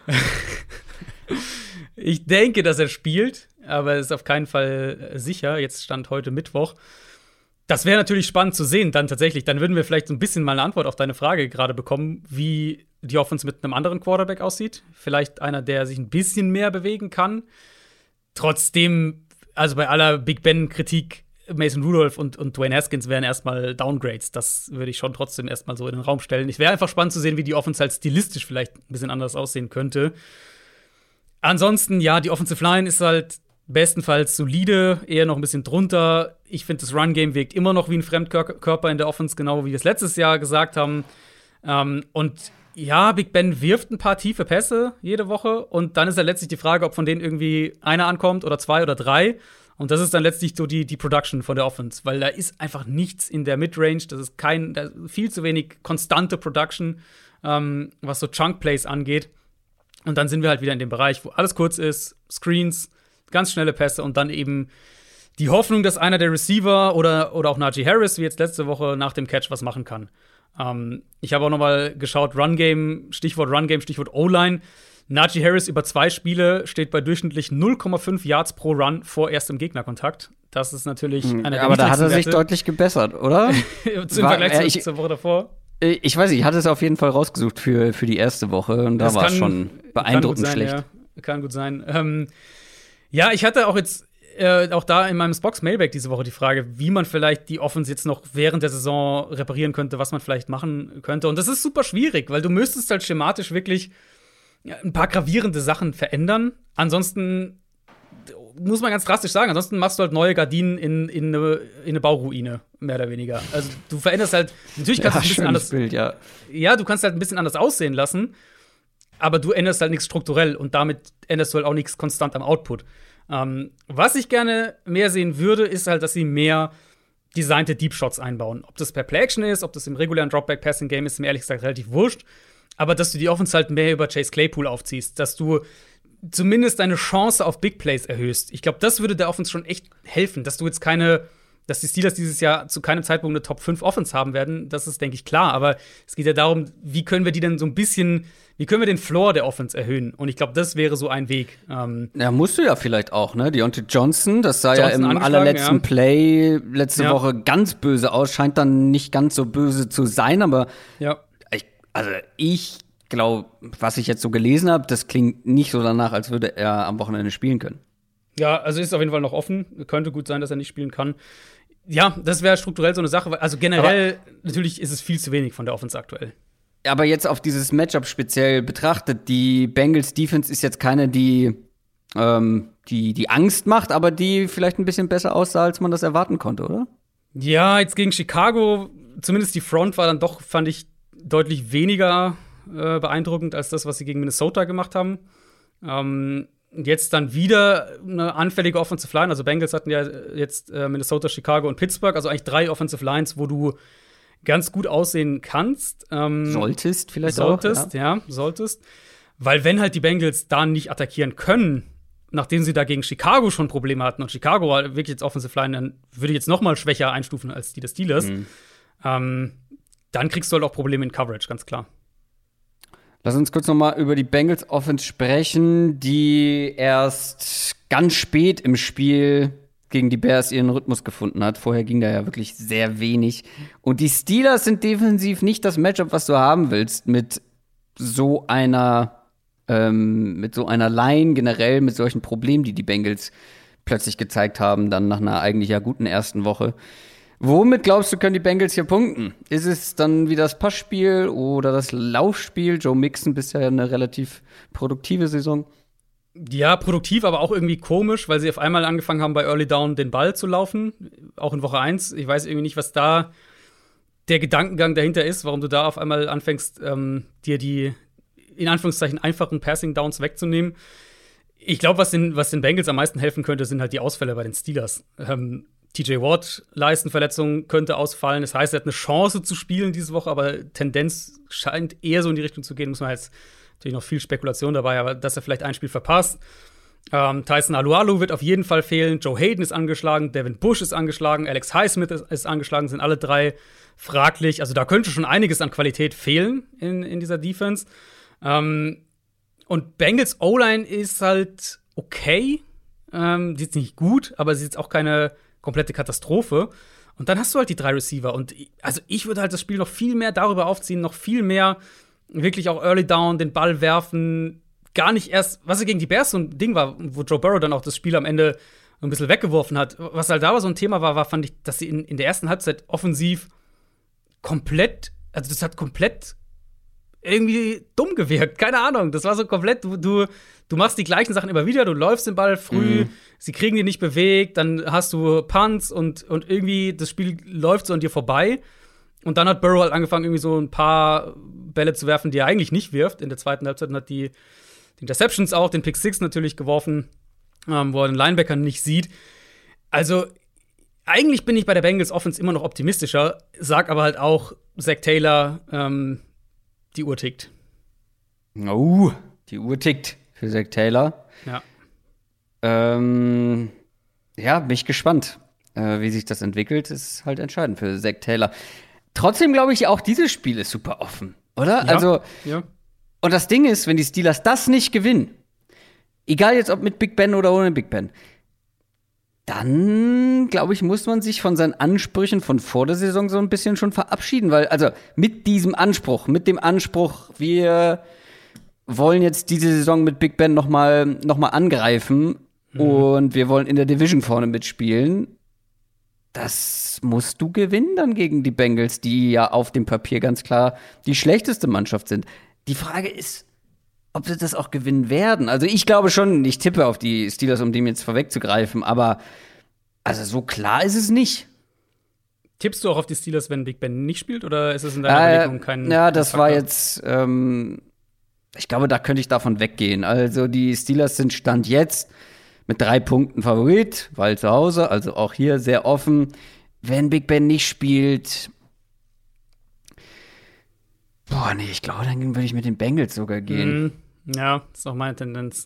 Ich denke, dass er spielt, aber ist auf keinen Fall sicher. Jetzt stand heute Mittwoch. Das wäre natürlich spannend zu sehen, dann tatsächlich. Dann würden wir vielleicht so ein bisschen mal eine Antwort auf deine Frage gerade bekommen, wie die Offense mit einem anderen Quarterback aussieht. Vielleicht einer, der sich ein bisschen mehr bewegen kann. Trotzdem, also bei aller Big Ben-Kritik, Mason Rudolph und Dwayne Haskins wären erstmal Downgrades. Das würde ich schon trotzdem erstmal so in den Raum stellen. Es wäre einfach spannend zu sehen, wie die Offense halt stilistisch vielleicht ein bisschen anders aussehen könnte. Ansonsten, ja, die Offensive Line ist halt bestenfalls solide, eher noch ein bisschen drunter. Ich finde, das Run-Game wirkt immer noch wie ein Fremdkörper in der Offense, genau wie wir es letztes Jahr gesagt haben. Und ja, Big Ben wirft ein paar tiefe Pässe jede Woche und dann ist ja letztlich die Frage, ob von denen irgendwie einer ankommt oder 2 oder 3. Und das ist dann letztlich so die Production von der Offense, weil da ist einfach nichts in der Midrange, da ist viel zu wenig konstante Production, was so Chunk-Plays angeht. Und dann sind wir halt wieder in dem Bereich, wo alles kurz ist, Screens, ganz schnelle Pässe und dann eben die Hoffnung, dass einer der Receiver oder auch Najee Harris, wie jetzt letzte Woche nach dem Catch, was machen kann. Ich habe auch noch mal geschaut, Stichwort Run-Game, Stichwort O-Line. Najee Harris über 2 Spiele steht bei durchschnittlich 0,5 Yards pro Run vor erstem Gegnerkontakt. Das ist natürlich einer der aber da hat er sich deutlich gebessert, oder? Im Vergleich zur Woche davor. Ich weiß nicht, ich hatte es auf jeden Fall rausgesucht für die erste Woche und da war es schon beeindruckend schlecht. Ja. Kann gut sein. Ich hatte auch jetzt auch da in meinem Spox-Mailback diese Woche die Frage, wie man vielleicht die Offense jetzt noch während der Saison reparieren könnte, was man vielleicht machen könnte. Und das ist super schwierig, weil du müsstest halt schematisch wirklich ein paar gravierende Sachen verändern. Ansonsten muss man ganz drastisch sagen, ansonsten machst du halt neue Gardinen in eine Bauruine, mehr oder weniger. Also du veränderst halt, natürlich kannst du ein bisschen anders. Bild, ja. Ja, du kannst halt ein bisschen anders aussehen lassen, aber du änderst halt nichts strukturell und damit änderst du halt auch nichts konstant am Output. Was ich gerne mehr sehen würde, ist halt, dass sie mehr designte Deep Shots einbauen. Ob das per Play-Action ist, ob das im regulären Dropback-Passing-Game ist, mir ehrlich gesagt relativ wurscht. Aber dass du die Offense halt mehr über Chase Claypool aufziehst, dass du zumindest deine Chance auf Big Plays erhöhst. Ich glaube, das würde der Offense schon echt helfen, dass die Steelers dieses Jahr zu keinem Zeitpunkt eine Top 5 Offense haben werden. Das ist, denke ich, klar. Aber es geht ja darum, wie können wir den Floor der Offense erhöhen? Und ich glaube, das wäre so ein Weg. Ja, musst du ja vielleicht auch, ne? Deontay Johnson, das sah ja im allerletzten Play letzte Woche ganz böse aus, scheint dann nicht ganz so böse zu sein, aber ich glaube, was ich jetzt so gelesen habe, das klingt nicht so danach, als würde er am Wochenende spielen können. Ja, also ist auf jeden Fall noch offen. Könnte gut sein, dass er nicht spielen kann. Ja, das wäre strukturell so eine Sache. Also generell, natürlich ist es viel zu wenig von der Offense aktuell. Aber jetzt auf dieses Matchup speziell betrachtet, die Bengals Defense ist jetzt keine, die Angst macht, aber die vielleicht ein bisschen besser aussah, als man das erwarten konnte, oder? Ja, jetzt gegen Chicago, zumindest die Front war dann doch, fand ich, deutlich weniger beeindruckend als das, was sie gegen Minnesota gemacht haben. Jetzt dann wieder eine anfällige Offensive Line. Also Bengals hatten ja jetzt Minnesota, Chicago und Pittsburgh. Also eigentlich 3 Offensive Lines, wo du ganz gut aussehen kannst. Solltest. Weil wenn halt die Bengals da nicht attackieren können, nachdem sie da gegen Chicago schon Probleme hatten und Chicago war wirklich jetzt Offensive Line, dann würde ich jetzt noch mal schwächer einstufen als die des Steelers. Dann kriegst du halt auch Probleme in Coverage, ganz klar. Lass uns kurz noch mal über die Bengals Offense sprechen, die erst ganz spät im Spiel gegen die Bears ihren Rhythmus gefunden hat. Vorher ging da ja wirklich sehr wenig. Und die Steelers sind defensiv nicht das Matchup, was du haben willst, mit so einer Line generell, mit solchen Problemen, die Bengals plötzlich gezeigt haben, dann nach einer eigentlich ja guten ersten Woche. Womit glaubst du, können die Bengals hier punkten? Ist es dann wie das Passspiel oder das Laufspiel? Joe Mixon bisher eine relativ produktive Saison. Ja, produktiv, aber auch irgendwie komisch, weil sie auf einmal angefangen haben, bei Early Down den Ball zu laufen. Auch in Woche 1. Ich weiß irgendwie nicht, was da der Gedankengang dahinter ist, warum du da auf einmal anfängst, dir die in Anführungszeichen einfachen Passing Downs wegzunehmen. Ich glaube, was den Bengals am meisten helfen könnte, sind halt die Ausfälle bei den Steelers. TJ Watt, Leistenverletzung könnte ausfallen. Das heißt, er hat eine Chance zu spielen diese Woche, aber Tendenz scheint eher so in die Richtung zu gehen. Muss man jetzt natürlich noch viel Spekulation dabei, aber dass er vielleicht ein Spiel verpasst. Tyson Alualu wird auf jeden Fall fehlen. Joe Hayden ist angeschlagen, Devin Bush ist angeschlagen, Alex Highsmith ist angeschlagen, sind alle 3 fraglich. Also da könnte schon einiges an Qualität fehlen in dieser Defense. Und Bengals O-Line ist halt okay. Die ist nicht gut, aber sie ist jetzt auch keine komplette Katastrophe. Und dann hast du halt die 3 Receiver. Und ich würde halt das Spiel noch viel mehr darüber aufziehen, noch viel mehr wirklich auch Early Down, den Ball werfen. Gar nicht erst, was ja gegen die Bears so ein Ding war, wo Joe Burrow dann auch das Spiel am Ende so ein bisschen weggeworfen hat. Was halt da so ein Thema war, fand ich, dass sie in der ersten Halbzeit offensiv das hat komplett irgendwie dumm gewirkt. Keine Ahnung. Das war so komplett, du machst die gleichen Sachen immer wieder, du läufst den Ball früh, sie kriegen den nicht bewegt, dann hast du Punts und irgendwie das Spiel läuft so an dir vorbei. Und dann hat Burrow halt angefangen, irgendwie so ein paar Bälle zu werfen, die er eigentlich nicht wirft in der zweiten Halbzeit und hat die Interceptions auch, den Pick 6 natürlich geworfen, wo er den Linebacker nicht sieht. Also eigentlich bin ich bei der Bengals Offense immer noch optimistischer, sag aber halt auch, Zach Taylor, die Uhr tickt. Oh, die Uhr tickt für Zach Taylor. Ja. Bin ich gespannt, wie sich das entwickelt. Ist halt entscheidend für Zach Taylor. Trotzdem glaube ich, auch dieses Spiel ist super offen, oder? Ja. Und das Ding ist, wenn die Steelers das nicht gewinnen, egal jetzt ob mit Big Ben oder ohne Big Ben, dann, glaube ich, muss man sich von seinen Ansprüchen von vor der Saison so ein bisschen schon verabschieden, weil, also mit dem Anspruch, wir wollen jetzt diese Saison mit Big Ben noch mal angreifen, und wir wollen in der Division vorne mitspielen. Das musst du gewinnen dann gegen die Bengals, die ja auf dem Papier ganz klar die schlechteste Mannschaft sind. Die Frage ist, ob sie das auch gewinnen werden. Also ich glaube schon, ich tippe auf die Steelers, um dem jetzt vorwegzugreifen, aber also so klar ist es nicht. Tippst du auch auf die Steelers, wenn Big Ben nicht spielt, oder ist es in deiner Überlegung kein Ja, das Faktor? war jetzt, ich glaube, da könnte ich davon weggehen. Also die Steelers sind Stand jetzt mit 3 Punkten Favorit, weil zu Hause, also auch hier sehr offen. Wenn Big Ben nicht spielt, ich glaube, dann würde ich mit den Bengals sogar gehen. Ja, ist auch meine Tendenz.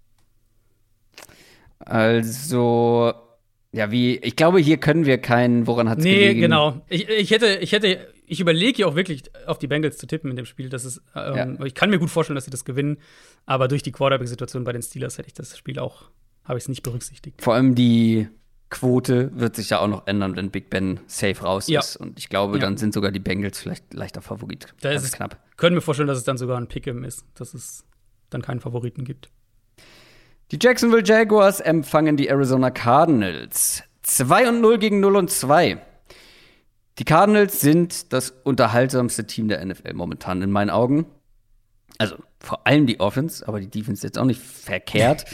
Also, ja, ich glaube, hier können wir keinen, woran hat's gelegen? Nee, genau. Ich überlege ja auch wirklich, auf die Bengals zu tippen in dem Spiel. Das ist, Ich kann mir gut vorstellen, dass sie das gewinnen. Aber durch die Quarterback-Situation bei den Steelers habe ich es nicht berücksichtigt. Vor allem die Quote wird sich ja auch noch ändern, wenn Big Ben safe raus ist. Und ich glaube, dann sind sogar die Bengals vielleicht leichter Favorit. Das ist knapp. Können wir vorstellen, dass es dann sogar ein Pick'em ist, dass es dann keinen Favoriten gibt. Die Jacksonville Jaguars empfangen die Arizona Cardinals. 2-0 gegen 0-2. Die Cardinals sind das unterhaltsamste Team der NFL momentan in meinen Augen. Also vor allem die Offense, aber die Defense ist jetzt auch nicht verkehrt.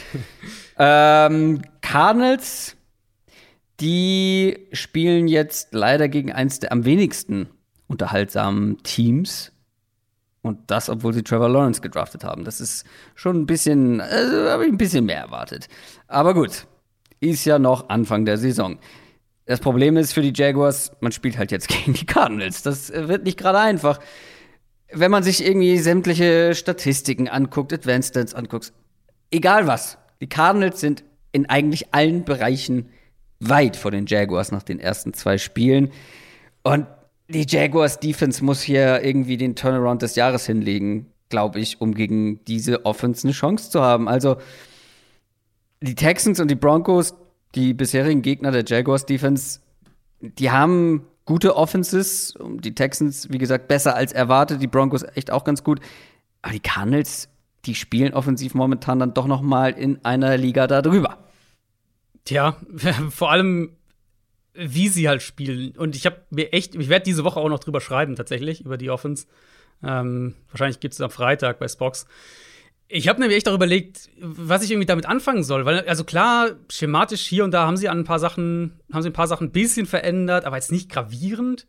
Cardinals, die spielen jetzt leider gegen eins der am wenigsten unterhaltsamen Teams. Und das, obwohl sie Trevor Lawrence gedraftet haben. Das ist schon ein bisschen, habe ich ein bisschen mehr erwartet. Aber gut, ist ja noch Anfang der Saison. Das Problem ist für die Jaguars, man spielt halt jetzt gegen die Cardinals. Das wird nicht gerade einfach. Wenn man sich irgendwie sämtliche Statistiken anguckt, Advanced Stats anguckt, egal was, die Cardinals sind in eigentlich allen Bereichen weit vor den Jaguars nach den ersten 2 Spielen. Und die Jaguars-Defense muss hier irgendwie den Turnaround des Jahres hinlegen, glaube ich, um gegen diese Offense eine Chance zu haben. Also die Texans und die Broncos, die bisherigen Gegner der Jaguars-Defense, die haben gute Offenses. Die Texans, wie gesagt, besser als erwartet. Die Broncos echt auch ganz gut. Aber die Cardinals, die spielen offensiv momentan dann doch noch mal in einer Liga da drüber. Tja, vor allem wie sie halt spielen. Und ich werde diese Woche auch noch drüber schreiben, tatsächlich, über die Offense. Wahrscheinlich gibt es am Freitag bei Spox. Ich habe nämlich echt darüber überlegt, was ich irgendwie damit anfangen soll. Weil, also klar, schematisch hier und da haben sie ein paar Sachen ein bisschen verändert, aber jetzt nicht gravierend.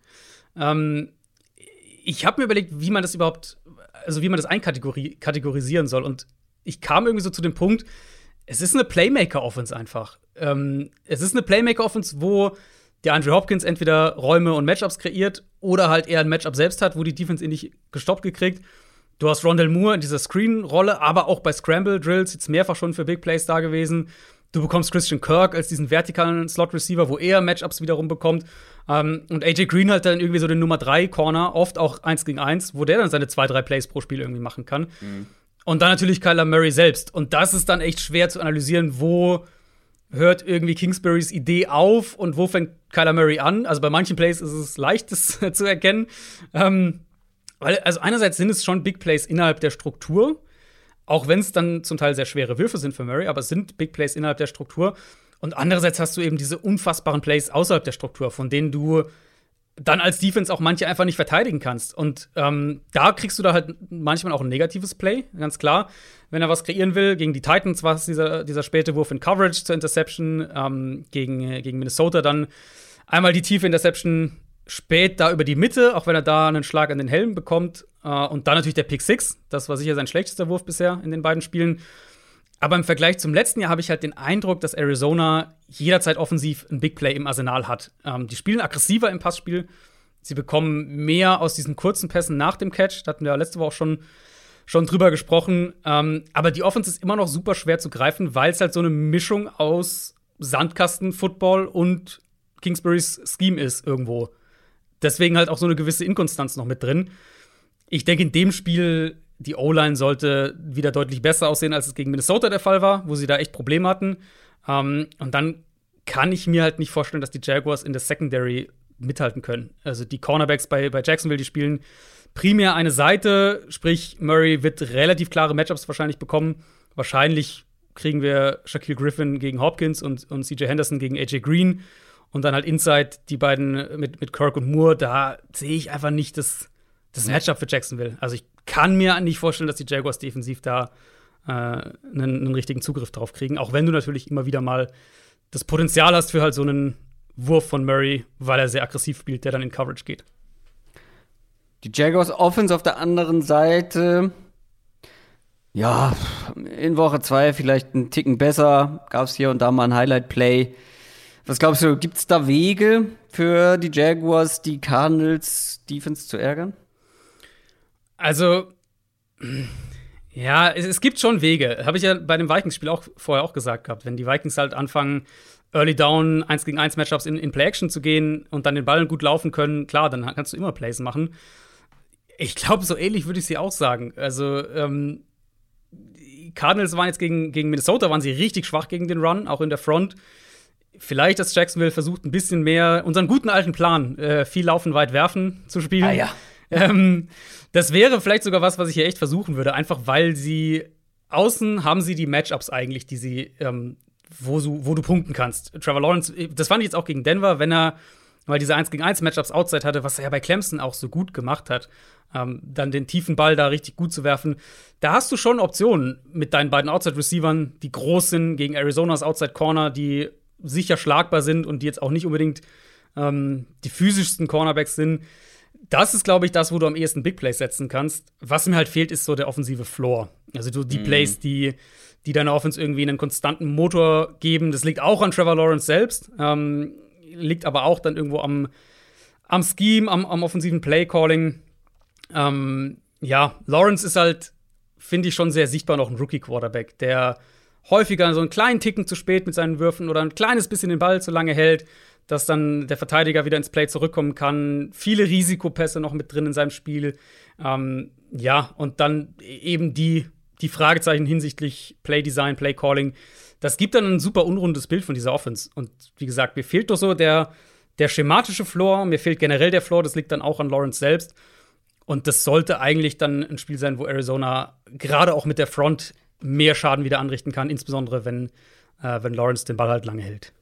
Ich habe mir überlegt, wie man das einkategorisieren soll. Und ich kam irgendwie so zu dem Punkt, es ist eine Playmaker-Offense einfach. Es ist eine Playmaker-Offense, wo der Andre Hopkins entweder Räume und Matchups kreiert oder halt eher ein Matchup selbst hat, wo die Defense ihn nicht gestoppt gekriegt. Du hast Rondale Moore in dieser Screen-Rolle, aber auch bei Scramble-Drills jetzt mehrfach schon für Big Plays da gewesen. Du bekommst Christian Kirk als diesen vertikalen Slot-Receiver, wo er Matchups wiederum bekommt. Und AJ Green halt dann irgendwie so den Nummer 3 Corner, oft auch 1 gegen 1, wo der dann seine 2-3 Plays pro Spiel irgendwie machen kann. Und dann natürlich Kyler Murray selbst. Und das ist dann echt schwer zu analysieren, wo hört irgendwie Kingsburys Idee auf und wo fängt Kyler Murray an. Also bei manchen Plays ist es leicht, das zu erkennen. Also einerseits sind es schon Big Plays innerhalb der Struktur, auch wenn es dann zum Teil sehr schwere Würfe sind für Murray, aber es sind Big Plays innerhalb der Struktur. Und andererseits hast du eben diese unfassbaren Plays außerhalb der Struktur, von denen du dann als Defense auch manche einfach nicht verteidigen kannst. Und da kriegst du da halt manchmal auch ein negatives Play, ganz klar. Wenn er was kreieren will, gegen die Titans war es dieser späte Wurf in Coverage zur Interception, gegen Minnesota dann einmal die tiefe Interception spät da über die Mitte, auch wenn er da einen Schlag an den Helm bekommt. Und dann natürlich der Pick 6, das war sicher sein schlechtester Wurf bisher in den beiden Spielen. Aber im Vergleich zum letzten Jahr habe ich halt den Eindruck, dass Arizona jederzeit offensiv ein Big Play im Arsenal hat. Die spielen aggressiver im Passspiel. Sie bekommen mehr aus diesen kurzen Pässen nach dem Catch. Da hatten wir letzte Woche auch schon drüber gesprochen. Aber die Offense ist immer noch super schwer zu greifen, weil es halt so eine Mischung aus Sandkasten-Football und Kingsburys Scheme ist irgendwo. Deswegen halt auch so eine gewisse Inkonstanz noch mit drin. Ich denke, in dem Spiel die O-Line sollte wieder deutlich besser aussehen, als es gegen Minnesota der Fall war, wo sie da echt Probleme hatten. Und dann kann ich mir halt nicht vorstellen, dass die Jaguars in der Secondary mithalten können. Also die Cornerbacks bei Jacksonville, die spielen primär eine Seite, sprich Murray wird relativ klare Matchups wahrscheinlich bekommen. Wahrscheinlich kriegen wir Shaquille Griffin gegen Hopkins und CJ Henderson gegen AJ Green. Und dann halt Inside die beiden mit Kirk und Moore. Da sehe ich einfach nicht das Matchup für Jacksonville. Also ich kann mir nicht vorstellen, dass die Jaguars defensiv da einen richtigen Zugriff drauf kriegen. Auch wenn du natürlich immer wieder mal das Potenzial hast für halt so einen Wurf von Murray, weil er sehr aggressiv spielt, der dann in Coverage geht. Die Jaguars Offense auf der anderen Seite, ja, in Woche 2 vielleicht einen Ticken besser. Gab es hier und da mal ein Highlight-Play. Was glaubst du, gibt's da Wege für die Jaguars, die Cardinals Defense zu ärgern? Also, ja, es gibt schon Wege. Habe ich ja bei dem Vikings-Spiel vorher auch gesagt gehabt. Wenn die Vikings halt anfangen, Early Down 1-gegen-1 Matchups in Play-Action zu gehen und dann den Ball gut laufen können, klar, dann kannst du immer Plays machen. Ich glaube, so ähnlich würde ich sie auch sagen. Also, die Cardinals waren jetzt gegen Minnesota, waren sie richtig schwach gegen den Run, auch in der Front. Vielleicht, dass Jacksonville versucht, ein bisschen mehr unseren guten alten Plan, viel laufen, weit werfen zu spielen. Ah, ja. Das wäre vielleicht sogar was ich hier echt versuchen würde, einfach weil sie außen haben sie die Matchups eigentlich, die sie, wo du punkten kannst. Trevor Lawrence, das fand ich jetzt auch gegen Denver, weil diese 1-gegen-1 Matchups Outside hatte, was er ja bei Clemson auch so gut gemacht hat, dann den tiefen Ball da richtig gut zu werfen. Da hast du schon Optionen mit deinen beiden Outside-Receivern, die groß sind, gegen Arizonas Outside-Corner, die sicher schlagbar sind und die jetzt auch nicht unbedingt die physischsten Cornerbacks sind. Das ist, glaube ich, das, wo du am ehesten Big Plays setzen kannst. Was mir halt fehlt, ist so der offensive Floor. Also die Plays, die deiner Offense irgendwie einen konstanten Motor geben. Das liegt auch an Trevor Lawrence selbst. Liegt aber auch dann irgendwo am Scheme, am offensiven Play-Calling. Ja, Lawrence ist halt, finde ich, schon sehr sichtbar noch ein Rookie-Quarterback, der häufiger so einen kleinen Ticken zu spät mit seinen Würfen oder ein kleines bisschen den Ball zu lange hält, dass dann der Verteidiger wieder ins Play zurückkommen kann. Viele Risikopässe noch mit drin in seinem Spiel. Ja, und dann eben die Fragezeichen hinsichtlich Play-Design, Play-Calling. Das gibt dann ein super unrundes Bild von dieser Offense. Und wie gesagt, mir fehlt doch so der schematische Floor, mir fehlt generell der Floor, das liegt dann auch an Lawrence selbst. Und das sollte eigentlich dann ein Spiel sein, wo Arizona gerade auch mit der Front mehr Schaden wieder anrichten kann, insbesondere wenn Lawrence den Ball halt lange hält.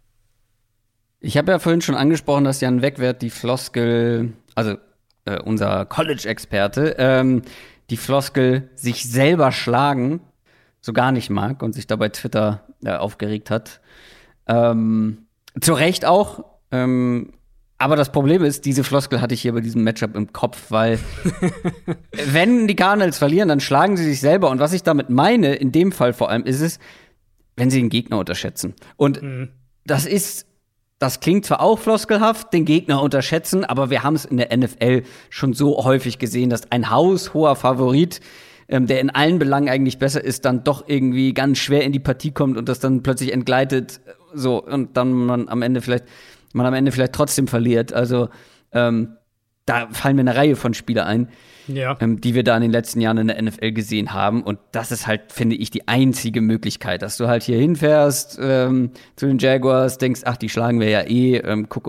Ich habe ja vorhin schon angesprochen, dass Jan Wegwert die Floskel, also unser College-Experte, die Floskel sich selber schlagen so gar nicht mag und sich da bei Twitter aufgeregt hat. Zu Recht auch. Aber das Problem ist, diese Floskel hatte ich hier bei diesem Matchup im Kopf, weil wenn die Cardinals verlieren, dann schlagen sie sich selber. Und was ich damit meine, in dem Fall vor allem, ist es, wenn sie den Gegner unterschätzen. Und das klingt zwar auch floskelhaft, den Gegner unterschätzen, aber wir haben es in der NFL schon so häufig gesehen, dass ein haushoher Favorit, der in allen Belangen eigentlich besser ist, dann doch irgendwie ganz schwer in die Partie kommt und das dann plötzlich entgleitet, so, und dann man am Ende vielleicht trotzdem verliert. Also da fallen mir eine Reihe von Spielern ein, die wir da in den letzten Jahren in der NFL gesehen haben. Und das ist halt, finde ich, die einzige Möglichkeit, dass du halt hier hinfährst zu den Jaguars, denkst, ach, die schlagen wir ja eh,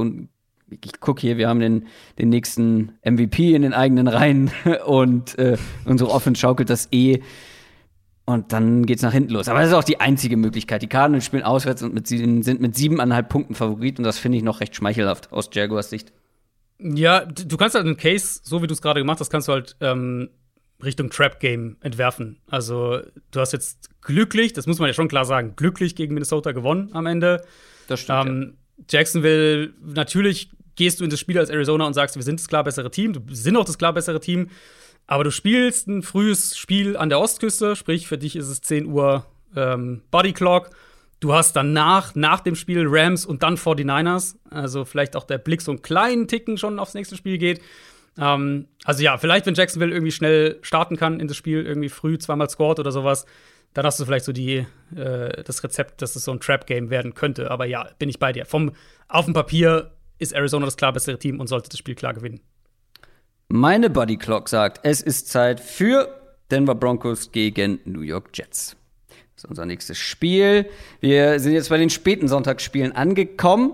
guck hier, wir haben den nächsten MVP in den eigenen Reihen und unsere Offense schaukelt das eh. Und dann geht's nach hinten los. Aber das ist auch die einzige Möglichkeit. Die Cardinals spielen auswärts und sind mit 7,5 Punkten Favorit. Und das finde ich noch recht schmeichelhaft aus Jaguars Sicht. Ja, du kannst halt einen Case, so wie du es gerade gemacht hast, kannst du halt Richtung Trap-Game entwerfen. Also du hast jetzt glücklich, das muss man ja schon klar sagen, glücklich gegen Minnesota gewonnen am Ende. Das stimmt, Jacksonville, natürlich gehst du in das Spiel als Arizona und sagst, wir sind das klar bessere Team. Wir sind auch das klar bessere Team. Aber du spielst ein frühes Spiel an der Ostküste, sprich für dich ist es 10 Uhr Body Clock. Du hast danach, nach dem Spiel Rams und dann 49ers. Also vielleicht auch der Blick so einen kleinen Ticken schon aufs nächste Spiel geht. Also ja, vielleicht, wenn Jacksonville irgendwie schnell starten kann in das Spiel, irgendwie früh zweimal scored oder sowas, dann hast du vielleicht so das Rezept, dass es so ein Trap-Game werden könnte. Aber ja, bin ich bei dir. Auf dem Papier ist Arizona das klar bessere Team und sollte das Spiel klar gewinnen. Meine Body Clock sagt, es ist Zeit für Denver Broncos gegen New York Jets. Das ist unser nächstes Spiel. Wir sind jetzt bei den späten Sonntagsspielen angekommen.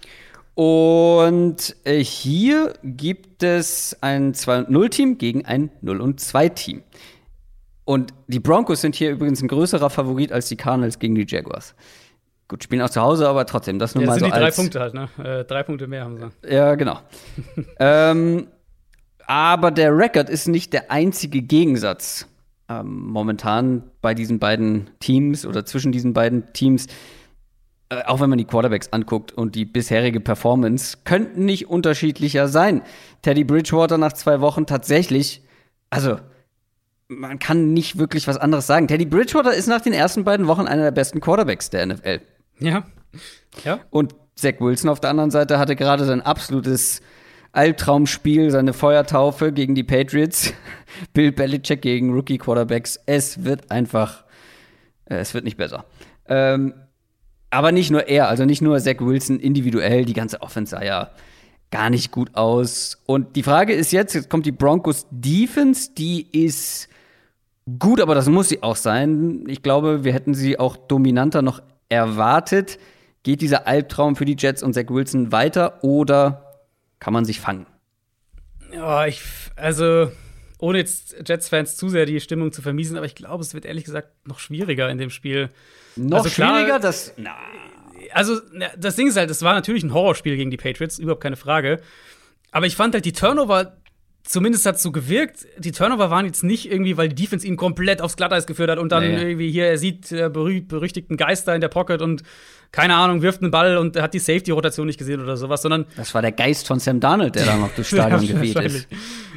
Und hier gibt es ein 2-0-Team gegen ein 0-2-Team. Und die Broncos sind hier übrigens ein größerer Favorit als die Cardinals gegen die Jaguars. Gut, spielen auch zu Hause, aber trotzdem, das nur mal so als… Das sind die 3 Punkte halt, ne? 3 Punkte mehr haben sie. Ja, genau. Aber der Rekord ist nicht der einzige Gegensatz momentan bei diesen beiden Teams oder zwischen diesen beiden Teams. Auch wenn man die Quarterbacks anguckt und die bisherige Performance, könnten nicht unterschiedlicher sein. Teddy Bridgewater nach 2 Wochen tatsächlich, also man kann nicht wirklich was anderes sagen. Teddy Bridgewater ist nach den ersten beiden Wochen einer der besten Quarterbacks der NFL. Ja. Und Zach Wilson auf der anderen Seite hatte gerade sein absolutes Albtraumspiel, seine Feuertaufe gegen die Patriots. Bill Belichick gegen Rookie-Quarterbacks. Es wird nicht besser. Aber nicht nur er, also nicht nur Zach Wilson individuell, die ganze Offense sah ja gar nicht gut aus. Und die Frage ist jetzt kommt die Broncos Defense, die ist gut, aber das muss sie auch sein. Ich glaube, wir hätten sie auch dominanter noch erwartet. Geht dieser Albtraum für die Jets und Zach Wilson weiter oder kann man sich fangen? Ja, also ohne jetzt Jets-Fans zu sehr die Stimmung zu vermiesen, aber ich glaube, es wird ehrlich gesagt noch schwieriger in dem Spiel. Noch schwieriger? Also, das Ding ist halt, es war natürlich ein Horrorspiel gegen die Patriots, überhaupt keine Frage. Aber ich fand halt, die Turnover, zumindest hat es so gewirkt, die Turnover waren jetzt nicht irgendwie, weil die Defense ihn komplett aufs Glatteis geführt hat und dann irgendwie hier, er sieht berüchtigten Geister in der Pocket und keine Ahnung, wirft einen Ball und hat die Safety-Rotation nicht gesehen oder sowas, sondern das war der Geist von Sam Darnold, der da noch durchs Stadion geweht ist.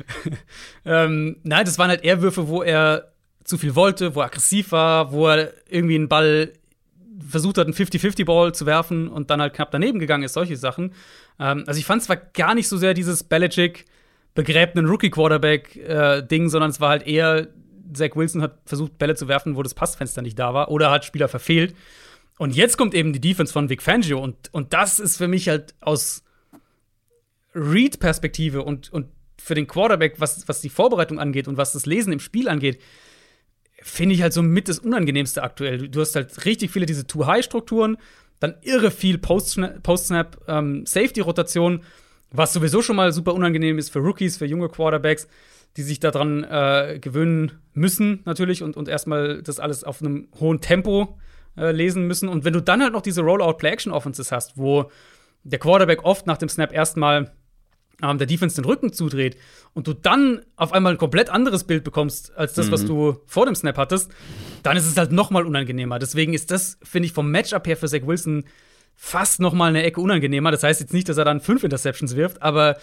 Nein, das waren halt eher Würfe, wo er zu viel wollte, wo er aggressiv war, wo er irgendwie einen Ball versucht hat, einen 50-50-Ball zu werfen und dann halt knapp daneben gegangen ist, solche Sachen. Also ich fand zwar gar nicht so sehr dieses Belichick begräbt einen Rookie-Quarterback-Ding, sondern es war halt eher, Zach Wilson hat versucht, Bälle zu werfen, wo das Passfenster nicht da war oder hat Spieler verfehlt. Und jetzt kommt eben die Defense von Vic Fangio und das ist für mich halt aus Read-Perspektive und für den Quarterback, was die Vorbereitung angeht und was das Lesen im Spiel angeht, finde ich halt so mit das Unangenehmste aktuell. Du hast halt richtig viele diese Too-High-Strukturen, dann irre viel Post-Snap, Safety-Rotation, was sowieso schon mal super unangenehm ist für Rookies, für junge Quarterbacks, die sich daran gewöhnen müssen natürlich und erstmal das alles auf einem hohen Tempo lesen müssen. Und wenn du dann halt noch diese Rollout-Play-Action-Offenses hast, wo der Quarterback oft nach dem Snap erstmal der Defense den Rücken zudreht und du dann auf einmal ein komplett anderes Bild bekommst als das, was du vor dem Snap hattest, dann ist es halt noch mal unangenehmer. Deswegen ist das, finde ich, vom Matchup her für Zach Wilson fast noch mal eine Ecke unangenehmer. Das heißt jetzt nicht, dass er dann 5 Interceptions wirft, aber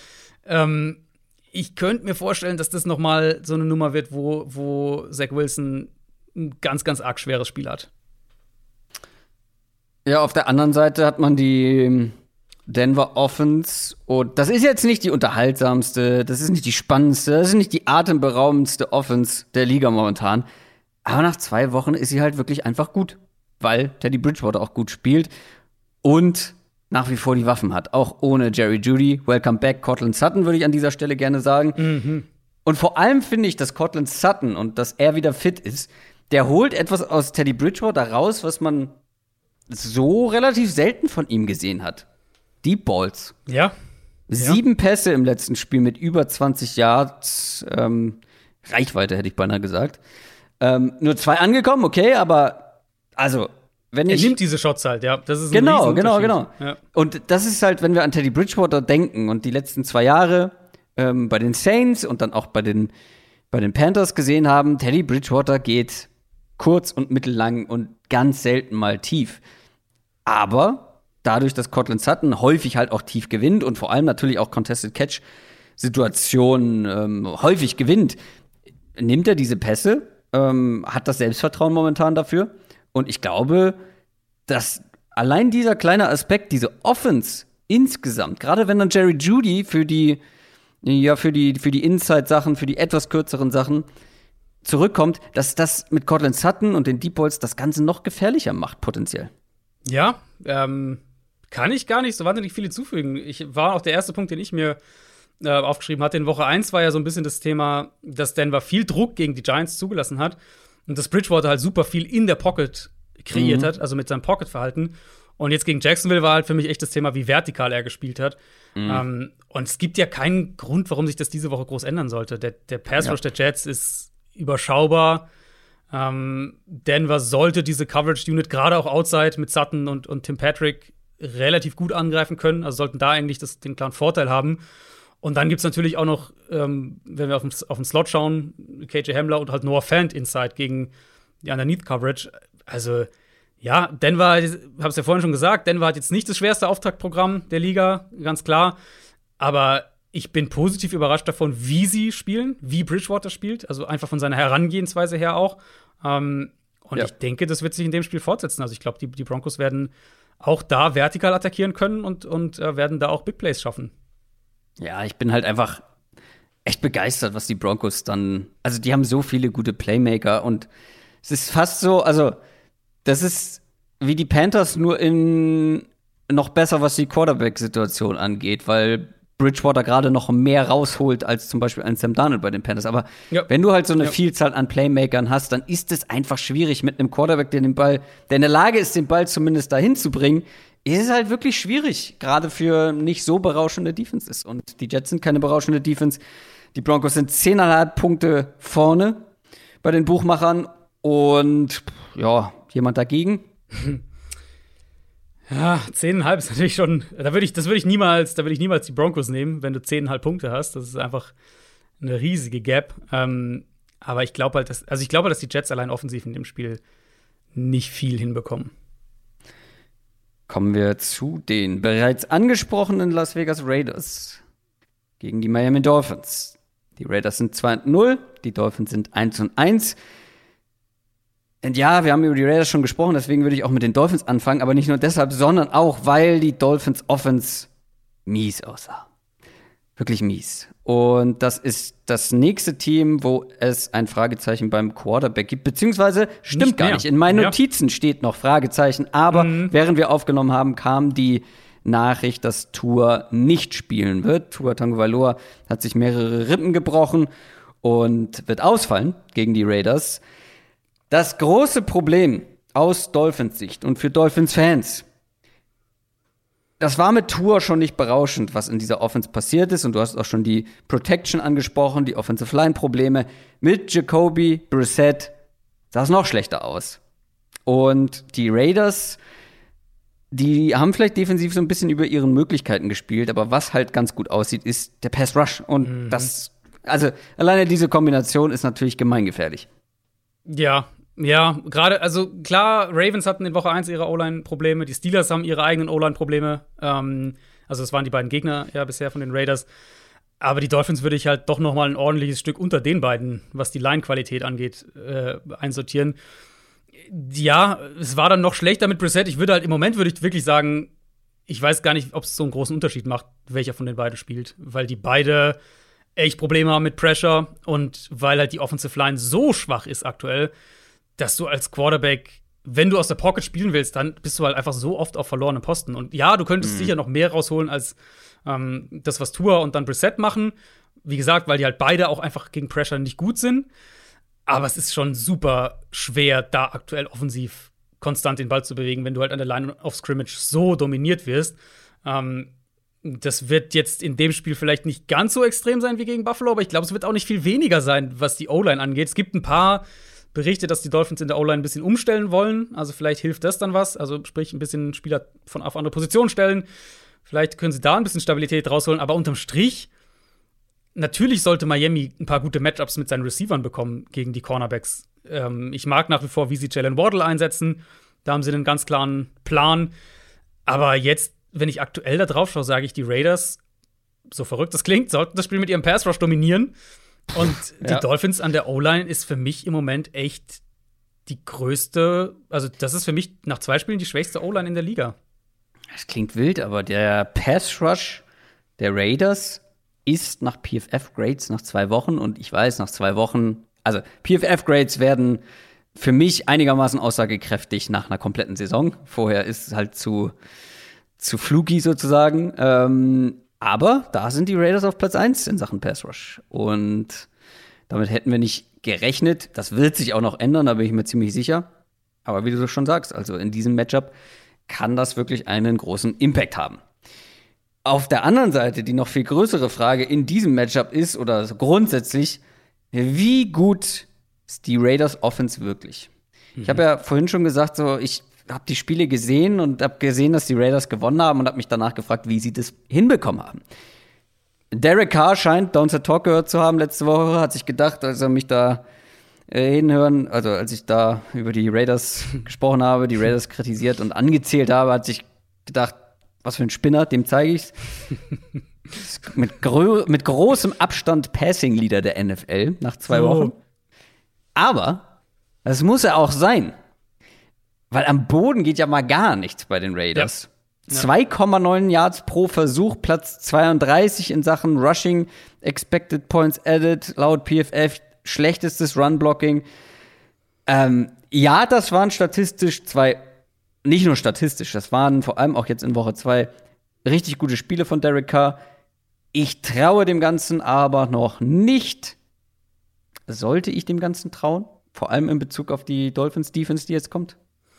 ich könnte mir vorstellen, dass das noch mal so eine Nummer wird, wo Zach Wilson ein ganz, ganz arg schweres Spiel hat. Ja, auf der anderen Seite hat man die Denver Offense und das ist jetzt nicht die unterhaltsamste, das ist nicht die spannendste, das ist nicht die atemberaubendste Offense der Liga momentan. Aber nach 2 Wochen ist sie halt wirklich einfach gut, weil Teddy Bridgewater auch gut spielt und nach wie vor die Waffen hat, auch ohne Jerry Jeudy. Welcome back, Cortland Sutton, würde ich an dieser Stelle gerne sagen. Und vor allem finde ich, dass Cortland Sutton und dass er wieder fit ist, der holt etwas aus Teddy Bridgewater raus, was man so relativ selten von ihm gesehen hat. Deep Balls. Ja. 7 Pässe im letzten Spiel mit über 20 Yards. Reichweite, hätte ich beinahe gesagt. Nur 2 angekommen, okay, aber also, wenn er nimmt diese Shots halt, ja. Das ist ein genau. Ja. Und das ist halt, wenn wir an Teddy Bridgewater denken und die letzten 2 Jahre bei den Saints und dann auch bei den Panthers gesehen haben, Teddy Bridgewater geht kurz und mittellang und ganz selten mal tief. Aber dadurch, dass Cortland Sutton häufig halt auch tief gewinnt und vor allem natürlich auch Contested Catch Situationen häufig gewinnt, nimmt er diese Pässe, hat das Selbstvertrauen momentan dafür. Und ich glaube, dass allein dieser kleine Aspekt, diese Offense insgesamt, gerade wenn dann Jerry Jeudy für die Inside-Sachen, für die etwas kürzeren Sachen zurückkommt, dass das mit Cortland Sutton und den Deep Balls das Ganze noch gefährlicher macht, potenziell. Ja, kann ich gar nicht so wahnsinnig viele zufügen. War auch der erste Punkt, den ich mir aufgeschrieben hatte. In Woche 1 war ja so ein bisschen das Thema, dass Denver viel Druck gegen die Giants zugelassen hat und dass Bridgewater halt super viel in der Pocket kreiert hat, also mit seinem Pocket-Verhalten. Und jetzt gegen Jacksonville war halt für mich echt das Thema, wie vertikal er gespielt hat. Und es gibt ja keinen Grund, warum sich das diese Woche groß ändern sollte. Der Pass-Rush der Jets ist überschaubar. Denver sollte diese Coverage-Unit gerade auch outside mit Sutton und Tim Patrick relativ gut angreifen können. Also sollten da eigentlich den klaren Vorteil haben. Und dann gibt es natürlich auch noch, wenn wir auf den Slot schauen, KJ Hamler und halt Noah Fant inside gegen die Underneath-Coverage. Also, ja, Denver, ich habe es ja vorhin schon gesagt, Denver hat jetzt nicht das schwerste Auftaktprogramm der Liga, ganz klar. Aber ich bin positiv überrascht davon, wie sie spielen, wie Bridgewater spielt. Also einfach von seiner Herangehensweise her auch. Und ich denke, das wird sich in dem Spiel fortsetzen. Also ich glaube, die Broncos werden auch da vertikal attackieren können und werden da auch Big Plays schaffen. Ja, ich bin halt einfach echt begeistert, was die Broncos dann. Also, die haben so viele gute Playmaker und es ist fast so, also, das ist wie die Panthers, nur in noch besser, was die Quarterback-Situation angeht, weil Bridgewater gerade noch mehr rausholt als zum Beispiel ein Sam Darnold bei den Panthers. Aber wenn du halt so eine Vielzahl an Playmakern hast, dann ist es einfach schwierig mit einem Quarterback, der in der Lage ist, den Ball zumindest dahin zu bringen. Ist es halt wirklich schwierig, gerade für nicht so berauschende Defenses. Und die Jets sind keine berauschende Defense. Die Broncos sind 10,5 Punkte vorne bei den Buchmachern. Und ja, jemand dagegen? Ja, 10,5 ist natürlich schon. Da würde ich niemals die Broncos nehmen, wenn du 10,5 Punkte hast. Das ist einfach eine riesige Gap. Aber ich glaube halt, dass die Jets allein offensiv in dem Spiel nicht viel hinbekommen. Kommen wir zu den bereits angesprochenen Las Vegas Raiders gegen die Miami Dolphins. Die Raiders sind 2-0, die Dolphins sind 1-1. Und ja, wir haben über die Raiders schon gesprochen, deswegen würde ich auch mit den Dolphins anfangen, aber nicht nur deshalb, sondern auch, weil die Dolphins Offense mies aussah. Wirklich mies. Und das ist das nächste Team, wo es ein Fragezeichen beim Quarterback gibt, beziehungsweise stimmt nicht gar nicht. In meinen Notizen steht noch Fragezeichen, aber während wir aufgenommen haben, kam die Nachricht, dass Tua nicht spielen wird. Tua Tagovailoa hat sich mehrere Rippen gebrochen und wird ausfallen gegen die Raiders. Das große Problem aus Dolphins Sicht und für Dolphins-Fans, das war mit Tua schon nicht berauschend, was in dieser Offense passiert ist. Und du hast auch schon die Protection angesprochen, die Offensive-Line-Probleme. Mit Jacoby Brissett sah es noch schlechter aus. Und die Raiders, die haben vielleicht defensiv so ein bisschen über ihren Möglichkeiten gespielt. Aber was halt ganz gut aussieht, ist der Pass-Rush. Und also alleine diese Kombination ist natürlich gemeingefährlich. Ja, gerade, also klar, Ravens hatten in Woche 1 ihre O-Line-Probleme, die Steelers haben ihre eigenen O-Line-Probleme. Also das waren die beiden Gegner ja bisher von den Raiders. Aber die Dolphins würde ich halt doch noch mal ein ordentliches Stück unter den beiden, was die Line-Qualität angeht, einsortieren. Ja, es war dann noch schlechter mit Brissett. Im Moment würde ich wirklich sagen, ich weiß gar nicht, ob es so einen großen Unterschied macht, welcher von den beiden spielt. Weil die beide echt Probleme haben mit Pressure und weil halt die Offensive Line so schwach ist aktuell, dass du als Quarterback, wenn du aus der Pocket spielen willst, dann bist du halt einfach so oft auf verlorenen Posten. Und ja, du könntest sicher noch mehr rausholen als das, was Tua und dann Brissett machen. Wie gesagt, weil die halt beide auch einfach gegen Pressure nicht gut sind. Aber es ist schon super schwer, da aktuell offensiv konstant den Ball zu bewegen, wenn du halt an der Line of Scrimmage so dominiert wirst. Das wird jetzt in dem Spiel vielleicht nicht ganz so extrem sein wie gegen Buffalo, aber ich glaube, es wird auch nicht viel weniger sein, was die O-Line angeht. Es gibt ein paar Berichte, dass die Dolphins in der O-Line ein bisschen umstellen wollen. Also vielleicht hilft das dann was. Also sprich, ein bisschen Spieler auf andere Positionen stellen. Vielleicht können sie da ein bisschen Stabilität rausholen. Aber unterm Strich, natürlich sollte Miami ein paar gute Matchups mit seinen Receivern bekommen gegen die Cornerbacks. Ich mag nach wie vor, wie sie Jalen Waddle einsetzen. Da haben sie einen ganz klaren Plan. Aber jetzt, wenn ich aktuell da drauf schaue, sage ich, die Raiders, so verrückt das klingt, sollten das Spiel mit ihrem Pass-Rush dominieren. Und die Dolphins an der O-Line ist für mich im Moment echt die größte, also das ist für mich nach 2 Spielen die schwächste O-Line in der Liga. Das klingt wild, aber der Pass-Rush der Raiders ist nach PFF-Grades nach 2 Wochen. Und ich weiß, nach 2 Wochen, also PFF-Grades werden für mich einigermaßen aussagekräftig nach einer kompletten Saison. Vorher ist es halt zu fluky sozusagen. Aber da sind die Raiders auf Platz 1 in Sachen Pass Rush. Und damit hätten wir nicht gerechnet. Das wird sich auch noch ändern, da bin ich mir ziemlich sicher. Aber wie du schon sagst, also in diesem Matchup kann das wirklich einen großen Impact haben. Auf der anderen Seite, die noch viel größere Frage in diesem Matchup ist, oder grundsätzlich, wie gut ist die Raiders Offense wirklich. Ich habe ja vorhin schon gesagt, so ich habe die Spiele gesehen und habe gesehen, dass die Raiders gewonnen haben und habe mich danach gefragt, wie sie das hinbekommen haben. Derek Carr scheint Downset Talk gehört zu haben letzte Woche, hat sich gedacht, als er mich da hinhören, also als ich da über die Raiders gesprochen habe, die Raiders kritisiert und angezählt habe, hat sich gedacht, was für ein Spinner, dem zeige ich's. mit großem Abstand Passing-Leader der NFL nach 2 Wochen. Aber das muss er auch sein. Weil am Boden geht ja mal gar nichts bei den Raiders. Ja. 2,9 Yards pro Versuch, Platz 32 in Sachen Rushing, Expected Points Added, laut PFF, schlechtestes Run-Blocking. Ja, das waren statistisch nicht nur statistisch, das waren vor allem auch jetzt in Woche 2 richtig gute Spiele von Derek Carr. Ich traue dem Ganzen aber noch nicht. Sollte ich dem Ganzen trauen? Vor allem in Bezug auf die Dolphins-Defense, die jetzt kommt?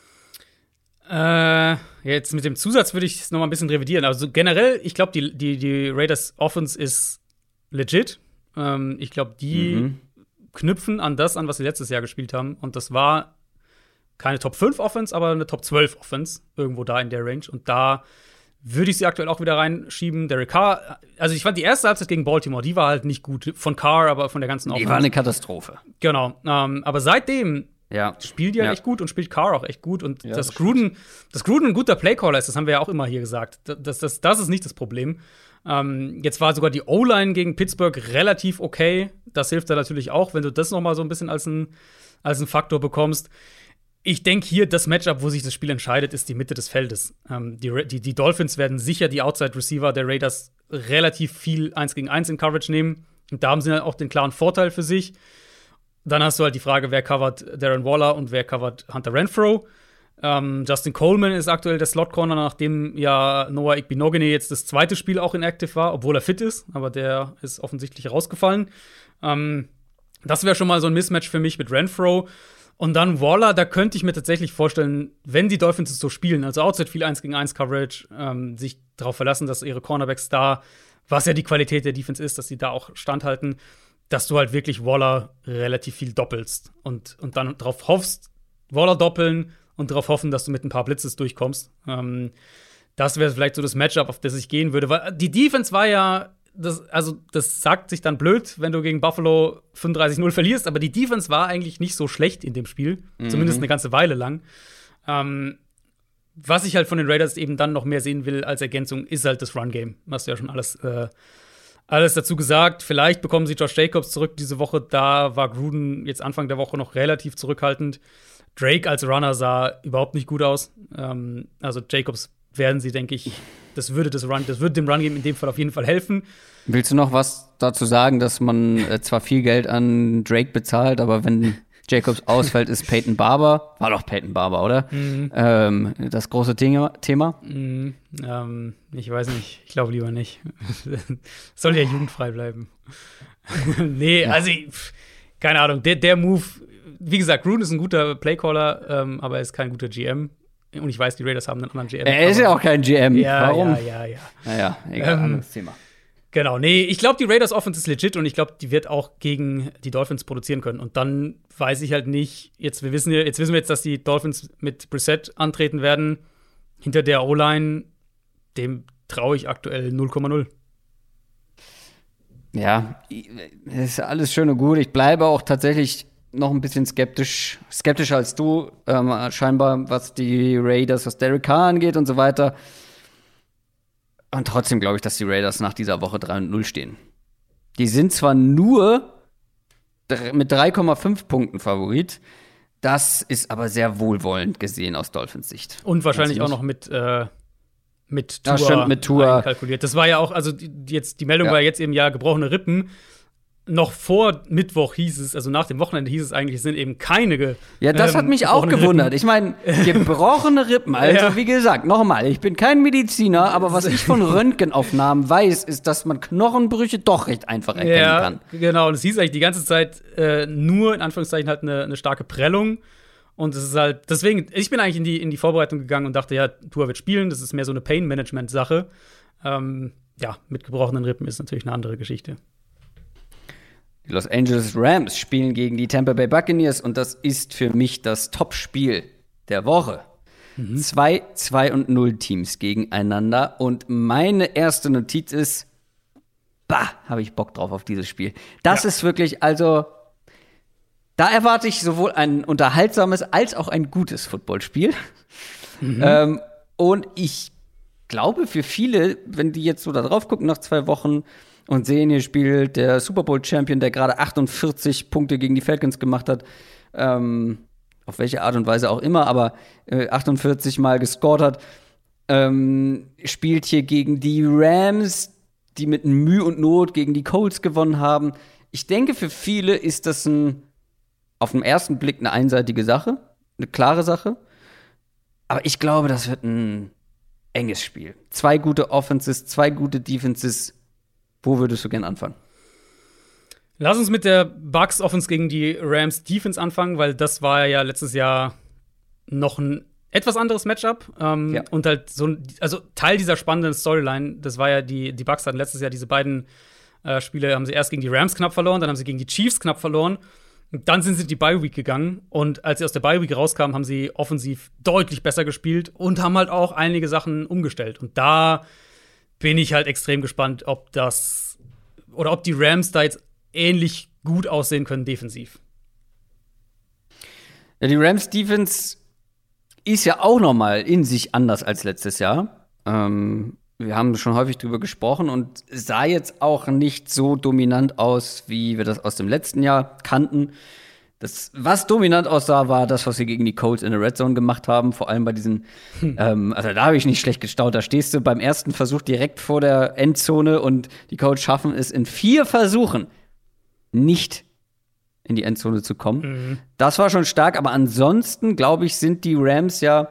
Jetzt mit dem Zusatz würde ich es noch mal ein bisschen revidieren. Also generell, ich glaube, die Raiders Offense ist legit. Ich glaube, die knüpfen an das an, was sie letztes Jahr gespielt haben. Und das war keine Top 5 Offense, aber eine Top 12 Offense. Irgendwo da in der Range. Und da würde ich sie aktuell auch wieder reinschieben. Derek Carr, also ich fand die erste Halbzeit gegen Baltimore, die war halt nicht gut. Von Carr, aber von der ganzen Offense. Die war eine Katastrophe. Genau. Aber seitdem spielt die halt echt gut und spielt Carr auch echt gut. Und dass Gruden ein guter Playcaller ist, das haben wir ja auch immer hier gesagt. Das ist nicht das Problem. Jetzt war sogar die O-Line gegen Pittsburgh relativ okay. Das hilft da natürlich auch, wenn du das noch mal so ein bisschen als ein Faktor bekommst. Ich denke hier, das Matchup, wo sich das Spiel entscheidet, ist die Mitte des Feldes. Die Dolphins werden sicher die Outside-Receiver der Raiders relativ viel 1 gegen 1 in Coverage nehmen. Und da haben sie dann auch den klaren Vorteil für sich. Dann hast du halt die Frage, wer covert Darren Waller und wer covert Hunter Renfrow. Justin Coleman ist aktuell der Slot-Corner, nachdem ja Noah Igbinoghene jetzt das zweite Spiel auch inactive war, obwohl er fit ist. Aber der ist offensichtlich rausgefallen. Das wäre schon mal so ein Mismatch für mich mit Renfrow. Und dann Waller, da könnte ich mir tatsächlich vorstellen, wenn die Dolphins es so spielen, also outside viel 1 gegen 1 Coverage, sich darauf verlassen, dass ihre Cornerbacks da, was ja die Qualität der Defense ist, dass sie da auch standhalten, dass du halt wirklich Waller relativ viel doppelst und dann darauf hoffst, Waller doppeln und darauf hoffen, dass du mit ein paar Blitzes durchkommst. Das wäre vielleicht so das Matchup, auf das ich gehen würde, weil die Defense war ja das sagt sich dann blöd, wenn du gegen Buffalo 35-0 verlierst, aber die Defense war eigentlich nicht so schlecht in dem Spiel. Zumindest eine ganze Weile lang. Was ich halt von den Raiders eben dann noch mehr sehen will als Ergänzung, ist halt das Run-Game. Hast du ja schon alles dazu gesagt. Vielleicht bekommen sie Josh Jacobs zurück diese Woche. Da war Gruden jetzt Anfang der Woche noch relativ zurückhaltend. Drake als Runner sah überhaupt nicht gut aus. Also Jacobs werden sie, denke ich, das würde dem Run-Game in dem Fall auf jeden Fall helfen. Willst du noch was dazu sagen, dass man zwar viel Geld an Drake bezahlt, aber wenn Jacobs ausfällt, ist Peyton Barber, war doch Peyton Barber, oder? Das große Thema? Ich weiß nicht, ich glaube lieber nicht. Soll ja jugendfrei bleiben. Nee, also, keine Ahnung, der Move, wie gesagt, Gruden ist ein guter Playcaller, aber er ist kein guter GM. Und ich weiß, die Raiders haben einen anderen GM. Er ist ja auch kein GM. Ja, warum? Ja. Naja, egal, anderes Thema. Genau, nee, ich glaube, die Raiders Offense ist legit und ich glaube, die wird auch gegen die Dolphins produzieren können. Und dann weiß ich halt nicht, jetzt wissen wir jetzt, dass die Dolphins mit Brissett antreten werden. Hinter der O-Line, dem traue ich aktuell 0,0. Ja, ist alles schön und gut. Ich bleibe auch tatsächlich noch ein bisschen skeptischer als du, scheinbar, was die Raiders, was Derek Carr angeht und so weiter. Und trotzdem glaube ich, dass die Raiders nach dieser Woche 3-0 stehen. Die sind zwar nur mit 3,5 Punkten Favorit, das ist aber sehr wohlwollend gesehen aus Dolphins Sicht. Und wahrscheinlich auch noch mit Tua, mit Tua kalkuliert. Das war ja auch, also die Meldung war jetzt eben ja gebrochene Rippen. Noch vor Mittwoch hieß es, also nach dem Wochenende hieß es eigentlich, es sind eben keine Ja, das hat mich auch gewundert. Rippen. Ich meine, gebrochene Rippen, also wie gesagt, nochmal, ich bin kein Mediziner, aber was ich von Röntgenaufnahmen weiß, ist, dass man Knochenbrüche doch recht einfach erkennen kann. Genau, und es hieß eigentlich die ganze Zeit nur, in Anführungszeichen, halt eine starke Prellung. Und es ist halt, deswegen, ich bin eigentlich in die Vorbereitung gegangen und dachte, ja, Tua wird spielen, das ist mehr so eine Pain-Management-Sache. Mit gebrochenen Rippen ist natürlich eine andere Geschichte. Die Los Angeles Rams spielen gegen die Tampa Bay Buccaneers und das ist für mich das Topspiel der Woche. 2-2-0 Teams gegeneinander und meine erste Notiz ist, habe ich Bock drauf auf dieses Spiel. Das ist wirklich, also, da erwarte ich sowohl ein unterhaltsames als auch ein gutes Footballspiel. Und ich glaube, für viele, wenn die jetzt so da drauf gucken nach 2 Wochen und sehen, hier spielt der Super Bowl-Champion, der gerade 48 Punkte gegen die Falcons gemacht hat, auf welche Art und Weise auch immer, aber 48 Mal gescored hat, spielt hier gegen die Rams, die mit Mühe und Not gegen die Colts gewonnen haben. Ich denke, für viele ist das auf den ersten Blick eine einseitige Sache, eine klare Sache. Aber ich glaube, das wird ein enges Spiel. 2 gute Offenses, 2 gute Defenses. Wo würdest du gern anfangen? Lass uns mit der Bucks Offense gegen die Rams Defense anfangen, weil das war ja letztes Jahr noch ein etwas anderes Matchup. Und halt also Teil dieser spannenden Storyline, das war ja, die Bucks hatten letztes Jahr diese beiden Spiele, haben sie erst gegen die Rams knapp verloren, dann haben sie gegen die Chiefs knapp verloren. Und dann sind sie in die Bye-Week gegangen. Und als sie aus der Bye-Week rauskamen, haben sie offensiv deutlich besser gespielt und haben halt auch einige Sachen umgestellt. Und da bin ich halt extrem gespannt, ob die Rams da jetzt ähnlich gut aussehen können defensiv. Ja, die Rams-Defense ist ja auch noch mal in sich anders als letztes Jahr. Wir haben schon häufig drüber gesprochen und sah jetzt auch nicht so dominant aus, wie wir das aus dem letzten Jahr kannten. Was dominant aussah, war das, was wir gegen die Colts in der Red Zone gemacht haben. Vor allem bei diesen, also da habe ich nicht schlecht gestaunt. Da stehst du beim ersten Versuch direkt vor der Endzone und die Colts schaffen es in 4 Versuchen nicht in die Endzone zu kommen. Das war schon stark, aber ansonsten, glaube ich, sind die Rams ja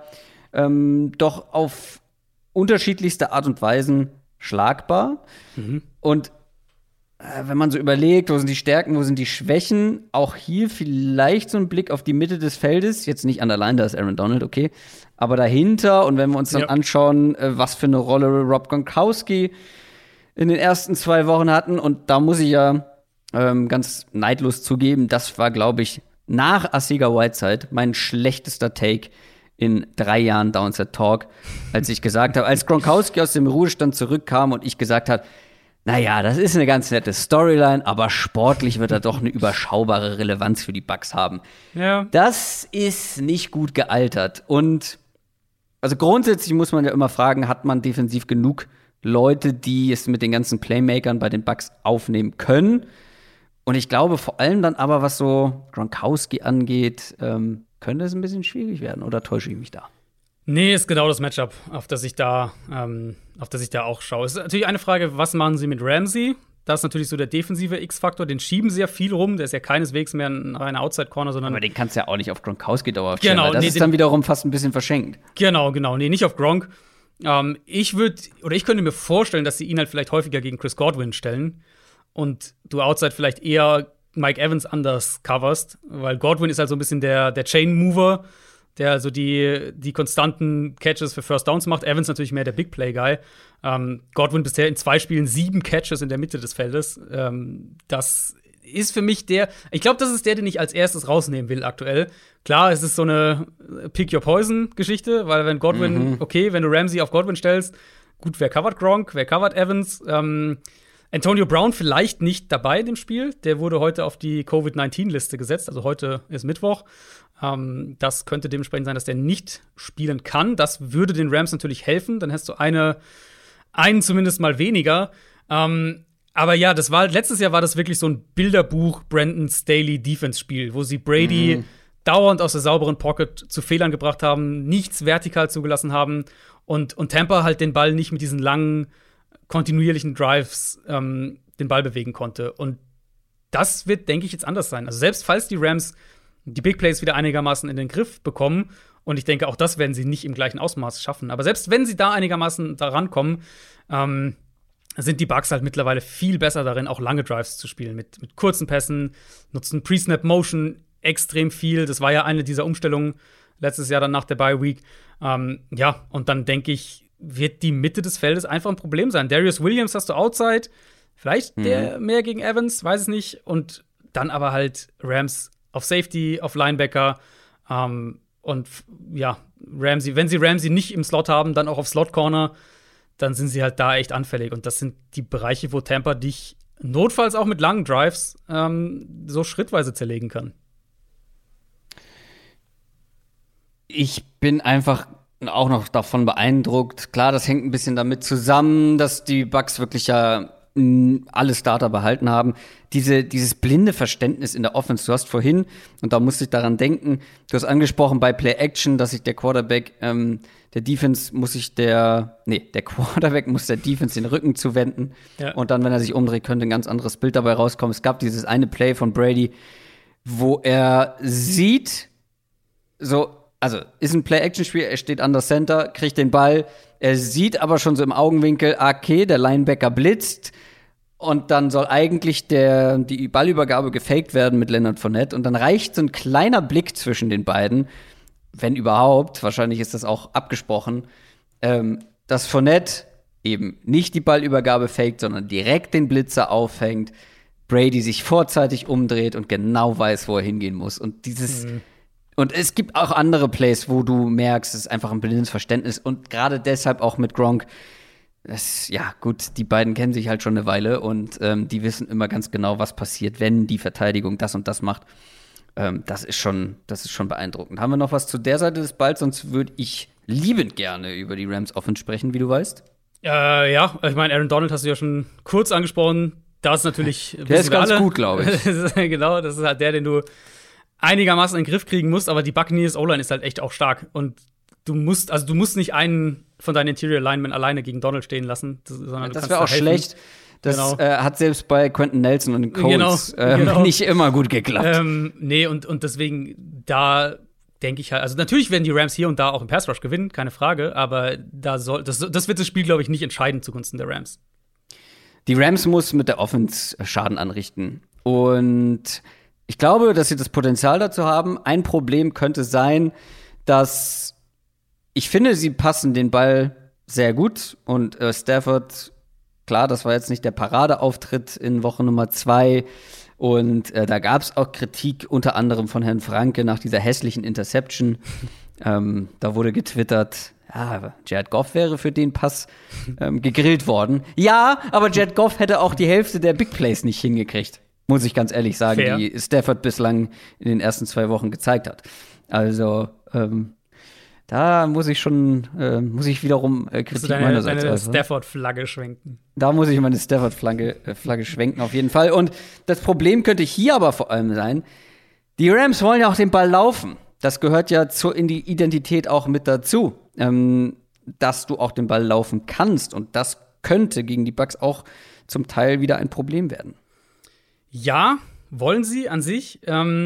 doch auf unterschiedlichste Art und Weisen schlagbar. Und wenn man so überlegt, wo sind die Stärken, wo sind die Schwächen, auch hier vielleicht so ein Blick auf die Mitte des Feldes, jetzt nicht an der Line, da ist Aaron Donald, okay, aber dahinter, und wenn wir uns dann anschauen, was für eine Rolle Rob Gronkowski in den ersten 2 Wochen hatten, und da muss ich ja ganz neidlos zugeben, das war, glaube ich, nach Arcega-Whiteside mein schlechtester Take in 3 Jahren Downset Talk, als ich gesagt habe, als Gronkowski aus dem Ruhestand zurückkam und ich gesagt habe, naja, das ist eine ganz nette Storyline, aber sportlich wird er doch eine überschaubare Relevanz für die Bucks haben. Ja. Das ist nicht gut gealtert. Und also grundsätzlich muss man ja immer fragen, hat man defensiv genug Leute, die es mit den ganzen Playmakern bei den Bucks aufnehmen können? Und ich glaube vor allem dann aber, was so Gronkowski angeht, könnte es ein bisschen schwierig werden. Oder täusche ich mich da? Nee, ist genau das Matchup, auf das ich da auch schaue. Es ist natürlich eine Frage, was machen sie mit Ramsey? Das ist natürlich so der defensive X-Faktor. Den schieben sie ja viel rum. Der ist ja keineswegs mehr ein reiner Outside-Corner, sondern. Aber den kannst du ja auch nicht auf Gronkowski dauerhaft stellen. Genau, das ist dann wiederum fast ein bisschen verschenkt. Genau. Nee, nicht auf Gronk. Ich könnte mir vorstellen, dass sie ihn halt vielleicht häufiger gegen Chris Godwin stellen. Und du Outside vielleicht eher Mike Evans anders coverst. Weil Godwin ist halt so ein bisschen der Chain-Mover, der also die konstanten Catches für First Downs macht. Evans natürlich mehr der Big Play Guy. Godwin bisher in 2 Spielen 7 Catches in der Mitte des Feldes. Das ist für mich ich glaube, das ist der, den ich als erstes rausnehmen will aktuell. Klar, es ist so eine Pick-Your-Poison-Geschichte, weil wenn Godwin, wenn du Ramsey auf Godwin stellst, gut, wer covert Gronk, wer covert Evans? Antonio Brown vielleicht nicht dabei in dem Spiel. Der wurde heute auf die Covid-19-Liste gesetzt. Also heute ist Mittwoch. Das könnte dementsprechend sein, dass der nicht spielen kann. Das würde den Rams natürlich helfen. Dann hast du einen zumindest mal weniger. Aber ja, letztes Jahr war das wirklich so ein Bilderbuch Brandon Staley Defense-Spiel, wo sie Brady dauernd aus der sauberen Pocket zu Fehlern gebracht haben, nichts vertikal zugelassen haben und Tampa halt den Ball nicht mit diesen langen kontinuierlichen Drives den Ball bewegen konnte. Und das wird, denke ich, jetzt anders sein. Also selbst falls die Rams die Big Plays wieder einigermaßen in den Griff bekommen, und ich denke, auch das werden sie nicht im gleichen Ausmaß schaffen, aber selbst wenn sie da einigermaßen da rankommen, sind die Bucks halt mittlerweile viel besser darin, auch lange Drives zu spielen, mit kurzen Pässen, nutzen Pre-Snap-Motion extrem viel. Das war ja eine dieser Umstellungen letztes Jahr dann nach der Bye-Week. Und dann denke ich, wird die Mitte des Feldes einfach ein Problem sein. Darius Williams hast du Outside, Vielleicht der mehr gegen Evans, weiß es nicht. Und dann aber halt Rams auf Safety, auf Linebacker. Und ja, Ramsey, wenn sie Ramsey nicht im Slot haben, dann auch auf Slot Corner, dann sind sie halt da echt anfällig. Und das sind die Bereiche, wo Tampa dich notfalls auch mit langen Drives so schrittweise zerlegen kann. Ich bin einfach auch noch davon beeindruckt. Klar, das hängt ein bisschen damit zusammen, dass die Bucks wirklich ja alle Starter behalten haben. Dieses blinde Verständnis in der Offense. Du hast vorhin, und da musste ich daran denken, du hast angesprochen bei Play-Action, dass sich der Quarterback, der Quarterback muss der Defense den Rücken zuwenden. Ja. Und dann, wenn er sich umdreht, könnte ein ganz anderes Bild dabei rauskommen. Es gab dieses eine Play von Brady, wo er sieht, also ist ein Play-Action-Spiel, er steht an der Center, kriegt den Ball, er sieht aber schon so im Augenwinkel, okay, der Linebacker blitzt und dann soll eigentlich die Ballübergabe gefaked werden mit Leonard Fournette und dann reicht so ein kleiner Blick zwischen den beiden, wenn überhaupt, wahrscheinlich ist das auch abgesprochen, dass Fournette eben nicht die Ballübergabe faked, sondern direkt den Blitzer auffängt, Brady sich vorzeitig umdreht und genau weiß, wo er hingehen muss. Und Und es gibt auch andere Plays, wo du merkst, es ist einfach ein blindes Verständnis. Und gerade deshalb auch mit Gronk, die beiden kennen sich halt schon eine Weile und die wissen immer ganz genau, was passiert, wenn die Verteidigung das und das macht. Das ist schon beeindruckend. Haben wir noch was zu der Seite des Balls? Sonst würde ich liebend gerne über die Rams Offense sprechen, wie du weißt. Ja, ich meine, Aaron Donald hast du ja schon kurz angesprochen. Das ist natürlich der ist ganz gut, glaube ich. Genau, das ist halt der, den du einigermaßen in den Griff kriegen musst, aber die Buccaneers O-Line ist halt echt auch stark. Und du musst nicht einen von deinen Interior Linemen alleine gegen Donald stehen lassen. Das wäre auch schlecht. Das hat selbst bei Quentin Nelson und den Colts nicht immer gut geklappt. Nee, und deswegen, da denke ich halt, also natürlich werden die Rams hier und da auch im Pass Rush gewinnen, keine Frage, aber das wird das Spiel, glaube ich, nicht entscheiden zugunsten der Rams. Die Rams muss mit der Offense Schaden anrichten. Und ich glaube, dass sie das Potenzial dazu haben. Ein Problem könnte sein, dass ich finde, sie passen den Ball sehr gut. Und Stafford, klar, das war jetzt nicht der Paradeauftritt in Woche Nummer 2. Und da gab es auch Kritik, unter anderem von Herrn Franke, nach dieser hässlichen Interception. Da wurde getwittert, Jared Goff wäre für den Pass gegrillt worden. Ja, aber Jared Goff hätte auch die Hälfte der Big Plays nicht hingekriegt. Muss ich ganz ehrlich sagen, fair. Die Stafford bislang in den ersten 2 Wochen gezeigt hat. Also, da muss ich wiederum Kritik meinerseits deine Stafford-Flagge schwenken. Da muss ich meine Stafford-Flagge schwenken, auf jeden Fall. Und das Problem könnte hier aber vor allem sein, die Rams wollen ja auch den Ball laufen. Das gehört ja in die Identität auch mit dazu, dass du auch den Ball laufen kannst. Und das könnte gegen die Bucks auch zum Teil wieder ein Problem werden. Ja, wollen sie an sich.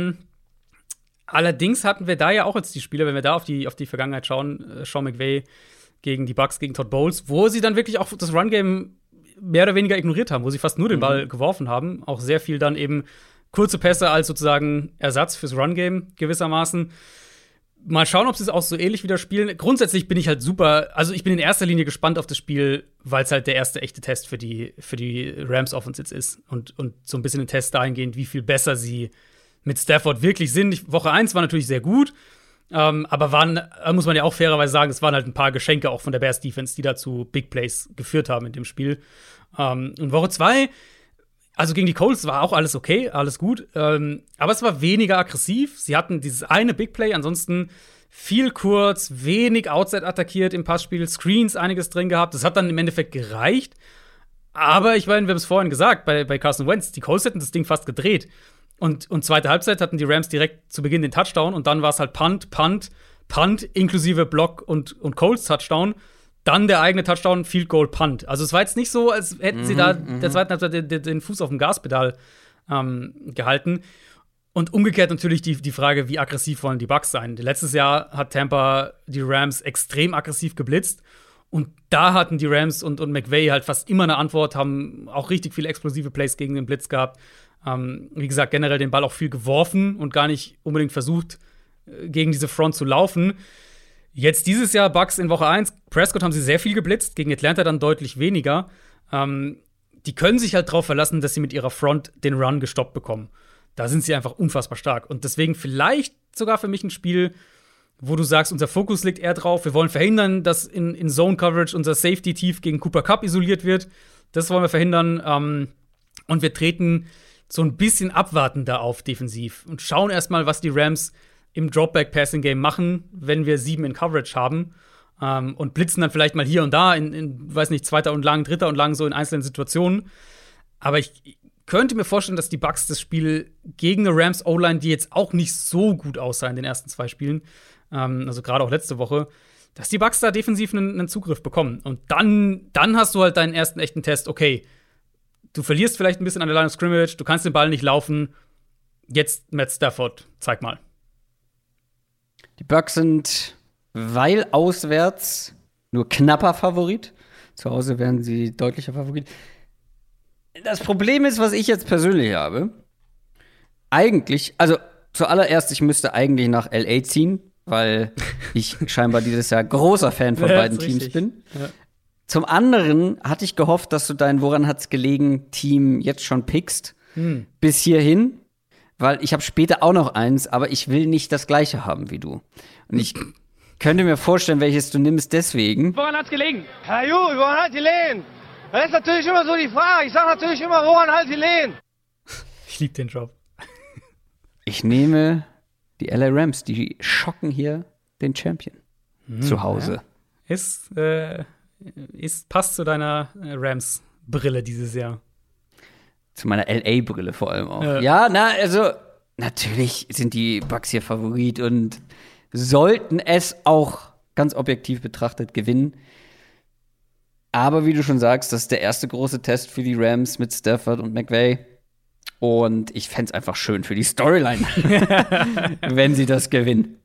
Allerdings hatten wir da ja auch jetzt die Spiele, wenn wir da auf die Vergangenheit schauen, Sean McVay gegen die Bucks, gegen Todd Bowles, wo sie dann wirklich auch das Run-Game mehr oder weniger ignoriert haben, wo sie fast nur den Ball geworfen haben. Auch sehr viel dann eben kurze Pässe als sozusagen Ersatz fürs Run-Game gewissermaßen. Mal schauen, ob sie es auch so ähnlich wieder spielen. Grundsätzlich bin ich halt ich bin in erster Linie gespannt auf das Spiel, weil es halt der erste echte Test für die Rams Offense jetzt ist. Und so ein bisschen ein Test dahingehend, wie viel besser sie mit Stafford wirklich sind. Woche 1 war natürlich sehr gut, aber muss man ja auch fairerweise sagen, es waren halt ein paar Geschenke auch von der Bears Defense, die dazu Big Plays geführt haben in dem Spiel. Und Woche 2, also gegen die Colts war auch alles okay, alles gut. Aber es war weniger aggressiv. Sie hatten dieses eine Big Play, ansonsten viel kurz, wenig Outside attackiert im Passspiel, Screens einiges drin gehabt. Das hat dann im Endeffekt gereicht. Aber ich meine, wir haben es vorhin gesagt, bei Carson Wentz, die Colts hätten das Ding fast gedreht. Und zweite Halbzeit hatten die Rams direkt zu Beginn den Touchdown und dann war es halt Punt, inklusive Block und Colts Touchdown. Dann der eigene Touchdown, Field Goal, Punt. Also es war jetzt nicht so, als hätten sie da der zweiten Halbzeit den Fuß auf dem Gaspedal gehalten. Und umgekehrt natürlich die Frage, wie aggressiv wollen die Bucks sein? Letztes Jahr hat Tampa die Rams extrem aggressiv geblitzt. Und da hatten die Rams und McVay halt fast immer eine Antwort, haben auch richtig viele explosive Plays gegen den Blitz gehabt. Wie gesagt, generell den Ball auch viel geworfen und gar nicht unbedingt versucht, gegen diese Front zu laufen. Jetzt dieses Jahr Bucks in Woche 1, Prescott haben sie sehr viel geblitzt, gegen Atlanta dann deutlich weniger. Die die können sich halt darauf verlassen, dass sie mit ihrer Front den Run gestoppt bekommen. Da sind sie einfach unfassbar stark. Und deswegen vielleicht sogar für mich ein Spiel, wo du sagst, unser Fokus liegt eher drauf. Wir wollen verhindern, dass in Zone-Coverage unser Safety tief gegen Cooper Kupp isoliert wird. Das wollen wir verhindern. Und wir treten so ein bisschen abwartender auf defensiv und schauen erstmal, was die Rams im Dropback-Passing-Game machen, wenn wir 7 in Coverage haben. Und blitzen dann vielleicht mal hier und da in weiß nicht, 2. und lang, 3. und lang, so in einzelnen Situationen. Aber ich könnte mir vorstellen, dass die Bucks das Spiel gegen eine Rams O-Line, die jetzt auch nicht so gut aussah in den ersten 2 Spielen, also gerade auch letzte Woche, dass die Bucks da defensiv einen Zugriff bekommen. Und dann hast du halt deinen ersten echten Test. Okay, du verlierst vielleicht ein bisschen an der Line of Scrimmage, du kannst den Ball nicht laufen. Jetzt Matt Stafford, zeig mal. Die Bucks sind, weil auswärts, nur knapper Favorit. Zu Hause wären sie deutlicher Favorit. Das Problem ist, was ich jetzt persönlich habe, eigentlich, also zuallererst, ich müsste eigentlich nach L.A. ziehen, weil ich scheinbar dieses Jahr großer Fan von beiden Teams bin. Ja. Zum anderen hatte ich gehofft, dass du dein Woran hat's gelegen Team jetzt schon pickst, bis hierhin, weil ich habe später auch noch eins, aber ich will nicht das gleiche haben wie du. Und ich könnte mir vorstellen, welches du nimmst deswegen. Woran hat's gelegen? Herr Ju, woran hat gelegen? Das ist natürlich immer so die Frage. Ich sage natürlich immer, woran halt gelegen? Ich liebe den Job. Ich nehme die LA Rams, die schocken hier den Champion zu Hause. Ja. Passt zu deiner Rams-Brille dieses Jahr. Zu meiner LA-Brille vor allem auch. Ja, also natürlich sind die Bucks hier Favorit und sollten es auch ganz objektiv betrachtet gewinnen. Aber wie du schon sagst, das ist der erste große Test für die Rams mit Stafford und McVay. Und ich fände es einfach schön für die Storyline, wenn sie das gewinnen.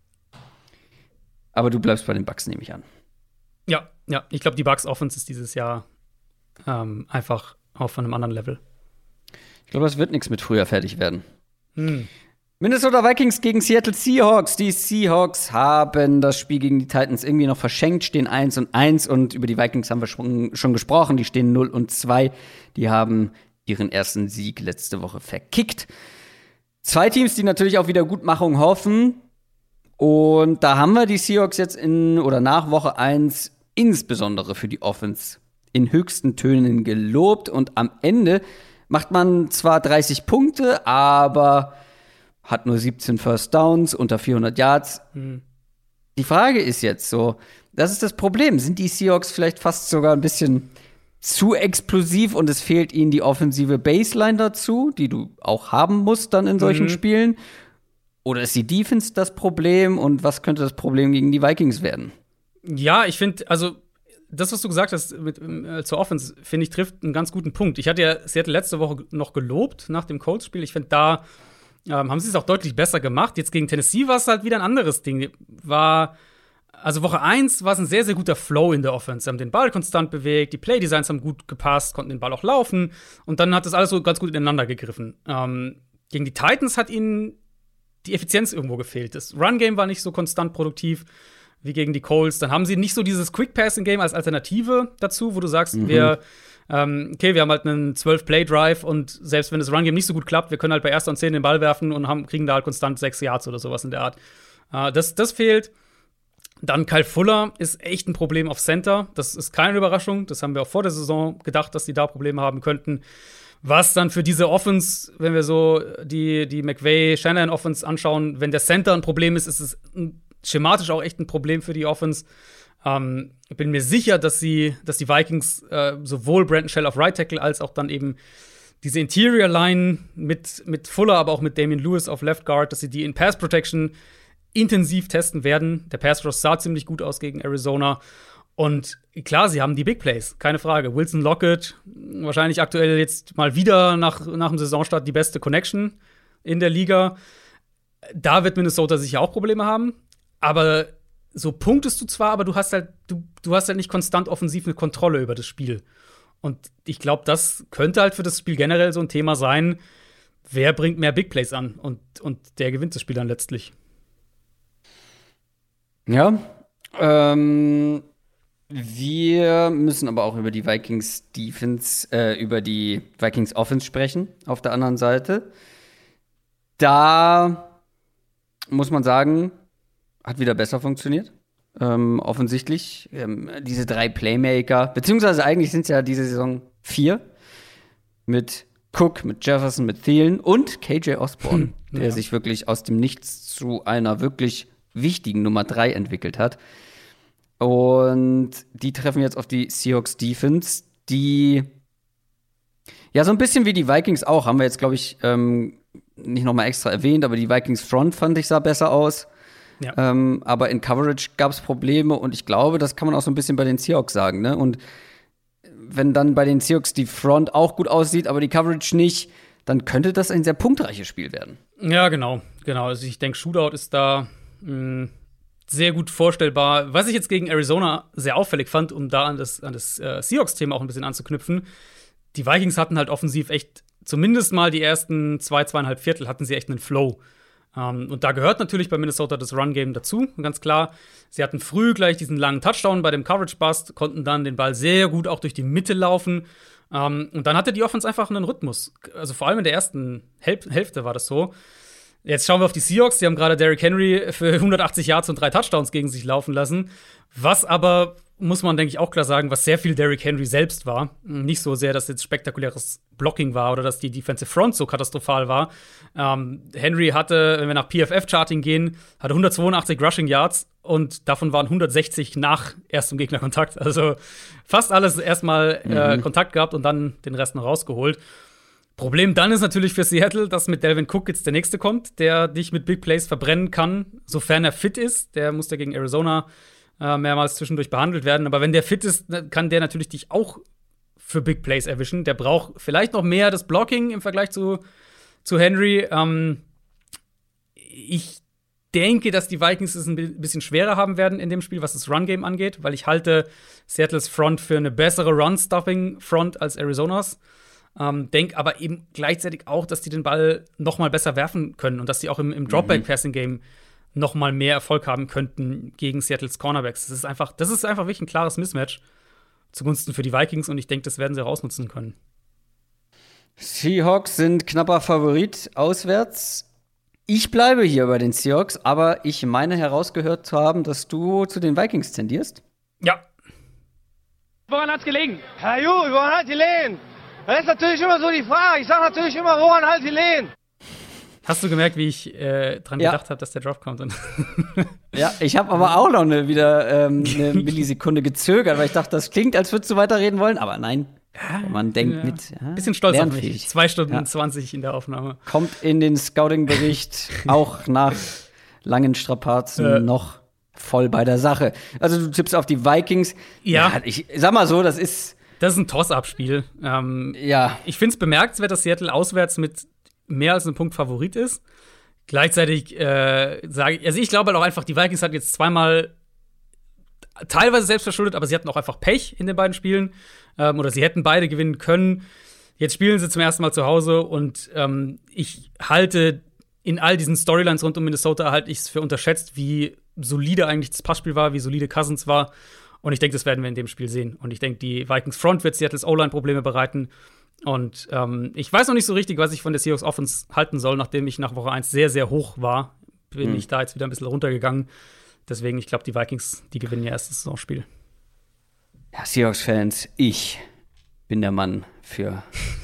Aber du bleibst bei den Bucks, nehme ich an. Ja, ich glaube, die Bucks Offense ist dieses Jahr einfach auf einem anderen Level. Ich glaube, es wird nichts mit früher fertig werden. Minnesota Vikings gegen Seattle Seahawks. Die Seahawks haben das Spiel gegen die Titans irgendwie noch verschenkt, stehen 1-1 und über die Vikings haben wir schon gesprochen. Die stehen 0-2. Die haben ihren ersten Sieg letzte Woche verkickt. 2 Teams, die natürlich auf Wiedergutmachung hoffen. Und da haben wir die Seahawks jetzt nach Woche 1 insbesondere für die Offense in höchsten Tönen gelobt. Und am Ende macht man zwar 30 Punkte, aber hat nur 17 First Downs, unter 400 Yards. Die Frage ist jetzt so, das ist das Problem. Sind die Seahawks vielleicht fast sogar ein bisschen zu explosiv und es fehlt ihnen die offensive Baseline dazu, die du auch haben musst dann in solchen Spielen? Oder ist die Defense das Problem und was könnte das Problem gegen die Vikings werden? Ja, ich finde, also das, was du gesagt hast zur Offense, finde ich, trifft einen ganz guten Punkt. Ich hatte ja Seattle letzte Woche noch gelobt nach dem Colts-Spiel. Ich finde, da haben sie es auch deutlich besser gemacht. Jetzt gegen Tennessee war es halt wieder ein anderes Ding. Also Woche 1 war es ein sehr, sehr guter Flow in der Offense. Sie haben den Ball konstant bewegt, die Playdesigns haben gut gepasst, konnten den Ball auch laufen. Und dann hat das alles so ganz gut ineinander gegriffen. Gegen die Titans hat ihnen die Effizienz irgendwo gefehlt. Das Run-Game war nicht so konstant produktiv wie gegen die Colts. Dann haben sie nicht so dieses Quick-Passing-Game als Alternative dazu, wo du sagst, wir haben halt einen 12-Play-Drive und selbst wenn das Run-Game nicht so gut klappt, wir können halt bei 1. und 10 den Ball werfen und kriegen da halt konstant 6 Yards oder sowas in der Art. Das fehlt. Dann Kyle Fuller ist echt ein Problem auf Center. Das ist keine Überraschung. Das haben wir auch vor der Saison gedacht, dass die da Probleme haben könnten. Was dann für diese Offense, wenn wir so die McVay-Shanahan-Offense anschauen, wenn der Center ein Problem ist, ist es schematisch auch echt ein Problem für die Offense. Ich bin mir sicher, dass die Vikings sowohl Brandon Shell auf Right Tackle als auch dann eben diese Interior Line mit Fuller, aber auch mit Damian Lewis auf Left Guard, dass sie die in Pass Protection intensiv testen werden. Der Pass Rush sah ziemlich gut aus gegen Arizona. Und klar, sie haben die Big Plays, keine Frage. Wilson Lockett, wahrscheinlich aktuell jetzt mal wieder nach dem Saisonstart die beste Connection in der Liga. Da wird Minnesota sicher auch Probleme haben. Aber so punktest du zwar, aber du hast halt nicht konstant offensiv eine Kontrolle über das Spiel. Und ich glaube, das könnte halt für das Spiel generell so ein Thema sein. Wer bringt mehr Big Plays an? Und der gewinnt das Spiel dann letztlich. Ja, Wir müssen aber auch über die Vikings Defense, über die Vikings Offense sprechen, auf der anderen Seite. Da muss man sagen, hat wieder besser funktioniert. Offensichtlich. Diese 3 Playmaker, beziehungsweise eigentlich sind es ja diese Saison 4 mit Cook, mit Jefferson, mit Thielen und KJ Osborne, der sich wirklich aus dem Nichts zu einer wirklich wichtigen Nummer 3 entwickelt hat. Und die treffen jetzt auf die Seahawks Defense, die ja so ein bisschen wie die Vikings auch, haben wir jetzt, glaube ich, nicht noch mal extra erwähnt, aber die Vikings Front, fand ich, sah besser aus. Ja. Aber in Coverage gab es Probleme und ich glaube, das kann man auch so ein bisschen bei den Seahawks sagen, ne? Und wenn dann bei den Seahawks die Front auch gut aussieht, aber die Coverage nicht, dann könnte das ein sehr punktreiches Spiel werden. Ja, genau. Also ich denke, Shootout ist da sehr gut vorstellbar. Was ich jetzt gegen Arizona sehr auffällig fand, um da an das Seahawks-Thema auch ein bisschen anzuknüpfen, die Vikings hatten halt offensiv echt, zumindest mal die ersten 2,5 Viertel, hatten sie echt einen Flow. Und da gehört natürlich bei Minnesota das Run-Game dazu, ganz klar. Sie hatten früh gleich diesen langen Touchdown bei dem Coverage-Bust, konnten dann den Ball sehr gut auch durch die Mitte laufen. Und dann hatte die Offense einfach einen Rhythmus. Also vor allem in der ersten Hälfte war das so. Jetzt schauen wir auf die Seahawks. Die haben gerade Derrick Henry für 180 Yards und 3 Touchdowns gegen sich laufen lassen. Was aber, muss man, denke ich, auch klar sagen, was sehr viel Derrick Henry selbst war. Nicht so sehr, dass jetzt spektakuläres Blocking war oder dass die Defensive Front so katastrophal war. Henry hatte, wenn wir nach PFF-Charting gehen, hatte 182 Rushing Yards und davon waren 160 nach erstem Gegnerkontakt. Also fast alles erstmal Kontakt gehabt und dann den Rest noch rausgeholt. Problem dann ist natürlich für Seattle, dass mit Dalvin Cook jetzt der Nächste kommt, der dich mit Big Plays verbrennen kann, sofern er fit ist. Der muss ja gegen Arizona mehrmals zwischendurch behandelt werden. Aber wenn der fit ist, kann der natürlich dich auch für Big Plays erwischen. Der braucht vielleicht noch mehr das Blocking im Vergleich zu Henry. Ich denke, dass die Vikings es ein bisschen schwerer haben werden in dem Spiel, was das Run-Game angeht, weil ich halte Seattles Front für eine bessere Run-Stopping-Front als Arizonas. Denk aber eben gleichzeitig auch, dass die den Ball noch mal besser werfen können und dass die auch im Dropback-Passing-Game noch mal mehr Erfolg haben könnten gegen Seattles Cornerbacks. Das ist einfach wirklich ein klares Mismatch zugunsten für die Vikings und ich denke, das werden sie auch ausnutzen können. Seahawks sind knapper Favorit auswärts. Ich bleibe hier bei den Seahawks, aber ich meine herausgehört zu haben, dass du zu den Vikings tendierst. Ja. Woran hat's gelegen? Herr Ju, woran hat die Lehen? Das ist natürlich immer so die Frage. Ich sage natürlich immer, woran halt die Lehen? Hast du gemerkt, wie ich dran gedacht habe, dass der Drop kommt? Ja, ich habe aber auch noch eine Millisekunde gezögert, weil ich dachte, das klingt, als würdest du weiterreden wollen, aber nein. Man denkt mit. Ja, bisschen stolz auf mich. 2 Stunden 20 in der Aufnahme. Kommt in den Scouting-Bericht auch nach langen Strapazen noch voll bei der Sache. Also du tippst auf die Vikings. Ja, ich sag mal so, das ist ein Toss-Up-Spiel. Ich finde es bemerkenswert, dass Seattle auswärts mit mehr als einem Punkt Favorit ist. Gleichzeitig sage ich, also ich glaube halt auch einfach, die Vikings hatten jetzt zweimal teilweise selbst verschuldet, aber sie hatten auch einfach Pech in den beiden Spielen. Oder sie hätten beide gewinnen können. Jetzt spielen sie zum ersten Mal zu Hause und ich halte in all diesen Storylines rund um Minnesota halte ich es für unterschätzt, wie solide eigentlich das Passspiel war, wie solide Cousins war. Und ich denke, das werden wir in dem Spiel sehen. Und ich denke, die Vikings Front wird Seattles O-Line Probleme bereiten. Und ich weiß noch nicht so richtig, was ich von der Seahawks Offense halten soll, nachdem ich nach Woche 1 sehr, sehr hoch war. Bin ich da jetzt wieder ein bisschen runtergegangen. Deswegen, ich glaube, die Vikings, die gewinnen ihr erstes Saisonspiel. Ja, Seahawks-Fans, ich bin der Mann für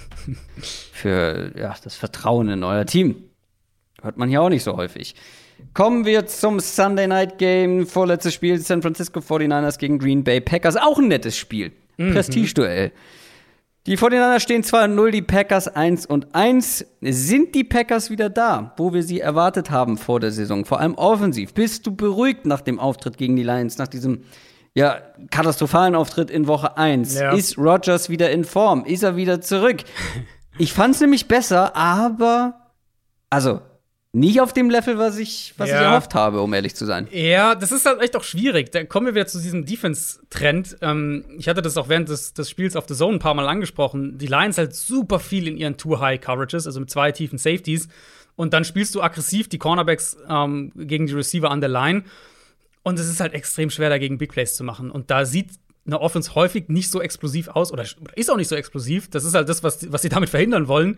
das Vertrauen in euer Team. Hört man hier auch nicht so häufig. Kommen wir zum Sunday Night Game. Vorletztes Spiel, San Francisco 49ers gegen Green Bay Packers. Auch ein nettes Spiel. Prestigeduell. Die 49ers stehen 2-0, die Packers 1-1. Sind die Packers wieder da, wo wir sie erwartet haben vor der Saison? Vor allem offensiv. Bist du beruhigt nach dem Auftritt gegen die Lions, nach diesem katastrophalen Auftritt in Woche 1? Ja. Ist Rodgers wieder in Form? Ist er wieder zurück? Ich fand's nämlich besser, aber nicht auf dem Level, was ich erhofft habe, um ehrlich zu sein. Ja, das ist halt echt auch schwierig. Da kommen wir wieder zu diesem Defense-Trend. Ich hatte das auch während des Spiels auf The Zone ein paar Mal angesprochen. Die Lions halt super viel in ihren Too-High-Coverages, also mit 2 tiefen Safeties. Und dann spielst du aggressiv die Cornerbacks gegen die Receiver an der Line. Und es ist halt extrem schwer, dagegen Big Plays zu machen. Und da sieht eine Offense häufig nicht so explosiv aus oder ist auch nicht so explosiv. Das ist halt das, was sie damit verhindern wollen.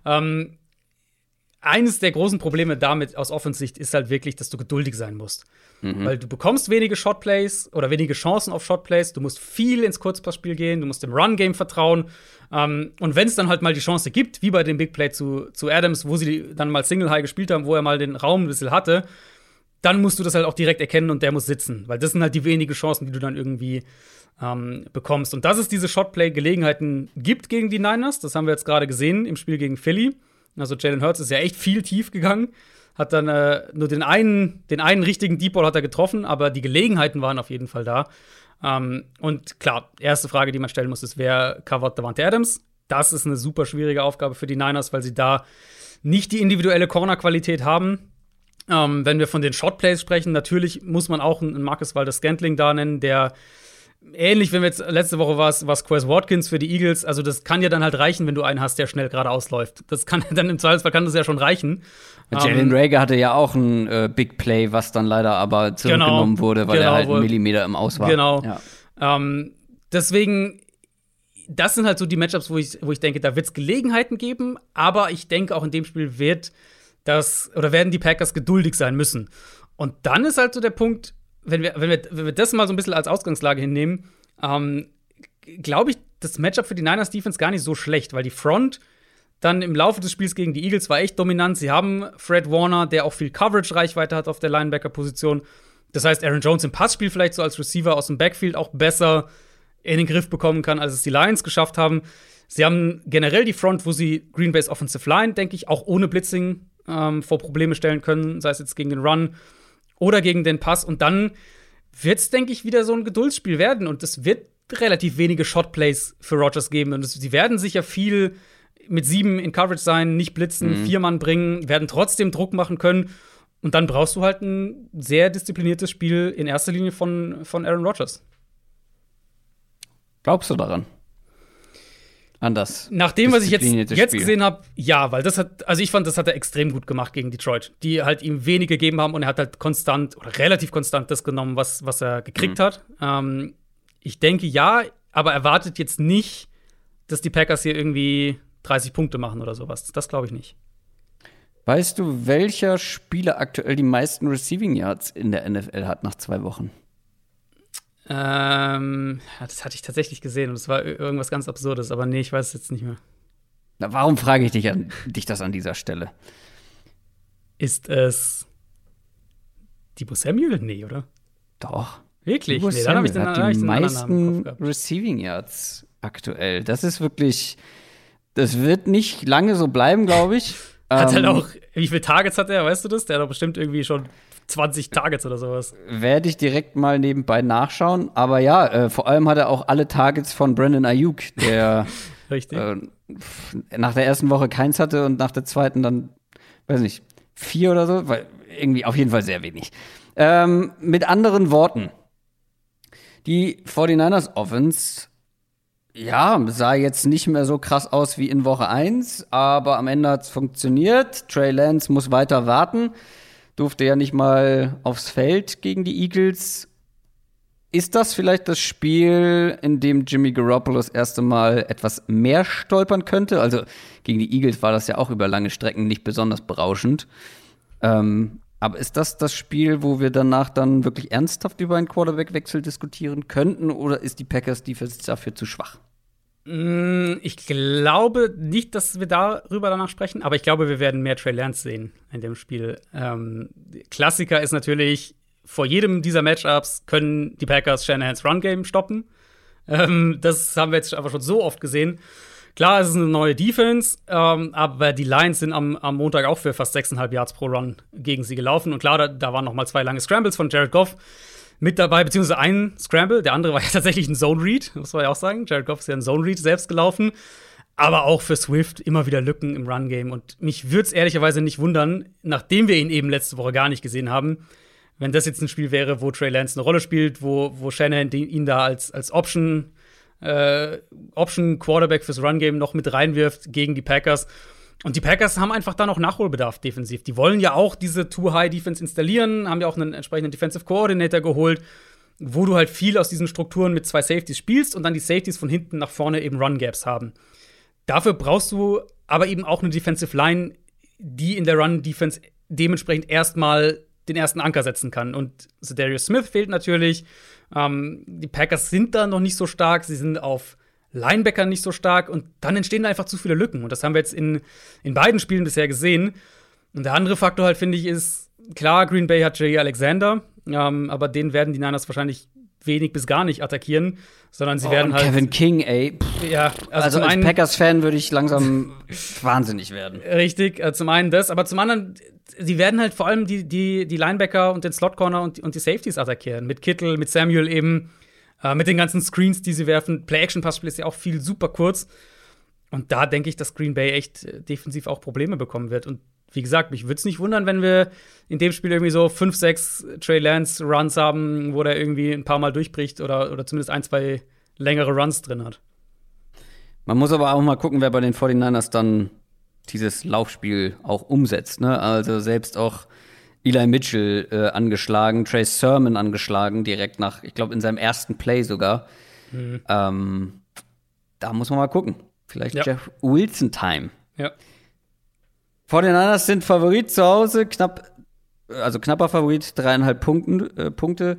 Eines der großen Probleme damit aus Offensicht ist halt wirklich, dass du geduldig sein musst. Weil du bekommst wenige Shotplays oder wenige Chancen auf Shotplays. Du musst viel ins Kurzpassspiel gehen, du musst dem Run-Game vertrauen. Und wenn es dann halt mal die Chance gibt, wie bei dem Big Play zu Adams, wo sie dann mal Single High gespielt haben, wo er mal den Raum ein bisschen hatte, dann musst du das halt auch direkt erkennen und der muss sitzen. Weil das sind halt die wenigen Chancen, die du dann irgendwie bekommst. Und dass es diese Shotplay-Gelegenheiten gibt gegen die Niners, das haben wir jetzt gerade gesehen im Spiel gegen Philly. Also Jalen Hurts ist ja echt viel tief gegangen. Hat dann nur den einen richtigen Deep Ball hat er getroffen, aber die Gelegenheiten waren auf jeden Fall da. Und klar, erste Frage, die man stellen muss, ist, wer covert Davante Adams? Das ist eine super schwierige Aufgabe für die Niners, weil sie da nicht die individuelle Corner-Qualität haben. Wenn wir von den Shotplays sprechen, natürlich muss man auch einen Marcus Valdes-Scantling da nennen, der ähnlich, wenn wir jetzt letzte Woche war es Quez Watkins für die Eagles, also das kann ja dann halt reichen, wenn du einen hast, der schnell geradeaus läuft. Das kann dann im Zweifelsfall kann das ja schon reichen. Jalen Reagor hatte ja auch ein Big Play, was dann leider aber zurückgenommen wurde, weil er halt einen Millimeter im Aus war. Genau. Ja. Deswegen, das sind halt so die Matchups, wo ich denke, da wird es Gelegenheiten geben, aber ich denke, auch in dem Spiel werden die Packers geduldig sein müssen. Und dann ist halt so der Punkt, wenn wir das mal so ein bisschen als Ausgangslage hinnehmen, glaube ich, das Matchup für die Niners Defense gar nicht so schlecht, weil die Front dann im Laufe des Spiels gegen die Eagles war echt dominant. Sie haben Fred Warner, der auch viel Coverage-Reichweite hat auf der Linebacker-Position. Das heißt, Aaron Jones im Passspiel vielleicht so als Receiver aus dem Backfield auch besser in den Griff bekommen kann, als es die Lions geschafft haben. Sie haben generell die Front, wo sie Green Bay's Offensive Line, denke ich, auch ohne Blitzing vor Probleme stellen können, sei es jetzt gegen den Run oder gegen den Pass. Und dann wird es, denke ich, wieder so ein Geduldsspiel werden. Und es wird relativ wenige Shotplays für Rodgers geben. Und sie werden sicher viel mit 7 in Coverage sein, nicht blitzen, 4 Mann bringen, werden trotzdem Druck machen können. Und dann brauchst du halt ein sehr diszipliniertes Spiel in erster Linie von Aaron Rodgers. Glaubst du daran? Anders. Nach dem, was ich jetzt gesehen habe, ja, weil ich fand, das hat er extrem gut gemacht gegen Detroit, die halt ihm wenig gegeben haben und er hat halt konstant oder relativ konstant das genommen, was er gekriegt hat. Ich denke, ja, aber erwartet jetzt nicht, dass die Packers hier irgendwie 30 Punkte machen oder sowas. Das glaube ich nicht. Weißt du, welcher Spieler aktuell die meisten Receiving Yards in der NFL hat nach 2 Wochen? Das hatte ich tatsächlich gesehen und es war irgendwas ganz Absurdes, aber nee, ich weiß es jetzt nicht mehr. Na, warum frage ich dich das an dieser Stelle? Ist es Deebo Samuel? Nee, oder? Doch. Wirklich? Deebo dann habe ich hat die meisten Receiving Yards aktuell. Das ist wirklich, das wird nicht lange so bleiben, glaube ich. Hat halt auch, wie viele Targets hat er, weißt du das? Der hat doch bestimmt irgendwie schon 20 Targets oder sowas. Werde ich direkt mal nebenbei nachschauen. Aber ja, vor allem hat er auch alle Targets von Brandon Ayuk, der Richtig. Nach der ersten Woche keins hatte und nach der zweiten dann, weiß nicht, 4 oder so. Weil irgendwie auf jeden Fall sehr wenig. Mit anderen Worten, die 49ers Offense sah jetzt nicht mehr so krass aus wie in Woche 1, aber am Ende hat es funktioniert. Trey Lance muss weiter warten. Durfte ja nicht mal aufs Feld gegen die Eagles. Ist das vielleicht das Spiel, in dem Jimmy Garoppolo das erste Mal etwas mehr stolpern könnte? Also gegen die Eagles war das ja auch über lange Strecken nicht besonders berauschend. Aber ist das Spiel, wo wir danach dann wirklich ernsthaft über einen Quarterback-Wechsel diskutieren könnten? Oder ist die Packers-Defense dafür zu schwach? Ich glaube nicht, dass wir darüber danach sprechen, aber ich glaube, wir werden mehr Trey Lance sehen in dem Spiel. Klassiker ist natürlich, vor jedem dieser Matchups können die Packers Shanahans Run-Game stoppen. Das haben wir jetzt aber schon so oft gesehen. Klar, es ist eine neue Defense, aber die Lions sind am Montag auch für fast 6,5 Yards pro Run gegen sie gelaufen. Und klar, da waren noch mal 2 lange Scrambles von Jared Goff mit dabei, beziehungsweise ein Scramble. Der andere war ja tatsächlich ein Zone-Read, muss man ja auch sagen. Jared Goff ist ja ein Zone-Read selbst gelaufen. Aber auch für Swift immer wieder Lücken im Run-Game. Und mich würde es ehrlicherweise nicht wundern, nachdem wir ihn eben letzte Woche gar nicht gesehen haben, wenn das jetzt ein Spiel wäre, wo Trey Lance eine Rolle spielt, wo Shanahan ihn da als Option Quarterback fürs Run-Game noch mit reinwirft gegen die Packers. Und die Packers haben einfach da noch Nachholbedarf defensiv. Die wollen ja auch diese Too-High-Defense installieren, haben ja auch einen entsprechenden Defensive Coordinator geholt. wo du halt viel aus diesen Strukturen mit 2 Safeties spielst und dann die Safeties von hinten nach vorne eben Run-Gaps haben. Dafür brauchst du aber eben auch eine Defensive Line, die in der Run-Defense dementsprechend erstmal den ersten Anker setzen kann. Und Za'Darius Smith fehlt natürlich. Die Packers sind da noch nicht so stark. Sie sind auf Linebacker nicht so stark. Und dann entstehen da einfach zu viele Lücken. Und das haben wir jetzt in beiden Spielen bisher gesehen. Und der andere Faktor halt, finde ich, ist, klar, Green Bay hat Jay Alexander. Aber den werden die Niners wahrscheinlich wenig bis gar nicht attackieren, sondern sie werden halt Kevin King, ey. Ja, also als Packers-Fan würde ich langsam wahnsinnig werden. Richtig, zum einen das, aber zum anderen, sie werden halt vor allem die Linebacker und den Slot-Corner und die Safeties attackieren. Mit Kittle, mit Samuel eben, mit den ganzen Screens, die sie werfen. Play-Action-Passspiel ist ja auch viel super kurz. Und da denke ich, dass Green Bay echt defensiv auch Probleme bekommen wird. Und wie gesagt, mich würde es nicht wundern, wenn wir in dem Spiel irgendwie so 5, 6 Trey Lance-Runs haben, wo der irgendwie ein paar Mal durchbricht oder zumindest 1, 2 längere Runs drin hat. Man muss aber auch mal gucken, wer bei den 49ers dann dieses Laufspiel auch umsetzt. Ne? Also selbst auch Eli Mitchell angeschlagen, Trey Sermon angeschlagen, direkt nach, ich glaube, in seinem ersten Play sogar. Da muss man mal gucken. Vielleicht Jeff Wilson-Time. Ja. 49ers sind Favorit zu Hause, knapper Favorit, 3,5 Punkte.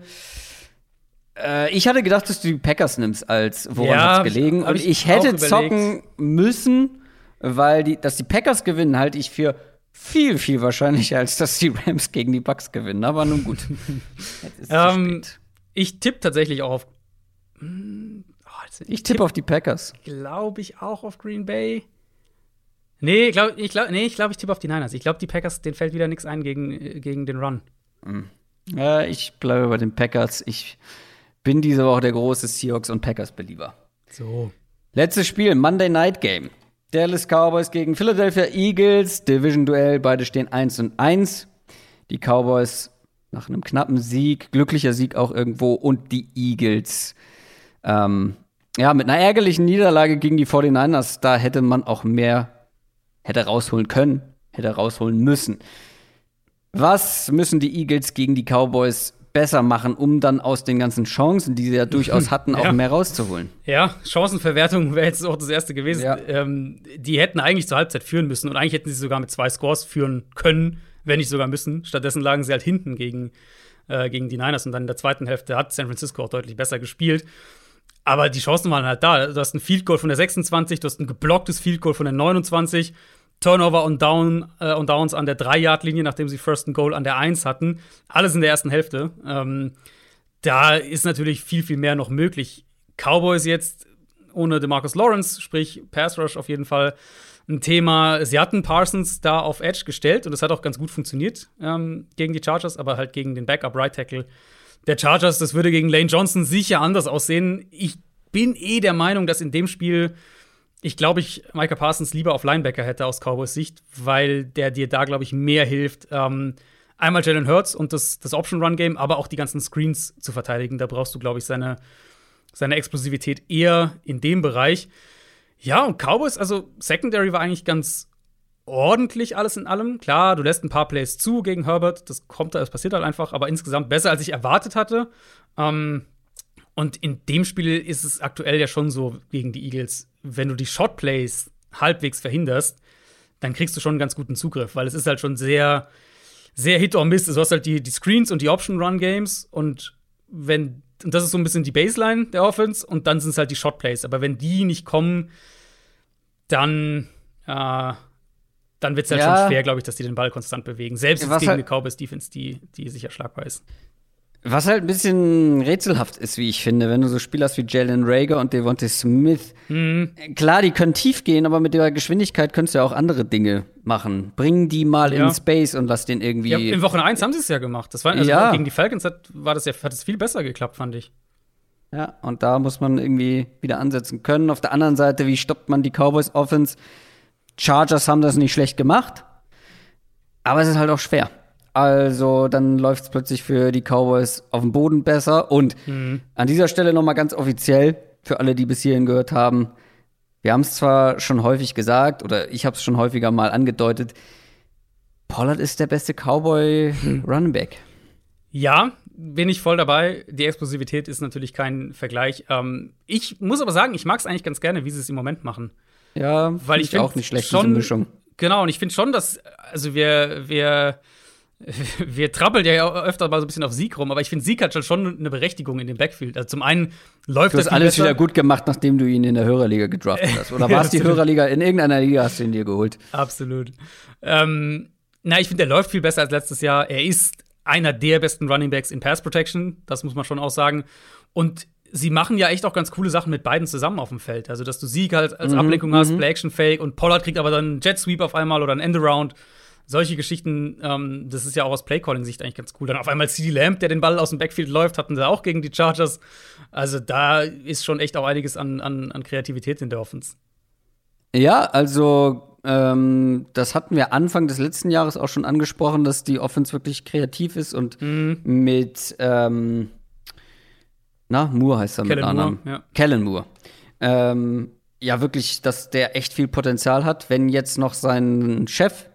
Ich hatte gedacht, dass du die Packers nimmst, als woran hat's gelegen. Und ich hätte zocken müssen, weil dass die Packers gewinnen, halte ich für viel, viel wahrscheinlicher, als dass die Rams gegen die Bucks gewinnen. Aber nun gut. Jetzt ist es zu spät. Ich tippe tatsächlich auch auf ich tippe auf die Packers. Glaube ich auch auf Green Bay. Nee, ich glaube, ich tippe auf die Niners. Ich glaube, die Packers, denen fällt wieder nichts ein gegen den Run. Ja, ich bleibe bei den Packers. Ich bin diese Woche der große Seahawks- und Packers-Belieber. So. Letztes Spiel, Monday Night Game. Dallas Cowboys gegen Philadelphia Eagles. Division-Duell, beide stehen 1-1. Die Cowboys nach einem knappen Sieg, glücklicher Sieg auch irgendwo. Und die Eagles mit einer ärgerlichen Niederlage gegen die 49ers. Da hätte man auch mehr rausholen können, hätte rausholen müssen. Was müssen die Eagles gegen die Cowboys besser machen, um dann aus den ganzen Chancen, die sie ja durchaus hatten, auch mehr rauszuholen? Ja, Chancenverwertung wäre jetzt auch das erste gewesen. Ja. Die hätten eigentlich zur Halbzeit führen müssen und eigentlich hätten sie sogar mit 2 Scores führen können, wenn nicht sogar müssen. Stattdessen lagen sie halt hinten gegen die Niners und dann in der zweiten Hälfte hat San Francisco auch deutlich besser gespielt. Aber die Chancen waren halt da. Du hast ein Field Goal von der 26, du hast ein geblocktes Field Goal von der 29, Turnover und Downs an der 3-Yard-Linie, nachdem sie First and Goal an der 1 hatten. Alles in der ersten Hälfte. Da ist natürlich viel, viel mehr noch möglich. Cowboys jetzt ohne DeMarcus Lawrence, sprich Pass Rush auf jeden Fall ein Thema. Sie hatten Parsons da auf Edge gestellt und das hat auch ganz gut funktioniert gegen die Chargers, aber halt gegen den Backup Right Tackle der Chargers. Das würde gegen Lane Johnson sicher anders aussehen. Ich bin der Meinung, dass in dem Spiel Micah Parsons lieber auf Linebacker hätte aus Cowboys Sicht, weil der dir da, glaube ich, mehr hilft. Einmal Jalen Hurts und das Option-Run-Game, aber auch die ganzen Screens zu verteidigen. Da brauchst du, glaube ich, seine Explosivität eher in dem Bereich. Ja, und Cowboys, also Secondary war eigentlich ganz ordentlich alles in allem. Klar, du lässt ein paar Plays zu gegen Herbert, das passiert halt einfach, aber insgesamt besser, als ich erwartet hatte. Und in dem Spiel ist es aktuell ja schon so gegen die Eagles, wenn du die Shot-Plays halbwegs verhinderst, dann kriegst du schon einen ganz guten Zugriff, weil es ist halt schon sehr, sehr Hit or Miss. Du hast halt die Screens und die Option-Run-Games und das ist so ein bisschen die Baseline der Offense und dann sind es halt die Shot-Plays. Aber wenn die nicht kommen, dann wird es halt schon schwer, glaube ich, dass die den Ball konstant bewegen. Selbst jetzt gegen eine Cowboys-Defense, die sicher schlagbar ist. Was halt ein bisschen rätselhaft ist, wie ich finde, wenn du so Spieler hast wie Jalen Reagor und Devontae Smith. Klar, die können tief gehen, aber mit der Geschwindigkeit könntest du ja auch andere Dinge machen. Bring die mal in Space und lass den irgendwie. Ja, in Woche 1 haben sie es ja gemacht. Das war, gegen die Falcons hat es viel besser geklappt, fand ich. Ja, und da muss man irgendwie wieder ansetzen können. Auf der anderen Seite, wie stoppt man die Cowboys Offense? Chargers haben das nicht schlecht gemacht, aber es ist halt auch schwer. Also dann läuft es plötzlich für die Cowboys auf dem Boden besser. Und an dieser Stelle noch mal ganz offiziell für alle, die bis hierhin gehört haben: Wir haben es zwar schon häufig gesagt, oder ich habe es schon häufiger mal angedeutet, Pollard ist der beste Cowboy-Running-Back. Ja, bin ich voll dabei. Die Explosivität ist natürlich kein Vergleich. Ich muss aber sagen, ich mag es eigentlich ganz gerne, wie sie es im Moment machen. Ja, weil ich auch nicht schlecht, diese Mischung. Genau, und ich finde schon, dass, also wir trappeln ja öfter mal so ein bisschen auf Sieg rum, aber ich finde, Sieg hat schon eine Berechtigung in dem Backfield. Also zum einen läuft du hast alles wieder gut gemacht, nachdem du ihn in der Hörerliga gedraftet hast. Oder war es die Hörerliga? In irgendeiner Liga hast du ihn dir geholt. Absolut. Ich finde, er läuft viel besser als letztes Jahr. Er ist einer der besten Runningbacks in Pass Protection. Das muss man schon auch sagen. Und sie machen ja echt auch ganz coole Sachen mit beiden zusammen auf dem Feld. Also, dass du Sieg halt als Ablenkung hast, Play-Action-Fake und Pollard kriegt aber dann einen Jet-Sweep auf einmal oder einen Endaround. Solche Geschichten, das ist ja auch aus Play-Calling-Sicht eigentlich ganz cool. Dann auf einmal CeeDee Lamb, der den Ball aus dem Backfield läuft, hatten sie auch gegen die Chargers. Also da ist schon echt auch einiges an Kreativität in der Offense. Ja, also das hatten wir Anfang des letzten Jahres auch schon angesprochen, dass die Offense wirklich kreativ ist und mit Moore heißt er mit Namen. Kellen Moore. Ja, wirklich, dass der echt viel Potenzial hat. Wenn jetzt noch sein Chef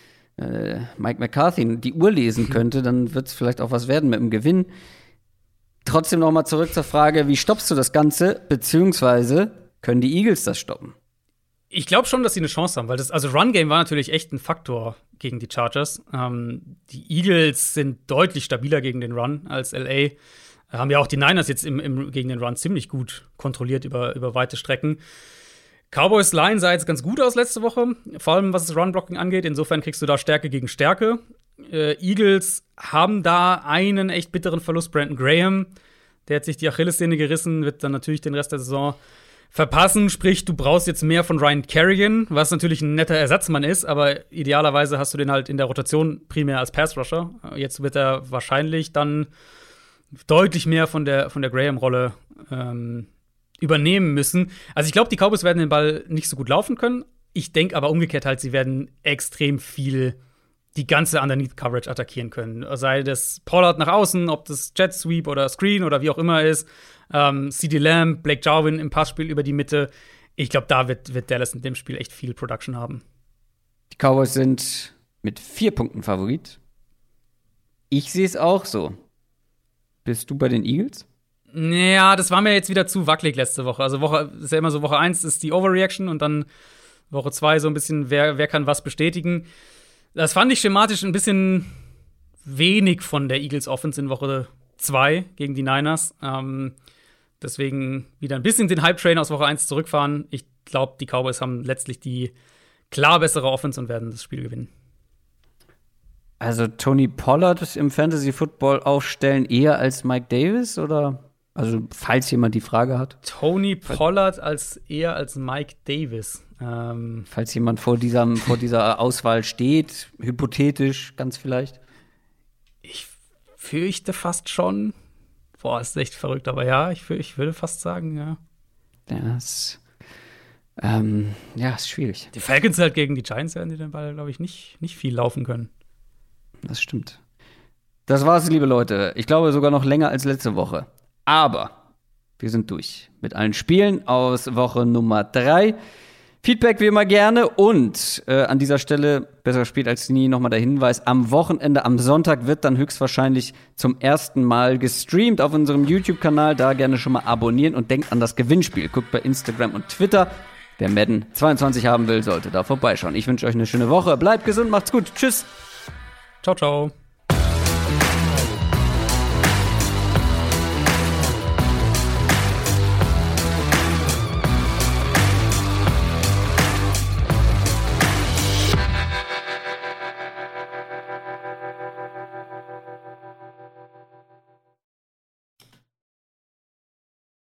Mike McCarthy die Uhr lesen könnte, dann wird es vielleicht auch was werden mit dem Gewinn. Trotzdem noch mal zurück zur Frage, wie stoppst du das Ganze, beziehungsweise können die Eagles das stoppen? Ich glaube schon, dass sie eine Chance haben, weil also Run-Game war natürlich echt ein Faktor gegen die Chargers. Die Eagles sind deutlich stabiler gegen den Run als LA. Haben ja auch die Niners jetzt gegen den Run ziemlich gut kontrolliert über weite Strecken. Cowboys Line sah jetzt ganz gut aus letzte Woche, vor allem was das Run-Blocking angeht. Insofern kriegst du da Stärke gegen Stärke. Eagles haben da einen echt bitteren Verlust. Brandon Graham, der hat sich die Achillessehne gerissen, wird dann natürlich den Rest der Saison verpassen. Sprich, du brauchst jetzt mehr von Ryan Kerrigan, was natürlich ein netter Ersatzmann ist, aber idealerweise hast du den halt in der Rotation primär als Pass-Rusher. Jetzt wird er wahrscheinlich dann deutlich mehr von der Graham-Rolle übernehmen müssen. Also ich glaube, die Cowboys werden den Ball nicht so gut laufen können. Ich denke aber umgekehrt halt, sie werden extrem viel die ganze Underneath-Coverage attackieren können. Sei das Pollard nach außen, ob das Jet Sweep oder Screen oder wie auch immer ist. CeeDee Lamb, Blake Jarwin im Passspiel über die Mitte. Ich glaube, da wird Dallas in dem Spiel echt viel Production haben. Die Cowboys sind mit 4 Punkten Favorit. Ich sehe es auch so. Bist du bei den Eagles? Ja, das war mir jetzt wieder zu wackelig letzte Woche. Also ist ja immer so, Woche 1 ist die Overreaction und dann Woche 2 so ein bisschen, wer kann was bestätigen. Das fand ich schematisch ein bisschen wenig von der Eagles Offense in Woche 2 gegen die Niners. Deswegen wieder ein bisschen den Hype-Train aus Woche 1 zurückfahren. Ich glaube, die Cowboys haben letztlich die klar bessere Offense und werden das Spiel gewinnen. Also Tony Pollard im Fantasy-Football aufstellen eher als Mike Davis, oder? Also, falls jemand die Frage hat. Tony Pollard eher als Mike Davis. Falls jemand vor dieser Auswahl steht, hypothetisch, ganz vielleicht. Ich fürchte fast schon. Boah, ist echt verrückt, aber ja, ich würde fast sagen, ja. Ja, ist schwierig. Die Falcons halt gegen die Giants werden die den Ball, glaube ich, nicht viel laufen können. Das stimmt. Das war's, liebe Leute. Ich glaube sogar noch länger als letzte Woche. Aber wir sind durch mit allen Spielen aus Woche Nummer 3. Feedback wie immer gerne und an dieser Stelle, besser spät als nie, nochmal der Hinweis, am Wochenende, am Sonntag wird dann höchstwahrscheinlich zum ersten Mal gestreamt auf unserem YouTube-Kanal. Da gerne schon mal abonnieren und denkt an das Gewinnspiel. Guckt bei Instagram und Twitter. Wer Madden 22 haben will, sollte da vorbeischauen. Ich wünsche euch eine schöne Woche. Bleibt gesund, macht's gut. Tschüss. Ciao, ciao.